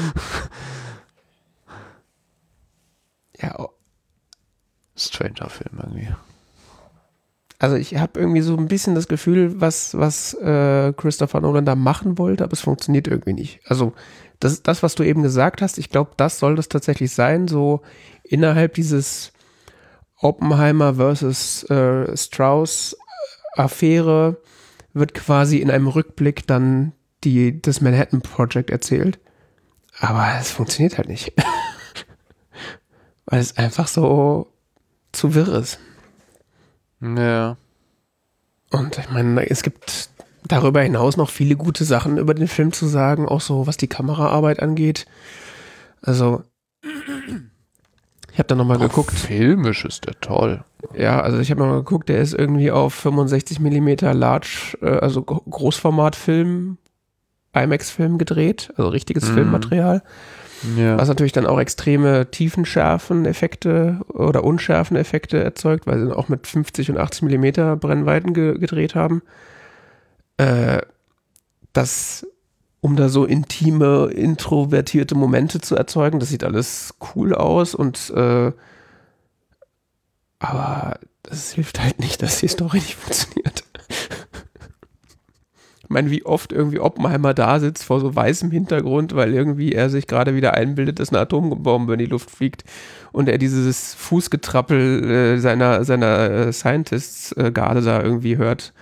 ja,
stranger Film irgendwie.
Also ich habe irgendwie so ein bisschen das Gefühl, was, was äh, Christopher Nolan da machen wollte, aber es funktioniert irgendwie nicht. Also das, das was du eben gesagt hast, ich glaube, das soll das tatsächlich sein, so innerhalb dieses Oppenheimer versus äh, Strauss Affäre wird quasi in einem Rückblick dann die, das Manhattan Project erzählt. Aber es funktioniert halt nicht. Weil es einfach so zu wirr ist.
Ja.
Und ich meine, es gibt darüber hinaus noch viele gute Sachen über den Film zu sagen, auch so was die Kameraarbeit angeht. Also, ich habe da nochmal geguckt.
Filmisch ist der toll.
Ja, also ich habe mal geguckt, der ist irgendwie auf fünfundsechzig Millimeter Large, äh, also Gro- Großformatfilm, IMAX-Film gedreht, also richtiges
Mhm.
Filmmaterial,
Ja.
was natürlich dann auch extreme Tiefenschärfen-Effekte oder Unschärfen-Effekte erzeugt, weil sie dann auch mit fünfzig und achtzig Millimeter Brennweiten ge- gedreht haben. Äh, das, um da so intime, introvertierte Momente zu erzeugen, das sieht alles cool aus und äh, aber das hilft halt nicht, dass die Story nicht funktioniert. Ich meine, wie oft irgendwie Oppenheimer da sitzt vor so weißem Hintergrund, weil irgendwie er sich gerade wieder einbildet, dass eine Atombombe in die Luft fliegt und er dieses Fußgetrappel äh, seiner, seiner äh, Scientists äh, gerade da irgendwie hört.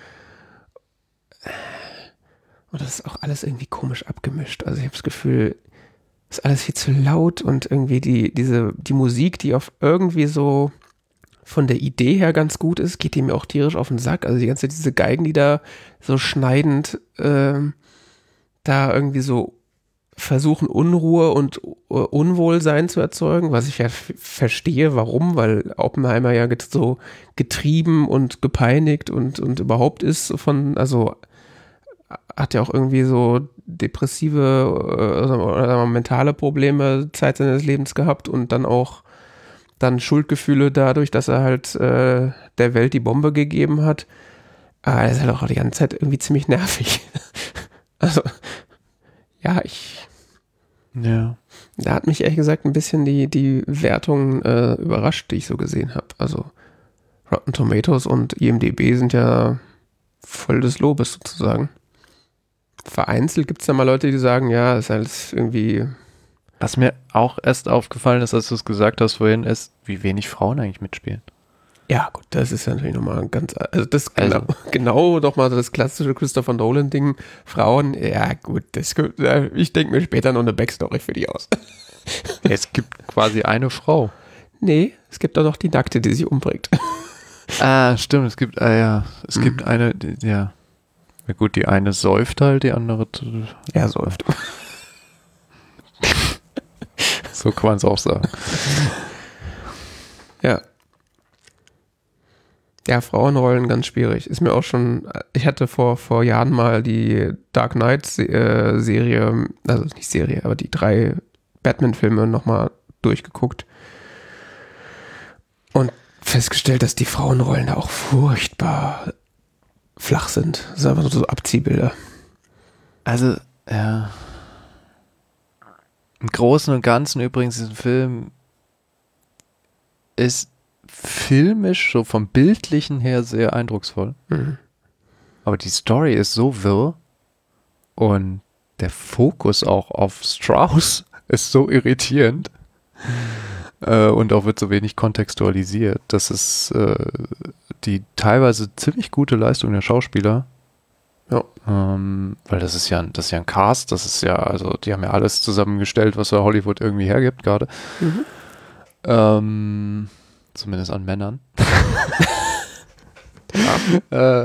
Und das ist auch alles irgendwie komisch abgemischt. Also ich habe das Gefühl, es ist alles viel zu laut und irgendwie die, diese, die Musik, die auf irgendwie so von der Idee her ganz gut ist, geht die mir auch tierisch auf den Sack. Also die ganze Zeit diese Geigen, die da so schneidend ähm, da irgendwie so versuchen, Unruhe und äh, Unwohlsein zu erzeugen, was ich ja f- verstehe, warum, weil Oppenheimer ja get- so getrieben und gepeinigt und, und überhaupt ist von, also hat ja auch irgendwie so depressive äh, oder, oder mentale Probleme Zeit seines Lebens gehabt und dann auch dann Schuldgefühle dadurch, dass er halt äh, der Welt die Bombe gegeben hat. Aber das ist halt auch die ganze Zeit irgendwie ziemlich nervig. Also, ja, ich,
Ja.
da hat mich ehrlich gesagt ein bisschen die, die Wertung äh, überrascht, die ich so gesehen habe. Also, Rotten Tomatoes und I M D B sind ja voll des Lobes sozusagen. Vereinzelt gibt es da mal Leute, die sagen, ja, ist alles irgendwie,
Was mir auch erst aufgefallen ist, als du es gesagt hast vorhin, ist, wie wenig Frauen eigentlich mitspielen.
ja gut, das ist ja natürlich nochmal ein ganz, also das genau,
Also-
genau doch mal das klassische Christopher Nolan-Ding. Frauen, ja gut, das, ich denke mir später noch eine Backstory für die aus.
Es gibt quasi eine Frau.
Nee, es gibt auch noch die Nackte, die sich umbringt.
Ah, stimmt, es gibt, ah ja, es gibt eine, die, ja. Ja gut, die eine säuft halt, die andere, t-
Er säuft.
so kann man es auch sagen.
Ja. Ja, Frauenrollen ganz schwierig. Ist mir auch schon, ich hatte vor, vor Jahren mal die Dark Knight Se- äh, Serie, also nicht Serie, aber die drei Batman-Filme nochmal durchgeguckt und festgestellt, dass die Frauenrollen da auch furchtbar flach sind. Das sind einfach nur so Abziehbilder.
Also, ja. Im Großen und Ganzen übrigens, diesen Film ist filmisch, so vom Bildlichen her sehr eindrucksvoll.
Mhm.
Aber die Story ist so wirr und der Fokus auch auf Strauss ist so irritierend äh, und auch wird so wenig kontextualisiert. Das ist äh, die teilweise ziemlich gute Leistung der Schauspieler.
Ja.
Ähm, weil das ist ja, das ist ja ein Cast, das ist ja, also die haben ja alles zusammengestellt, was ja Hollywood irgendwie hergibt gerade.
Mhm.
Ähm, zumindest an Männern. äh,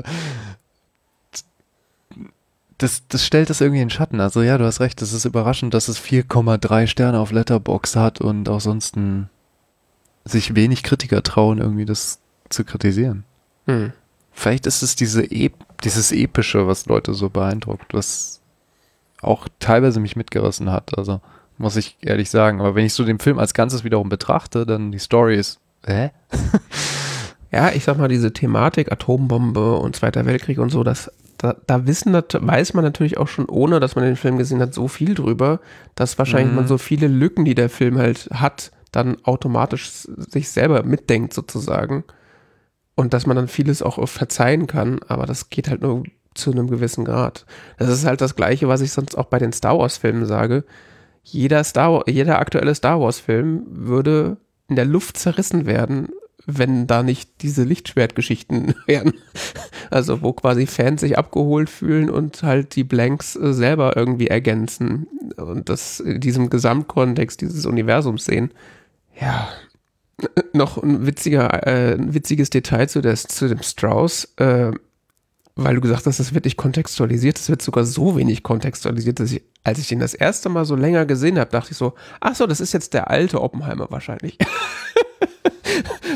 das, das stellt das irgendwie in Schatten. Also ja, du hast recht, das ist überraschend, dass es vier Komma drei Sterne auf Letterboxd hat und auch sonst ein, sich wenig Kritiker trauen, irgendwie das zu kritisieren.
Mhm.
Vielleicht ist es diese Ep dieses Epische, was Leute so beeindruckt, was auch teilweise mich mitgerissen hat. Also muss ich ehrlich sagen. Aber wenn ich so den Film als Ganzes wiederum betrachte, dann die Story ist, hä?
Ja, ich sag mal, diese Thematik Atombombe und Zweiter Weltkrieg und so, das, da, da wissen, nat- weiß man natürlich auch schon, ohne dass man den Film gesehen hat, so viel drüber, dass wahrscheinlich
Mhm.
man so viele Lücken, die der Film halt hat, dann automatisch s- sich selber mitdenkt sozusagen. Und dass man dann vieles auch verzeihen kann, aber das geht halt nur zu einem gewissen Grad. Das ist halt das Gleiche, was ich sonst auch bei den Star Wars-Filmen sage. Jeder Star Wa- jeder aktuelle Star Wars-Film würde in der Luft zerrissen werden, wenn da nicht diese Lichtschwertgeschichten wären. Also wo quasi Fans sich abgeholt fühlen und halt die Blanks äh, selber irgendwie ergänzen und das in diesem Gesamtkontext dieses Universums sehen. Ja, noch ein witziger, äh, ein witziges Detail zu, der, zu dem Strauss, äh, weil du gesagt hast, das wird nicht kontextualisiert, das wird sogar so wenig kontextualisiert, dass ich, als ich den das erste Mal so länger gesehen habe, dachte ich so, ach so, das ist jetzt der alte Oppenheimer wahrscheinlich.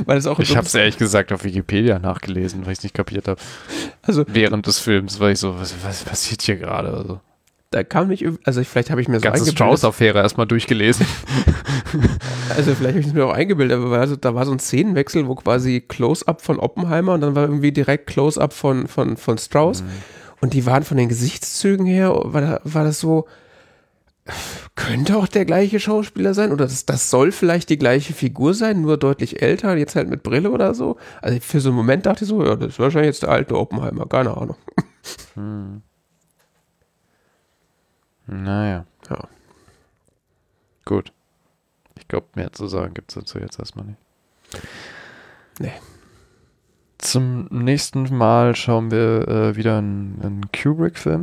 weil es auch
Ich habe es ehrlich gesagt auf Wikipedia nachgelesen, weil ich es nicht kapiert habe.
Also
während des Films, weil ich so, was, was passiert hier gerade? Also,
da kam nicht, also ich, vielleicht habe ich mir so
ganze
eingebildet.
Strauß-Affäre erstmal durchgelesen.
Also vielleicht habe ich es mir auch eingebildet, aber also, da war so ein Szenenwechsel, wo quasi Close-Up von Oppenheimer und dann war irgendwie direkt Close-Up von, von, von Strauss. Mhm. Und die waren von den Gesichtszügen her, war, war das so, könnte auch der gleiche Schauspieler sein oder das, das soll vielleicht die gleiche Figur sein, nur deutlich älter, jetzt halt mit Brille oder so. Also für so einen Moment dachte ich so, ja, das ist wahrscheinlich jetzt der alte Oppenheimer, keine Ahnung.
Hm. Naja.
Ja.
Gut. Ich glaube, mehr zu sagen gibt es dazu jetzt erstmal nicht.
Nee.
Zum nächsten Mal schauen wir äh, wieder einen, einen Kubrick-Film.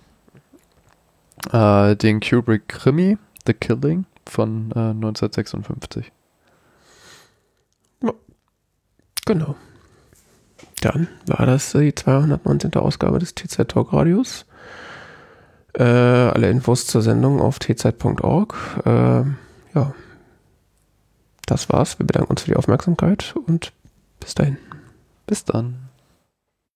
Äh, den Kubrick-Krimi, The Killing von äh, neunzehnhundertsechsundfünfzig.
Ja. Genau. Dann war das die zweihundertneunzehnte Ausgabe des T Z Talk Radios. Äh, alle Infos zur Sendung auf t z punkt org. Äh, ja. Das war's. Wir bedanken uns für die Aufmerksamkeit und bis dahin.
Bis dann.